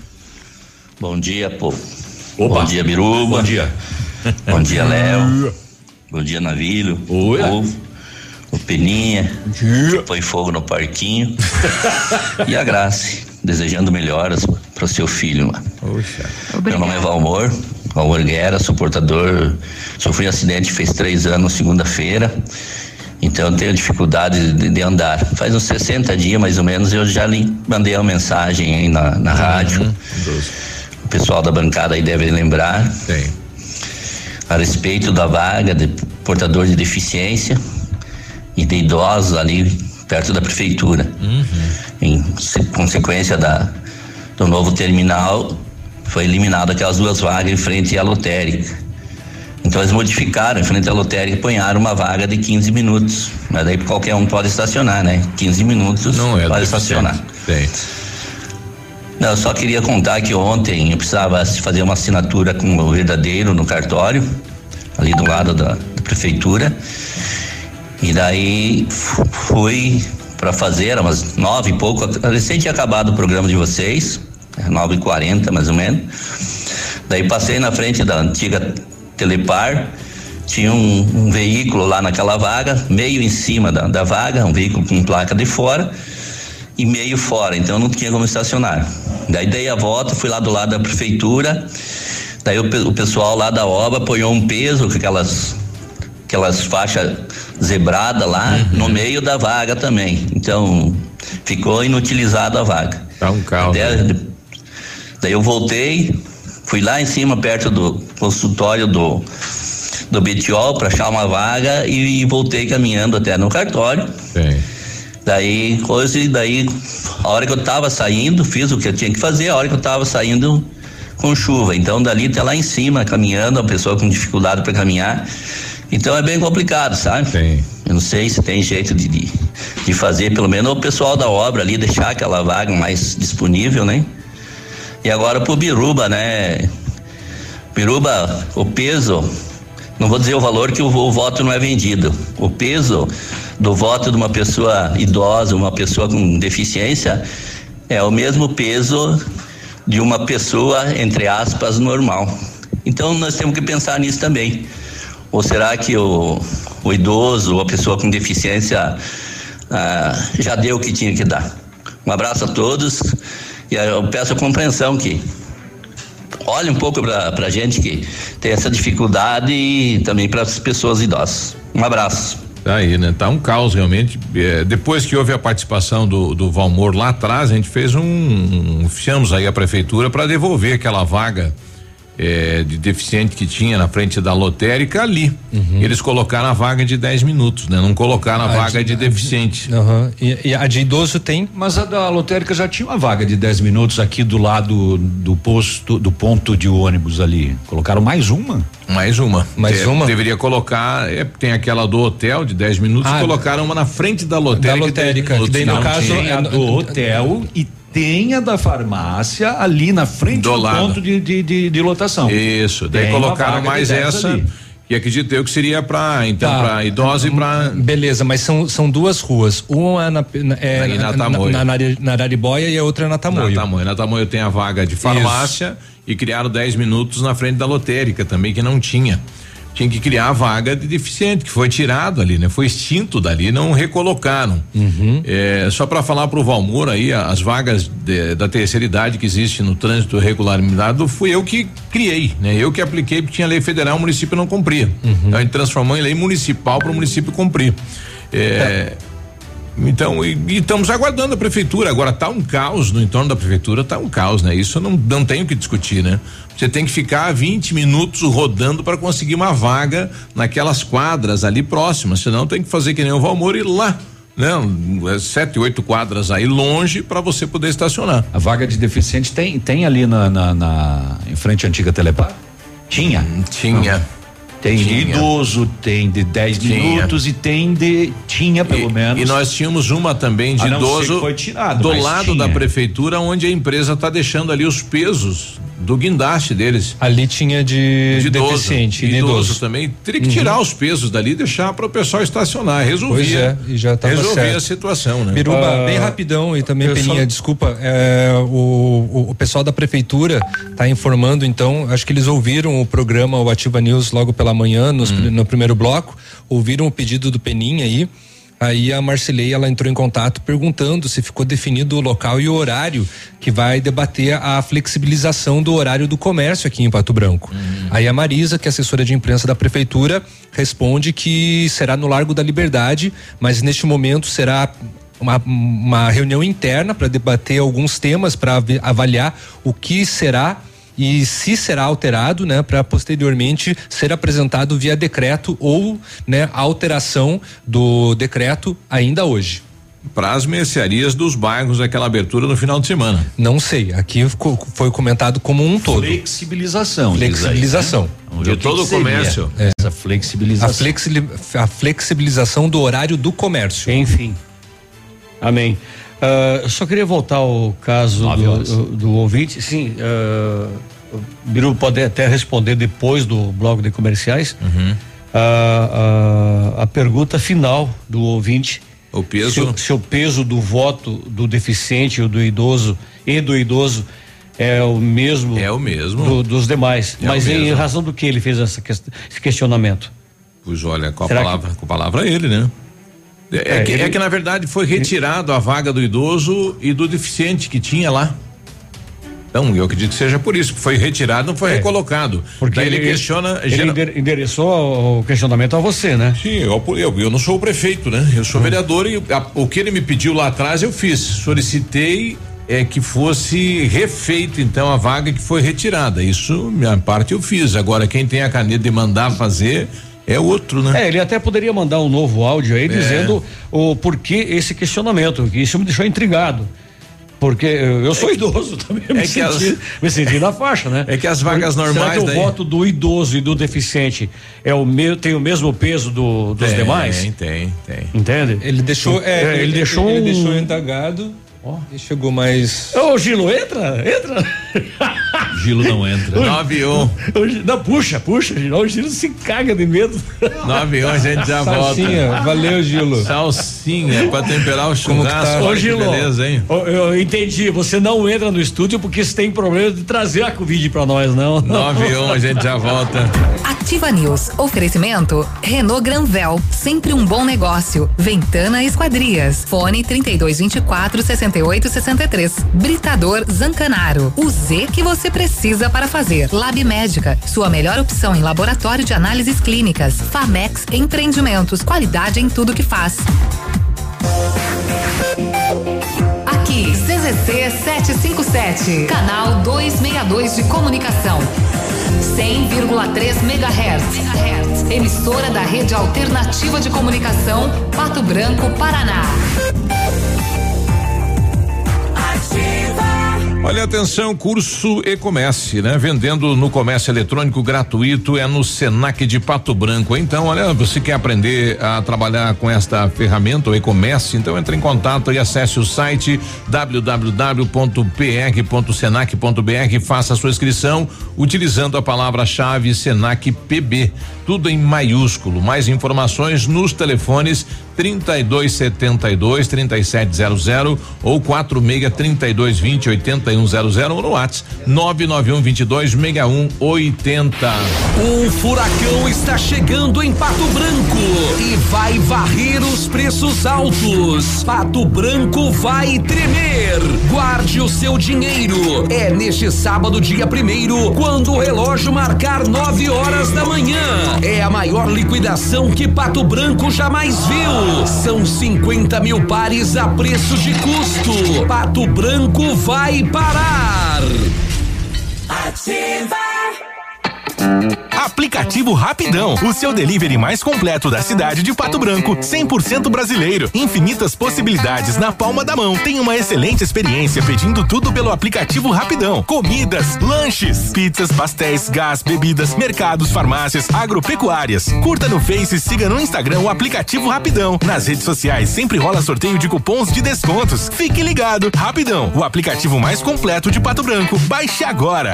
Bom dia, povo. Bom dia, Biruba. Bom dia. Bom dia, Léo. Bom dia, Navilho. Oi. O Peninha. Põe fogo no parquinho. E a Grace, desejando melhoras para o seu filho. Meu nome é Valmor Guerra, sou portador. Sofri um acidente, fez 3 anos, segunda-feira. Então eu tenho dificuldade de andar. Faz uns 60 dias mais ou menos, eu já lhe mandei uma mensagem aí na rádio. O pessoal da bancada aí deve lembrar. Sim. A respeito da vaga de portador de deficiência e de idosos ali perto da prefeitura. Em consequência do novo terminal, foi eliminado aquelas 2 vagas em frente à lotérica. Então eles modificaram, em frente à lotérica, ponharam uma vaga de 15 minutos. Mas daí qualquer um pode estacionar, né? 15 minutos pode estacionar. Sim. Não, eu só queria contar que ontem eu precisava fazer uma assinatura com o verdadeiro no cartório, ali do lado da prefeitura. E daí fui para fazer, era umas 9 e pouco, recém tinha acabado o programa de vocês, 9h40 mais ou menos. Daí passei na frente da antiga Telepar, tinha um veículo lá naquela vaga, meio em cima da vaga, um veículo com placa de fora e meio fora, então não tinha como estacionar. Daí dei a volta, fui lá do lado da prefeitura, daí o pessoal lá da obra apoiou um peso com aquelas faixas zebradas lá no meio da vaga também, então ficou inutilizada a vaga. Tá um caos. Daí eu voltei, fui lá em cima perto do consultório do Betiol para achar uma vaga e voltei caminhando até no cartório. Sim. Daí a hora que eu tava saindo, fiz o que eu tinha que fazer, a hora que eu tava saindo com chuva, então dali até lá em cima caminhando, a pessoa com dificuldade para caminhar, então é bem complicado, sabe? Sim. Eu não sei se tem jeito de fazer, pelo menos o pessoal da obra ali deixar aquela vaga mais disponível, né? E agora pro Biruba, né? Biruba, o peso, não vou dizer o valor que o voto não é vendido. O peso do voto de uma pessoa idosa, uma pessoa com deficiência, é o mesmo peso de uma pessoa, entre aspas, normal. Então nós temos que pensar nisso também. Ou será que o idoso ou a pessoa com deficiência já deu o que tinha que dar? Um abraço a todos e eu peço a compreensão que olhe um pouco pra gente que tem essa dificuldade e também para as pessoas idosas. Um abraço. Tá aí, né? Tá um caos realmente. Depois que houve a participação do Valmor lá atrás, a gente fez oficiamos aí a prefeitura para devolver aquela vaga de deficiente que tinha na frente da lotérica ali. Eles colocaram a vaga de 10 minutos, né? Não colocaram a vaga de deficiente. E a de idoso tem? Mas a da lotérica já tinha uma vaga de 10 minutos aqui do lado do posto, do ponto de ônibus ali. Colocaram mais uma? Mais uma. Deveria colocar, tem aquela do hotel de 10 minutos, colocaram uma na frente da lotérica. Da lotérica, que daí no caso é a do hotel e tem a da farmácia ali na frente do ponto de lotação. Isso, daí colocaram mais essa ali. E acredito eu que seria para idosa e para. Beleza, mas são duas ruas. Uma na Araribóia e a outra na Tamoio. Na Tamoio tem a vaga de farmácia. Isso. E criaram 10 minutos na frente da lotérica também, que não tinha. Tinha que criar a vaga de deficiente, que foi tirado ali, né? Foi extinto dali, não recolocaram. Só para falar pro Valmor aí, as vagas da terceira idade que existe no trânsito regularizado, fui eu que criei, né? Eu que apliquei, porque tinha lei federal, o município não cumpria. Então a gente transformou em lei municipal para o município cumprir. Então, e estamos aguardando a prefeitura. Agora tá um caos no entorno da prefeitura, tá um caos, né? Isso não tem o que discutir, né? Você tem que ficar 20 minutos rodando para conseguir uma vaga naquelas quadras ali próximas, senão tem que fazer que nem o Valmor e ir lá, né? 7, 8 quadras aí longe para você poder estacionar. A vaga de deficiente tem ali em frente à antiga Telepar? Tinha. Tem de idoso, tem de 10 minutos e tinha pelo menos. E nós tínhamos uma também de idoso que foi tirado, do lado da prefeitura, onde a empresa está deixando ali os pesos do guindaste deles. Ali tinha de deficiente e idoso também. Teria que tirar os pesos dali e deixar para o pessoal estacionar. Resolvia. E já estava certo. Resolvia a situação, né? Biruba, bem rapidão e também Peninha, desculpa, o pessoal da prefeitura está informando, então, acho que eles ouviram o programa, o Ativa News, logo pela manhã, no primeiro bloco, ouviram o pedido do Peninha aí a Marcilei, ela entrou em contato perguntando se ficou definido o local e o horário que vai debater a flexibilização do horário do comércio aqui em Pato Branco. Aí a Marisa, que é assessora de imprensa da prefeitura, responde que será no Largo da Liberdade, mas neste momento será uma reunião interna para debater alguns temas, para avaliar o que será e se será alterado, né, para posteriormente ser apresentado via decreto ou, né, a alteração do decreto ainda hoje. Para as mercearias dos bairros, aquela abertura no final de semana. Não sei, aqui foi comentado como um todo. Flexibilização. Aí, né? De todo o comércio. Essa flexibilização. A flexibilização do horário do comércio. Enfim. Amém. Eu só queria voltar ao caso do ouvinte. Sim, o Biru pode até responder depois do bloco de comerciais. A pergunta final do ouvinte. O peso? Se o peso do voto do deficiente ou do idoso é o mesmo. É o mesmo. Dos demais. Mas em razão do que ele fez esse questionamento? Pois olha, com a palavra ele, né? É que na verdade foi retirado a vaga do idoso e do deficiente que tinha lá. Então, eu acredito que seja por isso que foi retirado, não foi recolocado. Porque daí ele questiona. Ele endereçou o questionamento a você, né? Sim, eu não sou o prefeito, né? Eu sou vereador e o que ele me pediu lá atrás eu fiz. Solicitei que fosse refeito então a vaga que foi retirada. Isso, minha parte eu fiz. Agora, quem tem a caneta de mandar fazer é outro, né? Ele até poderia mandar um novo áudio aí dizendo o porquê esse questionamento, que isso me deixou intrigado. Porque eu sou idoso também, me senti na faixa, né? É que as vagas normais. Será que o voto do idoso e do deficiente tem o mesmo peso dos demais? Tem. Entende? Ele deixou. Ele deixou indagado. E chegou mais. Ô, Gilo, entra. Gilo não entra. 91. Não, puxa, Gilo. O Gilo se caga de medo. 91, a gente já Salsinha, volta. Valeu, Gilo. Salsinha, pra temperar o churrasco. Ô, Gilo, beleza, hein? Eu entendi, você não entra no estúdio porque você tem problema de trazer a Covid pra nós, não. 91, a gente já volta. Ativa News, oferecimento Renault Granvel, sempre um bom negócio. Ventana Esquadrias, fone 3224-6863. Britador Zancanaro, o Z que você precisa para fazer. Lab Médica, sua melhor opção em laboratório de análises clínicas. Famex Empreendimentos, qualidade em tudo que faz. Aqui, CZC 757, canal 262 de comunicação. 100,3 MHz. Emissora da Rede Alternativa de Comunicação, Pato Branco, Paraná. Olha, atenção, curso e-commerce, né? Vendendo no comércio eletrônico gratuito é no Senac de Pato Branco. Então, olha, você quer aprender a trabalhar com esta ferramenta, o e-commerce? Então, entre em contato e acesse o site www.pr.senac.br e faça a sua inscrição utilizando a palavra-chave Senac PB. Tudo em maiúsculo. Mais informações nos telefones 3272-3700 ou 463220-8100 ou no WhatsApp 991226180. O furacão está chegando em Pato Branco e vai varrer os preços altos. Pato Branco vai tremer. Guarde o seu dinheiro. É neste sábado, dia 1º, quando o relógio marcar 9 horas da manhã. É a maior liquidação que Pato Branco jamais viu. São 50 mil pares a preço de custo. Pato Branco vai parar. Ativa. Aplicativo Rapidão, o seu delivery mais completo da cidade de Pato Branco, 100% brasileiro, infinitas possibilidades na palma da mão. Tem uma excelente experiência pedindo tudo pelo aplicativo Rapidão: comidas, lanches, pizzas, pastéis, gás, bebidas, mercados, farmácias, agropecuárias. Curta no Face e siga no Instagram o aplicativo Rapidão. Nas redes sociais sempre rola sorteio de cupons de descontos. Fique ligado, Rapidão, o aplicativo mais completo de Pato Branco. Baixe agora.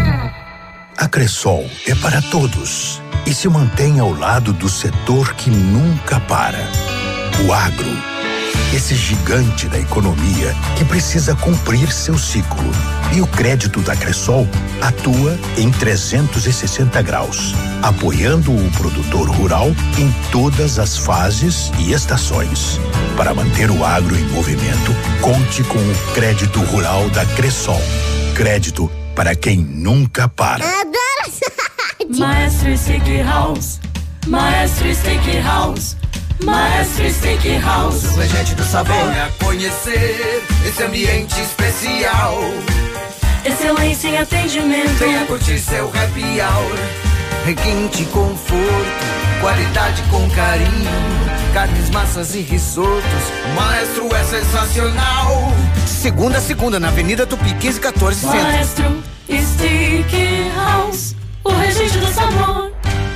A Cressol é para todos e se mantém ao lado do setor que nunca para. O agro, esse gigante da economia que precisa cumprir seu ciclo. E o crédito da Cressol atua em 360 graus, apoiando o produtor rural em todas as fases e estações. Para manter o agro em movimento, conte com o crédito rural da Cressol. Crédito para quem nunca para. Maestro Steakhouse, Maestro Steakhouse, Maestro Steakhouse. O regente do sabor. Venha conhecer esse ambiente especial. Excelência em atendimento. Venha curtir seu happy hour. Requinte, conforto, qualidade com carinho. Carnes, massas e risotos. O Maestro é sensacional. Segunda a segunda na Avenida Tupi 1514 Centro. Maestro Steakhouse, o regente do sabor.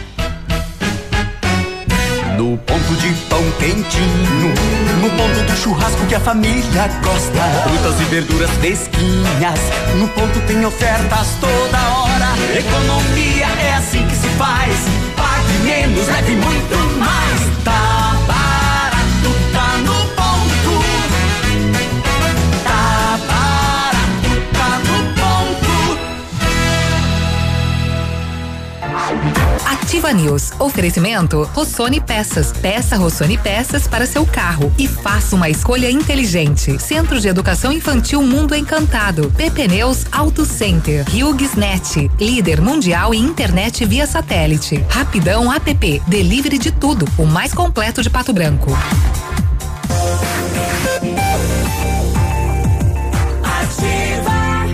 No ponto de pão quentinho, no ponto do churrasco que a família gosta. Frutas e verduras fresquinhas, no ponto tem ofertas toda hora. Economia é assim que se faz. Pague menos, leve muito mais. Tá barato, tá no ponto. Tá barato, tá no ponto. Ativa News. Oferecimento Rossoni Peças. Peça Rossoni Peças para seu carro e faça uma escolha inteligente. Centro de Educação Infantil Mundo Encantado. Pneus Auto Center. HughesNet. Líder mundial em internet via satélite. Rapidão app. Delivery de tudo. O mais completo de Pato Branco. Ativa.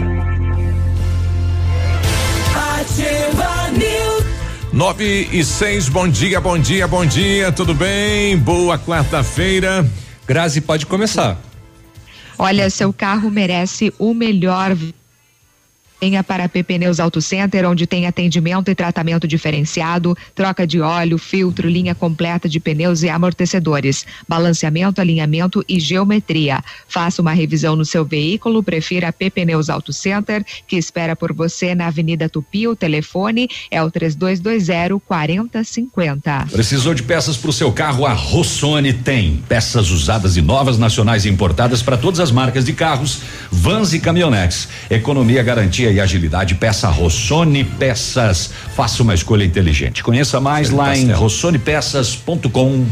Ativa News. 9:06, bom dia, bom dia, bom dia, tudo bem? Boa quarta-feira. Grazi, pode começar. Olha, seu carro merece o melhor. Venha para a Pneus Auto Center, onde tem atendimento e tratamento diferenciado, troca de óleo, filtro, linha completa de pneus e amortecedores, balanceamento, alinhamento e geometria. Faça uma revisão no seu veículo, prefira a Pneus Auto Center, que espera por você na Avenida Tupi. O telefone é o 3220-4050. Precisou de peças para o seu carro? A Rossoni tem. Peças usadas e novas, nacionais e importadas para todas as marcas de carros, vans e caminhonetes. Economia, garantia e agilidade. Peça Rossoni Peças. Faça uma escolha inteligente. Conheça mais lá em rossonipeças.com.br.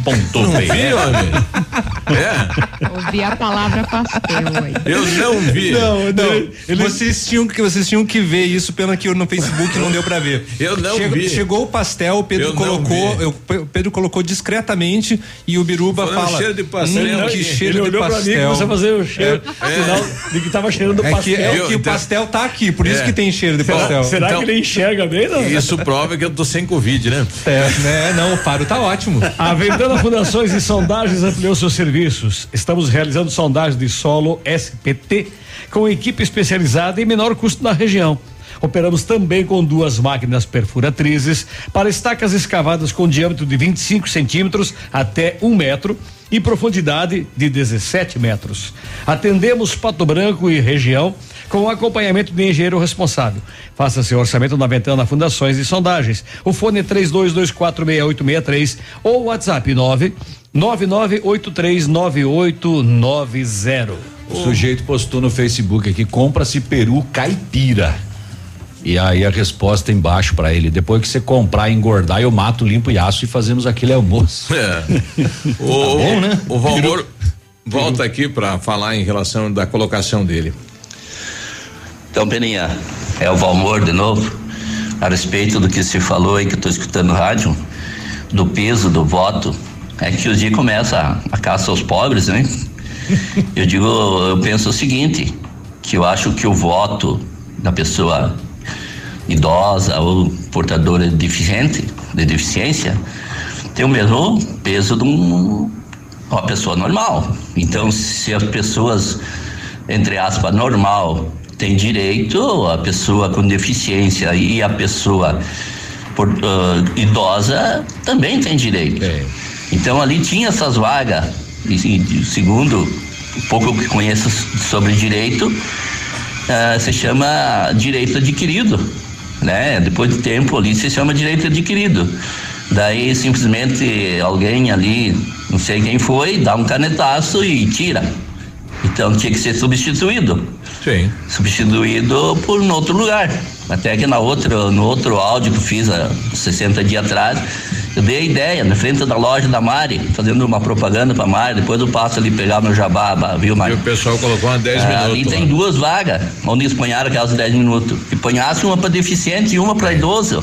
Ouvi a palavra pastel aí. Eu não vi. Não. Vocês tinham que ver isso, pena que no Facebook não deu pra ver. Eu não vi. Chegou o pastel, o Pedro colocou discretamente e o Biruba fala. Cheiro de pastel. Que cheiro ele de olhou pastel. pra mim, começou a fazer o cheiro. De que tava cheirando do pastel. Que o pastel tá aqui, por Por isso que tem cheiro de pastel. Será Então, que ele enxerga bem, não? Isso prova que eu tô sem Covid, né? Não, o faro tá ótimo. A Ventana Fundações e Sondagens ampliou seus serviços. Estamos realizando sondagem de solo SPT com equipe especializada e menor custo na região. Operamos também com 2 máquinas perfuratrizes para estacas escavadas com diâmetro de 25 centímetros até 1 metro e profundidade de 17 metros. Atendemos Pato Branco e região com acompanhamento de engenheiro responsável. Faça seu orçamento na Ventana Fundações e Sondagens. O fone é 32246863 ou o WhatsApp 999839890. O sujeito postou no Facebook aqui: compra-se peru caipira. E aí a resposta embaixo pra ele: depois que você comprar e engordar, eu mato, limpo e aço e fazemos aquele almoço. Bom, né? O Valmor volta aqui pra falar em relação da colocação dele. Então, Peninha, é o Valmor de novo, a respeito do que se falou aí, que eu tô escutando no rádio, do peso do voto. É que os dias começa a caça aos pobres, né? Eu penso o seguinte, que eu acho que o voto da pessoa idosa ou portadora de deficiência, tem o mesmo peso de uma pessoa normal. Então, se as pessoas, entre aspas, normal, tem direito, a pessoa com deficiência e a pessoa idosa também tem direito. Então, ali tinha essas vagas, e segundo o pouco que conheço sobre direito, se chama direito adquirido, né? Depois de tempo ali se chama direito adquirido. Daí simplesmente alguém ali, não sei quem foi, dá um canetaço e tira. Então tinha que ser substituído. Sim. Substituído por um outro lugar. Até que no outro áudio que eu fiz há 60 dias atrás, eu dei a ideia, na frente da loja da Mari, fazendo uma propaganda pra Mari, depois eu passo ali pegar meu jabá, viu, Mari? E o pessoal colocou umas 10 minutos. Ali tem 2 vagas, onde eles ponharam aquelas 10 minutos. E ponhasse uma pra deficiente e uma pra idoso.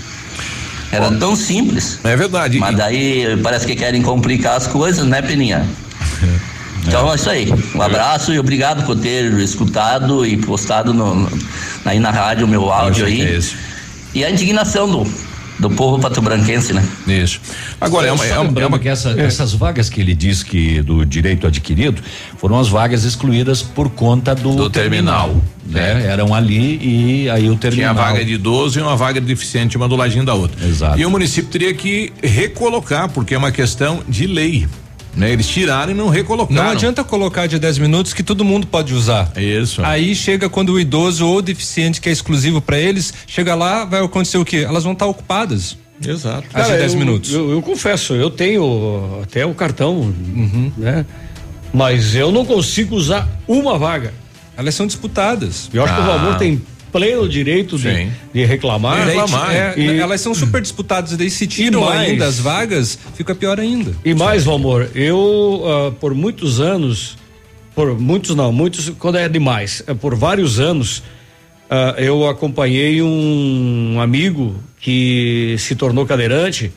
Era tão simples. É verdade. Mas daí parece que querem complicar as coisas, né, Peninha? Então é isso aí. Um abraço e obrigado por ter escutado e postado aí na rádio o meu áudio aí. E a indignação do povo patobranquense, né? Isso. Agora que essas vagas que ele diz que do direito adquirido foram as vagas excluídas por conta do terminal, né? Eram ali e aí o terminal. Tinha a vaga de idoso e uma vaga de deficiente, uma do ladinho da outra. Exato. E o município teria que recolocar, porque é uma questão de lei. Né? Eles tiraram e não recolocaram. Não adianta colocar de 10 minutos que todo mundo pode usar. Isso. Aí chega quando o idoso ou o deficiente, que é exclusivo para eles, chega lá, vai acontecer o quê? Elas vão estar ocupadas. Exato. Às 10 minutos. Eu confesso, eu tenho até o cartão, né? Mas eu não consigo usar uma vaga. Elas são disputadas. Eu acho que o Valmor tem pleno direito de reclamar. Elas são super disputadas, daí se tiram ainda as vagas, fica pior ainda. E mais, Valmor, eu por muitos anos, muitos quando é demais, por vários anos, eu acompanhei um amigo que se tornou cadeirante.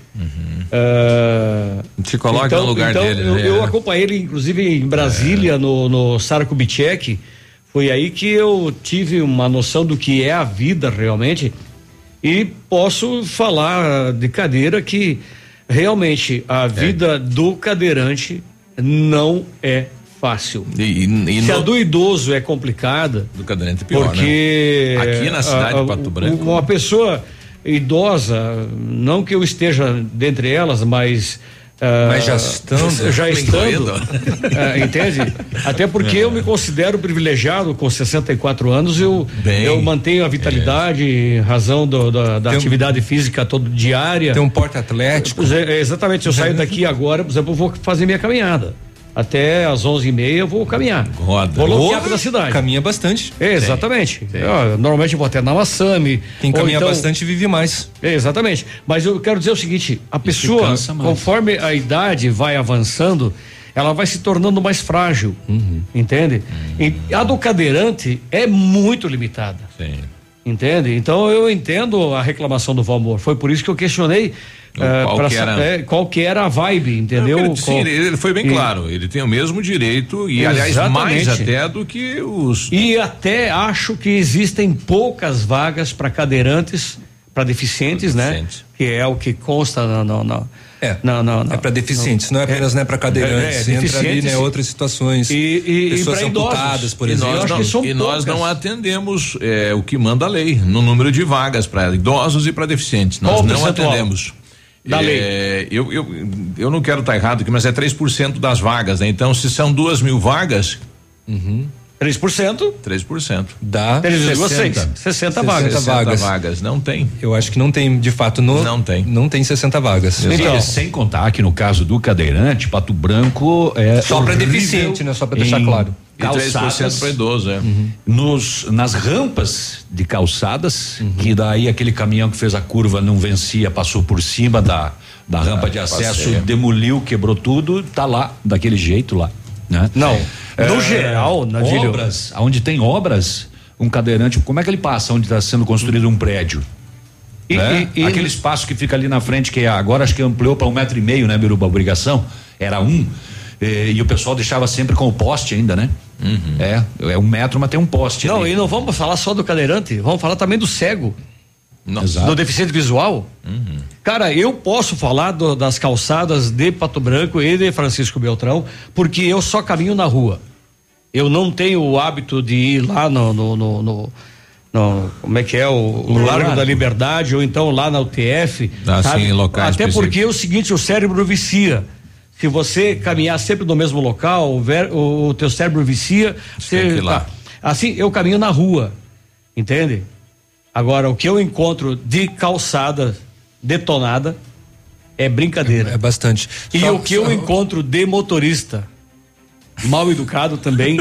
Se coloca no lugar dele. Eu acompanhei ele, inclusive, em Brasília, no Sara Kubitschek. Foi aí que eu tive uma noção do que é a vida realmente, e posso falar de cadeira que realmente a vida do cadeirante não é fácil. Se a do idoso é complicada, do cadeirante é pior, porque né? Aqui na cidade de Pato Branco, uma pessoa idosa, não que eu esteja dentre elas, mas já estando, entende? Até porque eu me considero privilegiado com 64 anos, eu mantenho a vitalidade em razão da atividade física todo diária. Tem um porte atlético. Exatamente, eu saio daqui agora, por exemplo, eu vou fazer minha caminhada. Até às 11:30 eu vou caminhar. Vou lotear pela cidade. Caminha bastante. Exatamente. Normalmente eu vou até na Massami. Quem caminha bastante vive mais. Exatamente. Mas eu quero dizer o seguinte: a pessoa, conforme a idade vai avançando, ela vai se tornando mais frágil. Entende? E a do cadeirante é muito limitada. Sim. Entende? Então eu entendo a reclamação do Valmor. Foi por isso que eu questionei qual que era a vibe, entendeu? Sim, ele foi bem claro. Ele tem o mesmo direito e, aliás, mais até do que os. E até acho que existem poucas vagas para cadeirantes, para deficientes, né? Que é o que consta é para deficientes, não é apenas para cadeirantes. Entra ali, né, outras situações. Pessoas amputadas, por exemplo. Nós não atendemos o que manda a lei no número de vagas para idosos e para deficientes. Nós não atendemos. Da lei. Eu não quero estar errado aqui, mas é 3% das vagas, né? Então, se são 2.000 vagas. 3%? 3%. Dá 60 vagas. 60 vagas. Não tem. Eu acho que não tem, de fato. Não tem. Não tem 60 vagas. Então, sem contar que no caso do cadeirante, Pato Branco é. Só para deficiente, né? Só para deixar claro. Calçadas, e 3% para idoso, nas rampas de calçadas, que daí aquele caminhão que fez a curva não vencia, passou por cima da rampa de acesso, demoliu, quebrou tudo, tá lá, daquele jeito lá, né? Não, no geral, obras, onde tem obras, um cadeirante, como é que ele passa onde está sendo construído um prédio? Aquele espaço que fica ali na frente, que agora acho que ampliou para 1,5 metro, né, Biruba? A obrigação era 1. E o pessoal deixava sempre com o poste ainda, né? É 1 metro, mas tem um poste. Não, e não vamos falar só do cadeirante, vamos falar também do cego. Do deficiente visual. Cara, eu posso falar das calçadas de Pato Branco e de Francisco Beltrão, porque eu só caminho na rua. Eu não tenho o hábito de ir lá no como é que é o Largo da Liberdade, ou então lá na UTF. Sim, em locais até porque é o seguinte, o cérebro vicia. Se você caminhar sempre no mesmo local, o teu cérebro vicia. Assim, eu caminho na rua, entende? Agora, o que eu encontro de calçada detonada é brincadeira. É bastante. E o que eu encontro de motorista mal educado também,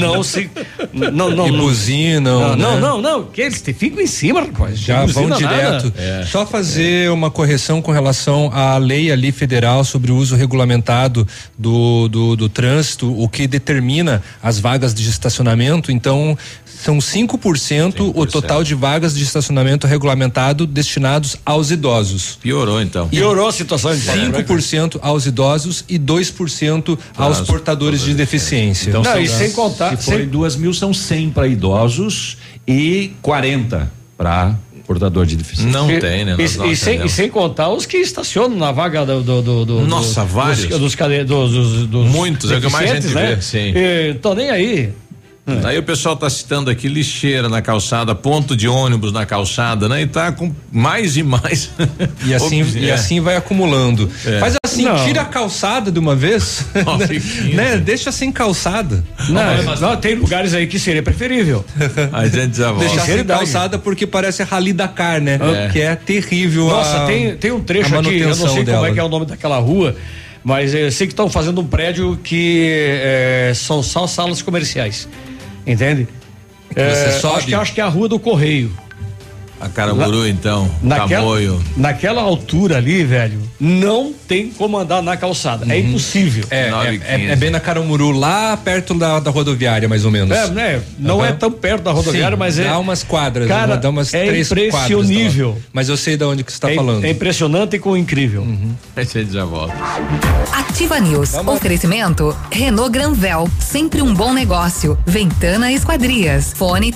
não buzinam, não, que eles ficam em cima, rapaz. Já vão direto. Só fazer uma correção com relação à lei ali federal sobre o uso regulamentado do trânsito, o que determina as vagas de estacionamento. Então, são 5% o total de vagas de estacionamento regulamentado destinados aos idosos. Piorou então. Piorou a situação. 5% aos idosos e 2% aos portadores de deficiência. Então, e sem contar, se forem 2.000, são 100 para idosos e 40 para portador de deficiência. Não tem, né? E sem contar os que estacionam na vaga vários. Dos muitos, é o que mais a gente vê, sim. Tô nem aí. Aí o pessoal tá citando aqui lixeira na calçada, ponto de ônibus na calçada, né? E tá com mais e mais. E assim vai acumulando. Faz assim, tira a calçada de uma vez, né? Deixa sem calçada. Não, tem lugares aí que seria preferível. A gente já volta. Deixar sem calçada porque parece Rally Dakar, né? Que é terrível. Nossa, tem um trecho aqui, eu não sei como é que é o nome daquela rua, mas eu sei que estão fazendo um prédio que são só salas comerciais. Entende? Acho que é a Rua do Correio. A Caraburu, então, Tamoio. Naquela altura ali, velho, não tem como andar na calçada. É impossível. É bem na Caramuru, lá perto da rodoviária, mais ou menos. Não é tão perto da rodoviária, mas dá umas quadras, cara, dá umas 3 quadras. É impressionível. Mas eu sei de onde que você está falando. É impressionante e com incrível. A gente já volta. Ativa News. Oferecimento Renault Granvel, sempre um bom negócio. Ventana Esquadrias. Fone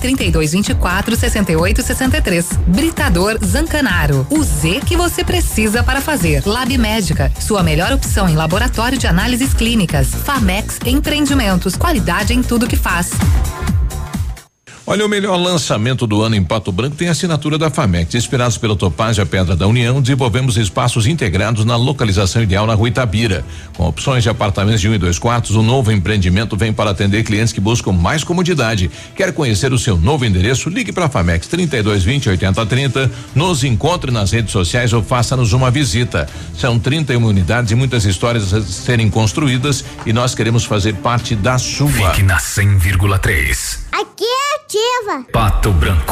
3224-6863. Britador Zancanaro. O Z que você precisa para fazer. Lab Médica. Sua melhor opção em laboratório de análises clínicas. Famex Empreendimentos. Qualidade em tudo que faz. Olha, o melhor lançamento do ano em Pato Branco tem a assinatura da Famex. Inspirados pela Topázia Pedra da União, desenvolvemos espaços integrados na localização ideal na Rua Itabira. Com opções de apartamentos de 1 e 2 quartos, o novo empreendimento vem para atender clientes que buscam mais comodidade. Quer conhecer o seu novo endereço? Ligue para a Famex 3220-8030, nos encontre nas redes sociais ou faça-nos uma visita. São 31 unidades e muitas histórias a serem construídas e nós queremos fazer parte da sua. Fique na 100,3. Aqui é Ativa. Pato Branco.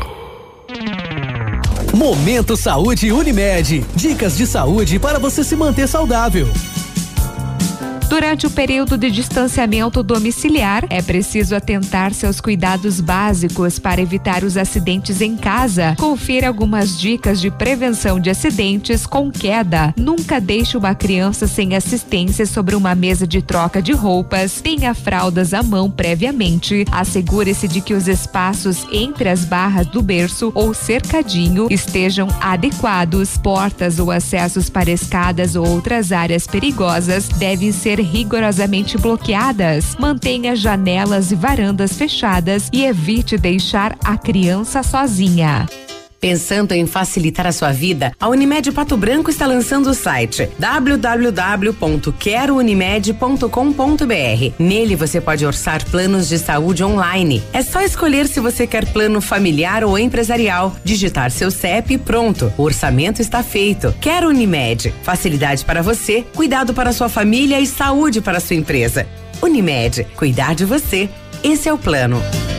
Momento Saúde Unimed. Dicas de saúde para você se manter saudável. Durante o período de distanciamento domiciliar, é preciso atentar-se aos cuidados básicos para evitar os acidentes em casa. Confira algumas dicas de prevenção de acidentes com queda. Nunca deixe uma criança sem assistência sobre uma mesa de troca de roupas. Tenha fraldas à mão previamente. Assegure-se de que os espaços entre as barras do berço ou cercadinho estejam adequados. Portas ou acessos para escadas ou outras áreas perigosas devem ser rigorosamente bloqueadas. Mantenha janelas e varandas fechadas e evite deixar a criança sozinha. Pensando em facilitar a sua vida, a Unimed Pato Branco está lançando o site www.querounimed.com.br. Nele você pode orçar planos de saúde online. É só escolher se você quer plano familiar ou empresarial, digitar seu CEP e pronto. O orçamento está feito. Quero Unimed. Facilidade para você, cuidado para sua família e saúde para sua empresa. Unimed, cuidar de você. Esse é o plano.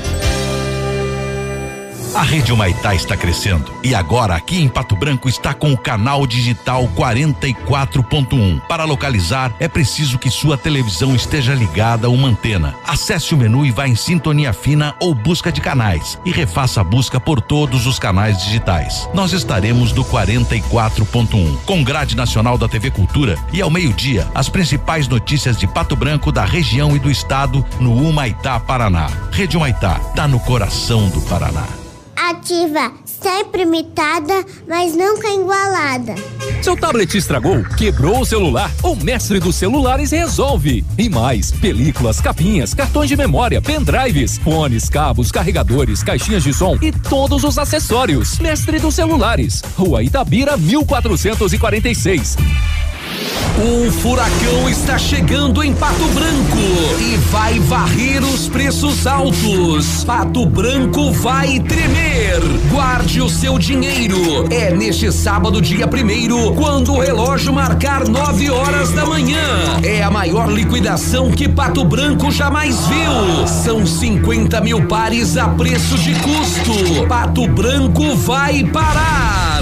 A Rede Humaitá está crescendo e agora aqui em Pato Branco está com o canal digital 44.1. Para localizar é preciso que sua televisão esteja ligada a uma antena. Acesse o menu e vá em sintonia fina ou busca de canais e refaça a busca por todos os canais digitais. Nós estaremos do 44.1 com grade nacional da TV Cultura e ao meio-dia as principais notícias de Pato Branco, da região e do estado no Humaitá, Paraná. Rede Humaitá, tá no coração do Paraná. Ativa, sempre imitada, mas nunca igualada. Seu tablet estragou, quebrou o celular? O mestre dos celulares resolve. E mais, películas, capinhas, cartões de memória, pendrives, fones, cabos, carregadores, caixinhas de som e todos os acessórios. Mestre dos celulares, Rua Itabira, 1446. O furacão está chegando em Pato Branco e vai varrer os preços altos. Pato Branco vai tremer. Guarde o seu dinheiro. É neste sábado, dia 1º, quando o relógio marcar 9 horas da manhã. É a maior liquidação que Pato Branco jamais viu. São 50 mil pares a preço de custo. Pato Branco vai parar.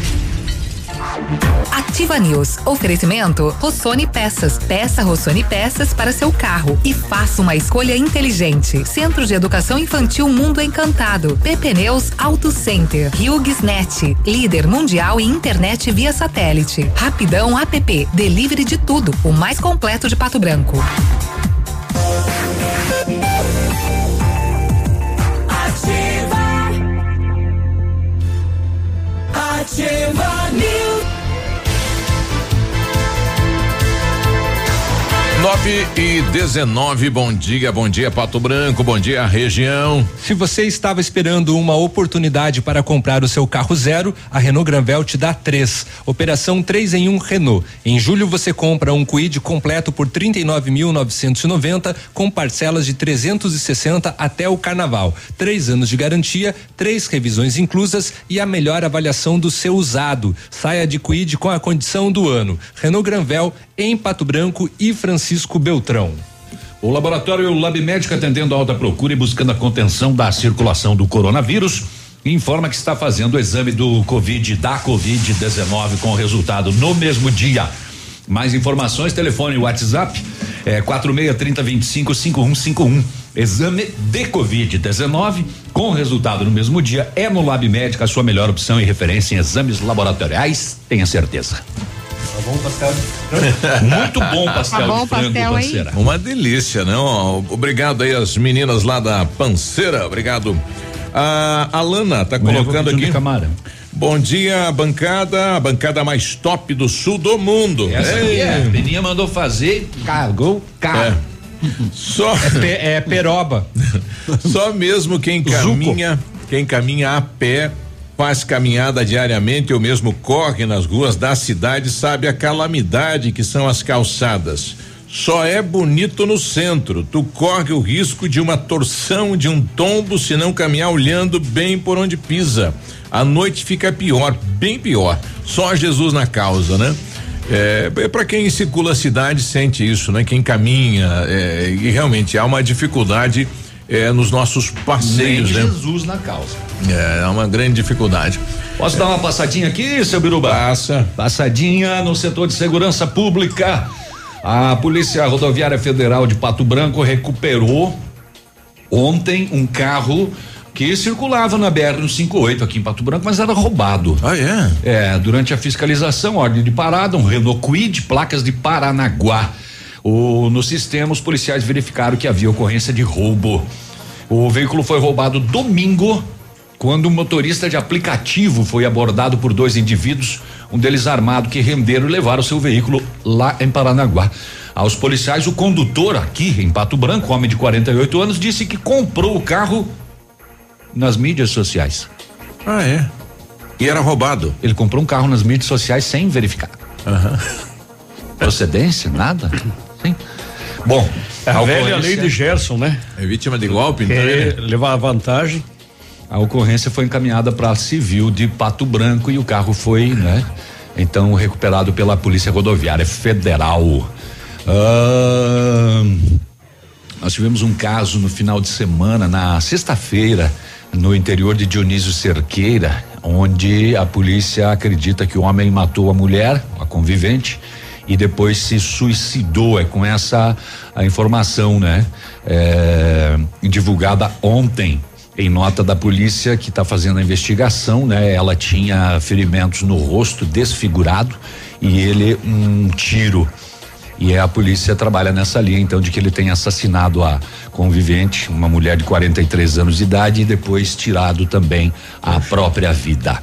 Ativa News. Oferecimento Rossoni Peças. Peça Rossoni Peças para seu carro e faça uma escolha inteligente. Centro de Educação Infantil Mundo Encantado. PP Neus Auto Center. HughesNet. Líder mundial em internet via satélite. Rapidão App. Delivery de tudo. O mais completo de Pato Branco. Ativa News. 9:19, bom dia Pato Branco, bom dia região. Se você estava esperando uma oportunidade para comprar o seu carro zero, a Renault Granvel te dá 3. Operação 3 em 1 Renault. Em julho você compra um Kwid completo por 39.990 com parcelas de 360 até o carnaval. 3 anos de garantia, 3 revisões inclusas e a melhor avaliação do seu usado. Saia de Kwid com a condição do ano. Renault Granvel em Pato Branco e Francisco Beltrão. O laboratório Lab Médica, atendendo a alta procura e buscando a contenção da circulação do coronavírus, informa que está fazendo o exame da Covid-19 com o resultado no mesmo dia. Mais informações, telefone e WhatsApp 4630255151. Exame de Covid-19 com resultado no mesmo dia é no Lab Médica, a sua melhor opção e referência em exames laboratoriais, tenha certeza. Tá bom, pastel? Muito bom pastel tá bom, de frango, pastel, Panceira. Uma delícia, não? Obrigado aí as meninas lá da Panceira, obrigado. A Alana tá colocando aqui. Bom dia, a bancada mais top do sul do mundo. Essa aqui a Beninha mandou fazer, cagou, cara. Só é peroba. Só mesmo quem caminha a pé, faz caminhada diariamente ou mesmo corre nas ruas da cidade, sabe a calamidade que são as calçadas. Só é bonito no centro. Tu corre o risco de uma torção, de um tombo, se não caminhar olhando bem por onde pisa. À noite fica pior, bem pior. Só Jesus na causa, né? Para quem circula a cidade sente isso, né? Quem caminha, e realmente há uma dificuldade nos nossos passeios, nem né? Jesus na causa. É uma grande dificuldade. Posso dar uma passadinha aqui, seu Biruba? Passa. Passadinha no setor de segurança pública. A Polícia Rodoviária Federal de Pato Branco recuperou ontem um carro que circulava na BR-158 aqui em Pato Branco, mas era roubado. Durante a fiscalização, ordem de parada, um Renault Kwid, placas de Paranaguá. No sistema, os policiais verificaram que havia ocorrência de roubo. O veículo foi roubado domingo, quando um motorista de aplicativo foi abordado por 2 indivíduos, um deles armado, que renderam e levaram seu veículo lá em Paranaguá. Aos policiais, o condutor aqui em Pato Branco, homem de 48 anos, disse que comprou o carro nas mídias sociais. E era roubado? Ele comprou um carro nas mídias sociais sem verificar. Procedência, nada? Sim. Bom, a velha lei de Gerson, né? É vítima de golpe, então. Levar vantagem. A ocorrência foi encaminhada para a Civil de Pato Branco e o carro foi, né? Então, recuperado pela Polícia Rodoviária Federal. Nós tivemos um caso no final de semana, na sexta-feira, no interior de Dionísio Cerqueira, onde a polícia acredita que o homem matou a mulher, a convivente, e depois se suicidou. É com essa a informação, né? Divulgada ontem em nota da polícia que está fazendo a investigação, né? Ela tinha ferimentos no rosto, desfigurado, e ele um tiro. E a polícia trabalha nessa linha, então, de que ele tenha assassinado a convivente, uma mulher de 43 anos de idade, e depois tirado também a própria vida.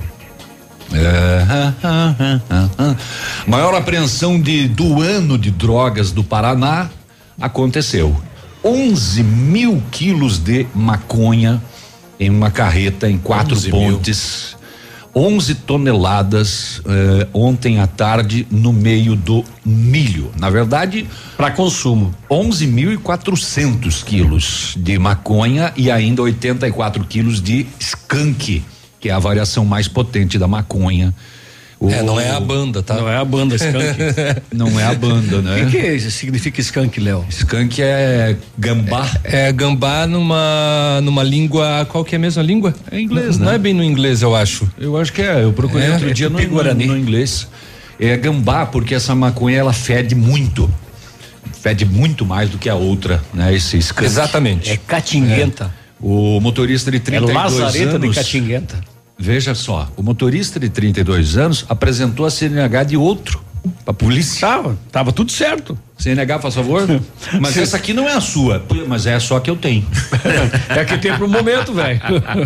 Maior apreensão do ano de drogas do Paraná aconteceu. 11 mil quilos de maconha em uma carreta em 4 pontes. 11 toneladas ontem à tarde no meio do milho. Na verdade, para consumo. 11.400 quilos de maconha e ainda 84 quilos de skunk, que é a variação mais potente da maconha. Não é a banda, tá? Não é a banda skunk. Não é a banda, né? O que significa skunk, Léo? Skunk é gambá. É gambá numa língua, qual que é a mesma língua? É inglês, né? Não é bem no inglês, eu acho. Eu acho que eu procurei outro dia no inglês. É gambá, porque essa maconha ela fede muito mais do que a outra, né? Esse skunk. Exatamente. É catinguenta. O motorista de 32 anos. É lazareta de catinguenta. Veja só, o motorista de 32 anos apresentou a CNH de outro pra polícia. Tava tudo certo. CNH, faz favor? Mas essa aqui não é a sua, mas é só que eu tenho. É que tem pro momento, velho.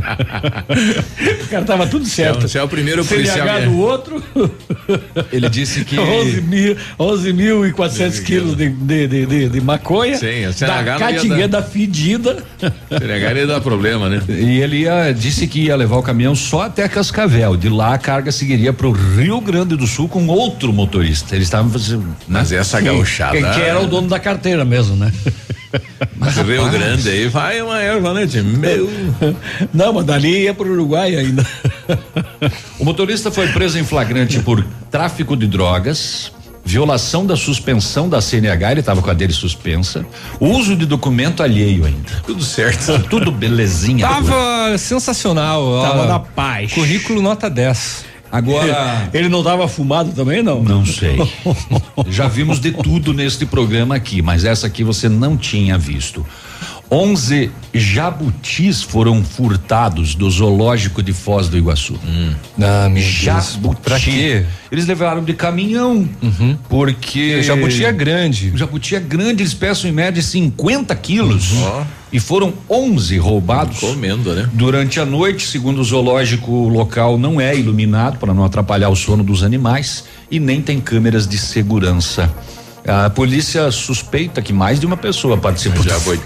O cara tava tudo certo. Você é o primeiro policial. CNH do outro. Ele disse que 11.400 quilos de maconha. Sim, a CNH da catingueta fedida. CNH ia dar problema, né? E ele disse que ia levar o caminhão só até Cascavel. De lá a carga seguiria pro Rio Grande do Sul com outro motorista. Eles estavam fazendo. Mas essa gauchada. Que era o dono da carteira mesmo, né? Mas o Rio Grande aí vai uma erva, né, meu? Não, mas dali ia pro Uruguai ainda. O motorista foi preso em flagrante por tráfico de drogas, violação da suspensão da CNH, ele estava com a dele suspensa, uso de documento alheio ainda. Tudo certo. Tudo belezinha. Tava sensacional. Tava na paz. Currículo nota 10. Agora. Ele não tava fumado também, não? Não sei. Já vimos de tudo neste programa aqui, mas essa aqui você não tinha visto. 11 jabutis foram furtados do zoológico de Foz do Iguaçu. Jabuti. Pra quê? Eles levaram de caminhão, porque... Jabuti é grande. O jabuti é grande, eles pesam em média 50 quilos. E foram 11 roubados. Comendo, né? Durante a noite, segundo o zoológico, o local não é iluminado para não atrapalhar o sono dos animais e nem tem câmeras de segurança. A polícia suspeita que mais de uma pessoa participou.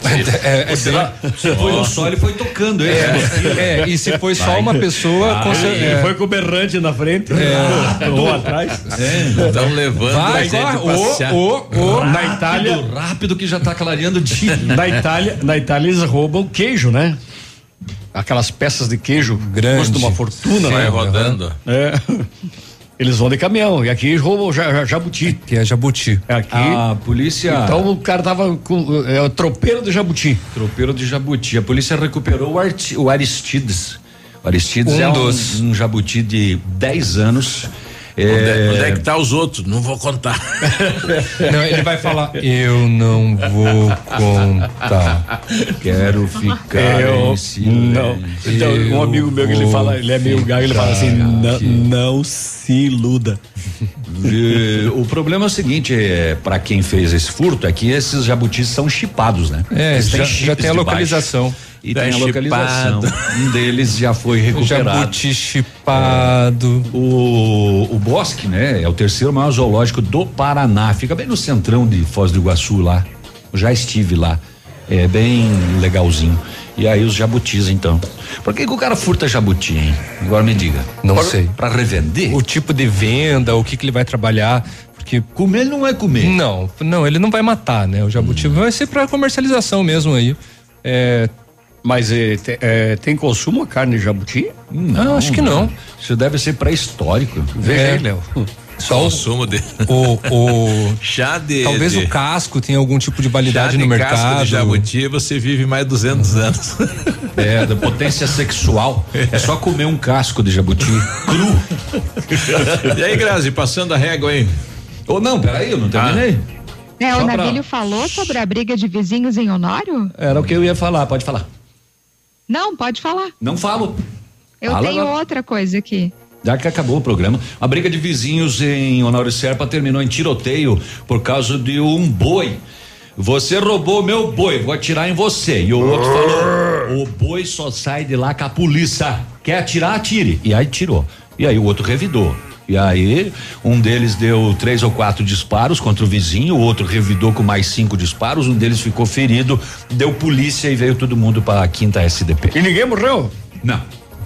Se foi um só, ele foi tocando. E se foi só uma pessoa, ele foi com o berrante na frente, ou atrás. Estão levando vai, na Itália, rápido que já está clareando o dia. Na Itália eles roubam queijo, né? Aquelas peças de queijo grande, custa uma fortuna. Vai rodando. Eles vão de caminhão, e aqui roubam jabuti. Que é jabuti. Aqui. A polícia. Então o cara tava com o tropeiro de jabuti. Tropeiro de jabuti. A polícia recuperou o Aristides. O Aristides é um jabuti de 10 anos. Onde é que tá os outros? Não vou contar. Não, ele vai falar, eu não vou contar. Quero ficar em silêncio. Não. Então, um amigo meu que ele fala, ele é meio gago, ele fala assim, não se iluda. O problema é o seguinte, para quem fez esse furto, é que esses jabutis são chipados, né? Já tem a localização. E tem a localização. Um deles já foi recuperado. Jabuti chipado. O Bosque, né? É o terceiro maior zoológico do Paraná. Fica bem no centrão de Foz do Iguaçu lá. Eu já estive lá. É bem legalzinho. E aí os jabutis, então. Por que o cara furta jabuti, hein? Agora me diga. Não sei. Pra revender? O tipo de venda, o que ele vai trabalhar. Porque comer ele não vai comer. Não, ele não vai matar, né? O jabuti vai ser pra comercialização mesmo aí. Mas tem consumo a carne de jabuti? Não, acho que não. Isso deve ser pré-histórico. Veja aí, Léo. Só o consumo dele. Chá de. Talvez o casco tenha algum tipo de validade no mercado. Casco de jabuti, você vive mais 200 anos. Da potência sexual. É só comer um casco de jabuti cru. E aí, Grazi, passando a régua aí? Não, peraí, eu não terminei. O Nabilho falou sobre a briga de vizinhos em Honório? Era o que eu ia falar, pode falar. Não, pode falar. Não falo. Eu tenho outra coisa aqui. Já que acabou o programa, a briga de vizinhos em Honório Serpa terminou em tiroteio por causa de um boi. Você roubou meu boi, vou atirar em você. E o outro falou, o boi só sai de lá com a polícia. Quer atirar, atire. E aí tirou. E aí o outro revidou. E aí, um deles deu 3 ou 4 disparos contra o vizinho, o outro revidou com mais 5 disparos, um deles ficou ferido, deu polícia e veio todo mundo para a 5ª SDP. E ninguém morreu? Não.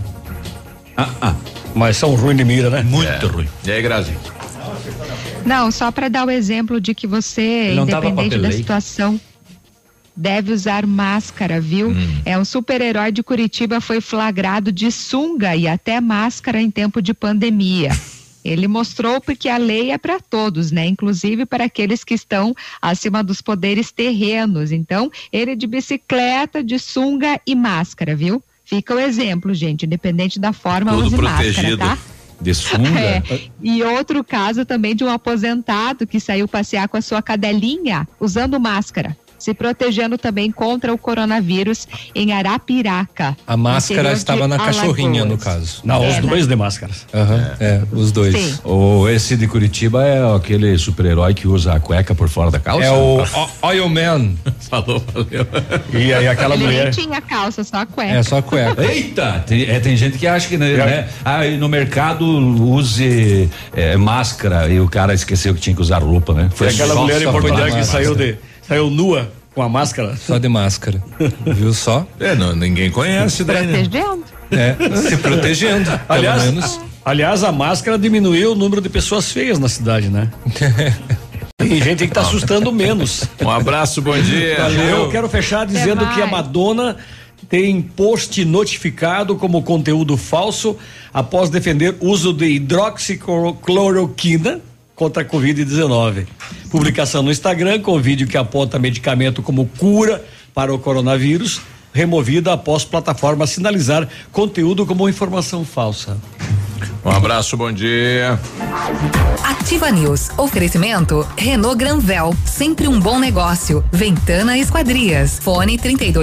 Mas são ruins de mira, né? Muito ruim. E aí, Grazi? Não, só para dar o exemplo de que você, independente da situação, deve usar máscara, viu? Um super-herói de Curitiba foi flagrado de sunga e até máscara em tempo de pandemia. Ele mostrou porque a lei é para todos, né? Inclusive para aqueles que estão acima dos poderes terrenos. Então, ele de bicicleta, de sunga e máscara, viu? Fica o exemplo, gente, independente da forma, tudo use protegido. Máscara, tá? De sunga? E outro caso também de um aposentado que saiu passear com a sua cadelinha usando máscara, se protegendo também contra o coronavírus em Arapiraca. A máscara estava na cachorrinha, no caso. Não, os dois de máscaras. Os dois. Sim. Esse de Curitiba é aquele super-herói que usa a cueca por fora da calça? É o Oil Man. Falou, valeu. E aí aquela ele mulher. nem tinha calça, só a cueca. É só a cueca. Eita! Tem gente que acha que, né? No mercado use máscara e o cara esqueceu que tinha que usar roupa, né? Foi aquela mulher em Porto Alegre que saiu nua com a máscara. Só de máscara. Viu só? Ninguém conhece, daí, protegendo. Se protegendo. Aliás, a máscara diminuiu o número de pessoas feias na cidade, né? Tem gente que tá assustando menos. Um abraço, bom dia. Valeu. Eu quero fechar dizendo que a Madonna tem post notificado como conteúdo falso após defender uso de hidroxicloroquina contra a Covid-19. Publicação no Instagram com vídeo que aponta medicamento como cura para o coronavírus, removida após plataforma sinalizar conteúdo como informação falsa. Um abraço, bom dia. Ativa News. Oferecimento Renault Granvel, sempre um bom negócio. Ventana Esquadrias. Fone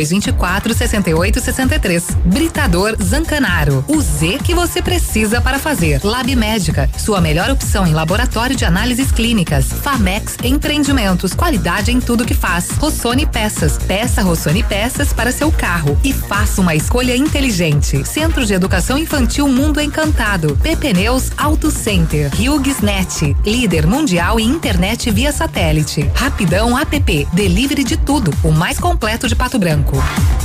3224-6863. Britador Zancanaro. O Z que você precisa para fazer. Lab Médica, sua melhor opção em laboratório de análises clínicas. Famex Empreendimentos, qualidade em tudo que faz. Rossoni Peças. Peça Rossoni Peças para seu carro e faça uma escolha inteligente. Centro de Educação Infantil Mundo Encantado. Pneus Auto Center. HughesNet, líder mundial em internet via satélite. Rapidão App, delivery de tudo, o mais completo de Pato Branco.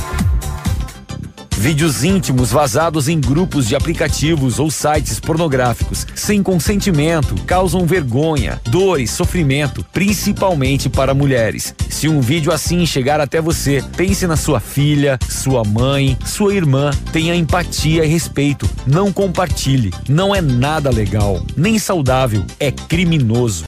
Vídeos íntimos vazados em grupos de aplicativos ou sites pornográficos, sem consentimento, causam vergonha, dor e sofrimento, principalmente para mulheres. Se um vídeo assim chegar até você, pense na sua filha, sua mãe, sua irmã. Tenha empatia e respeito. Não compartilhe. Não é nada legal, nem saudável. É criminoso.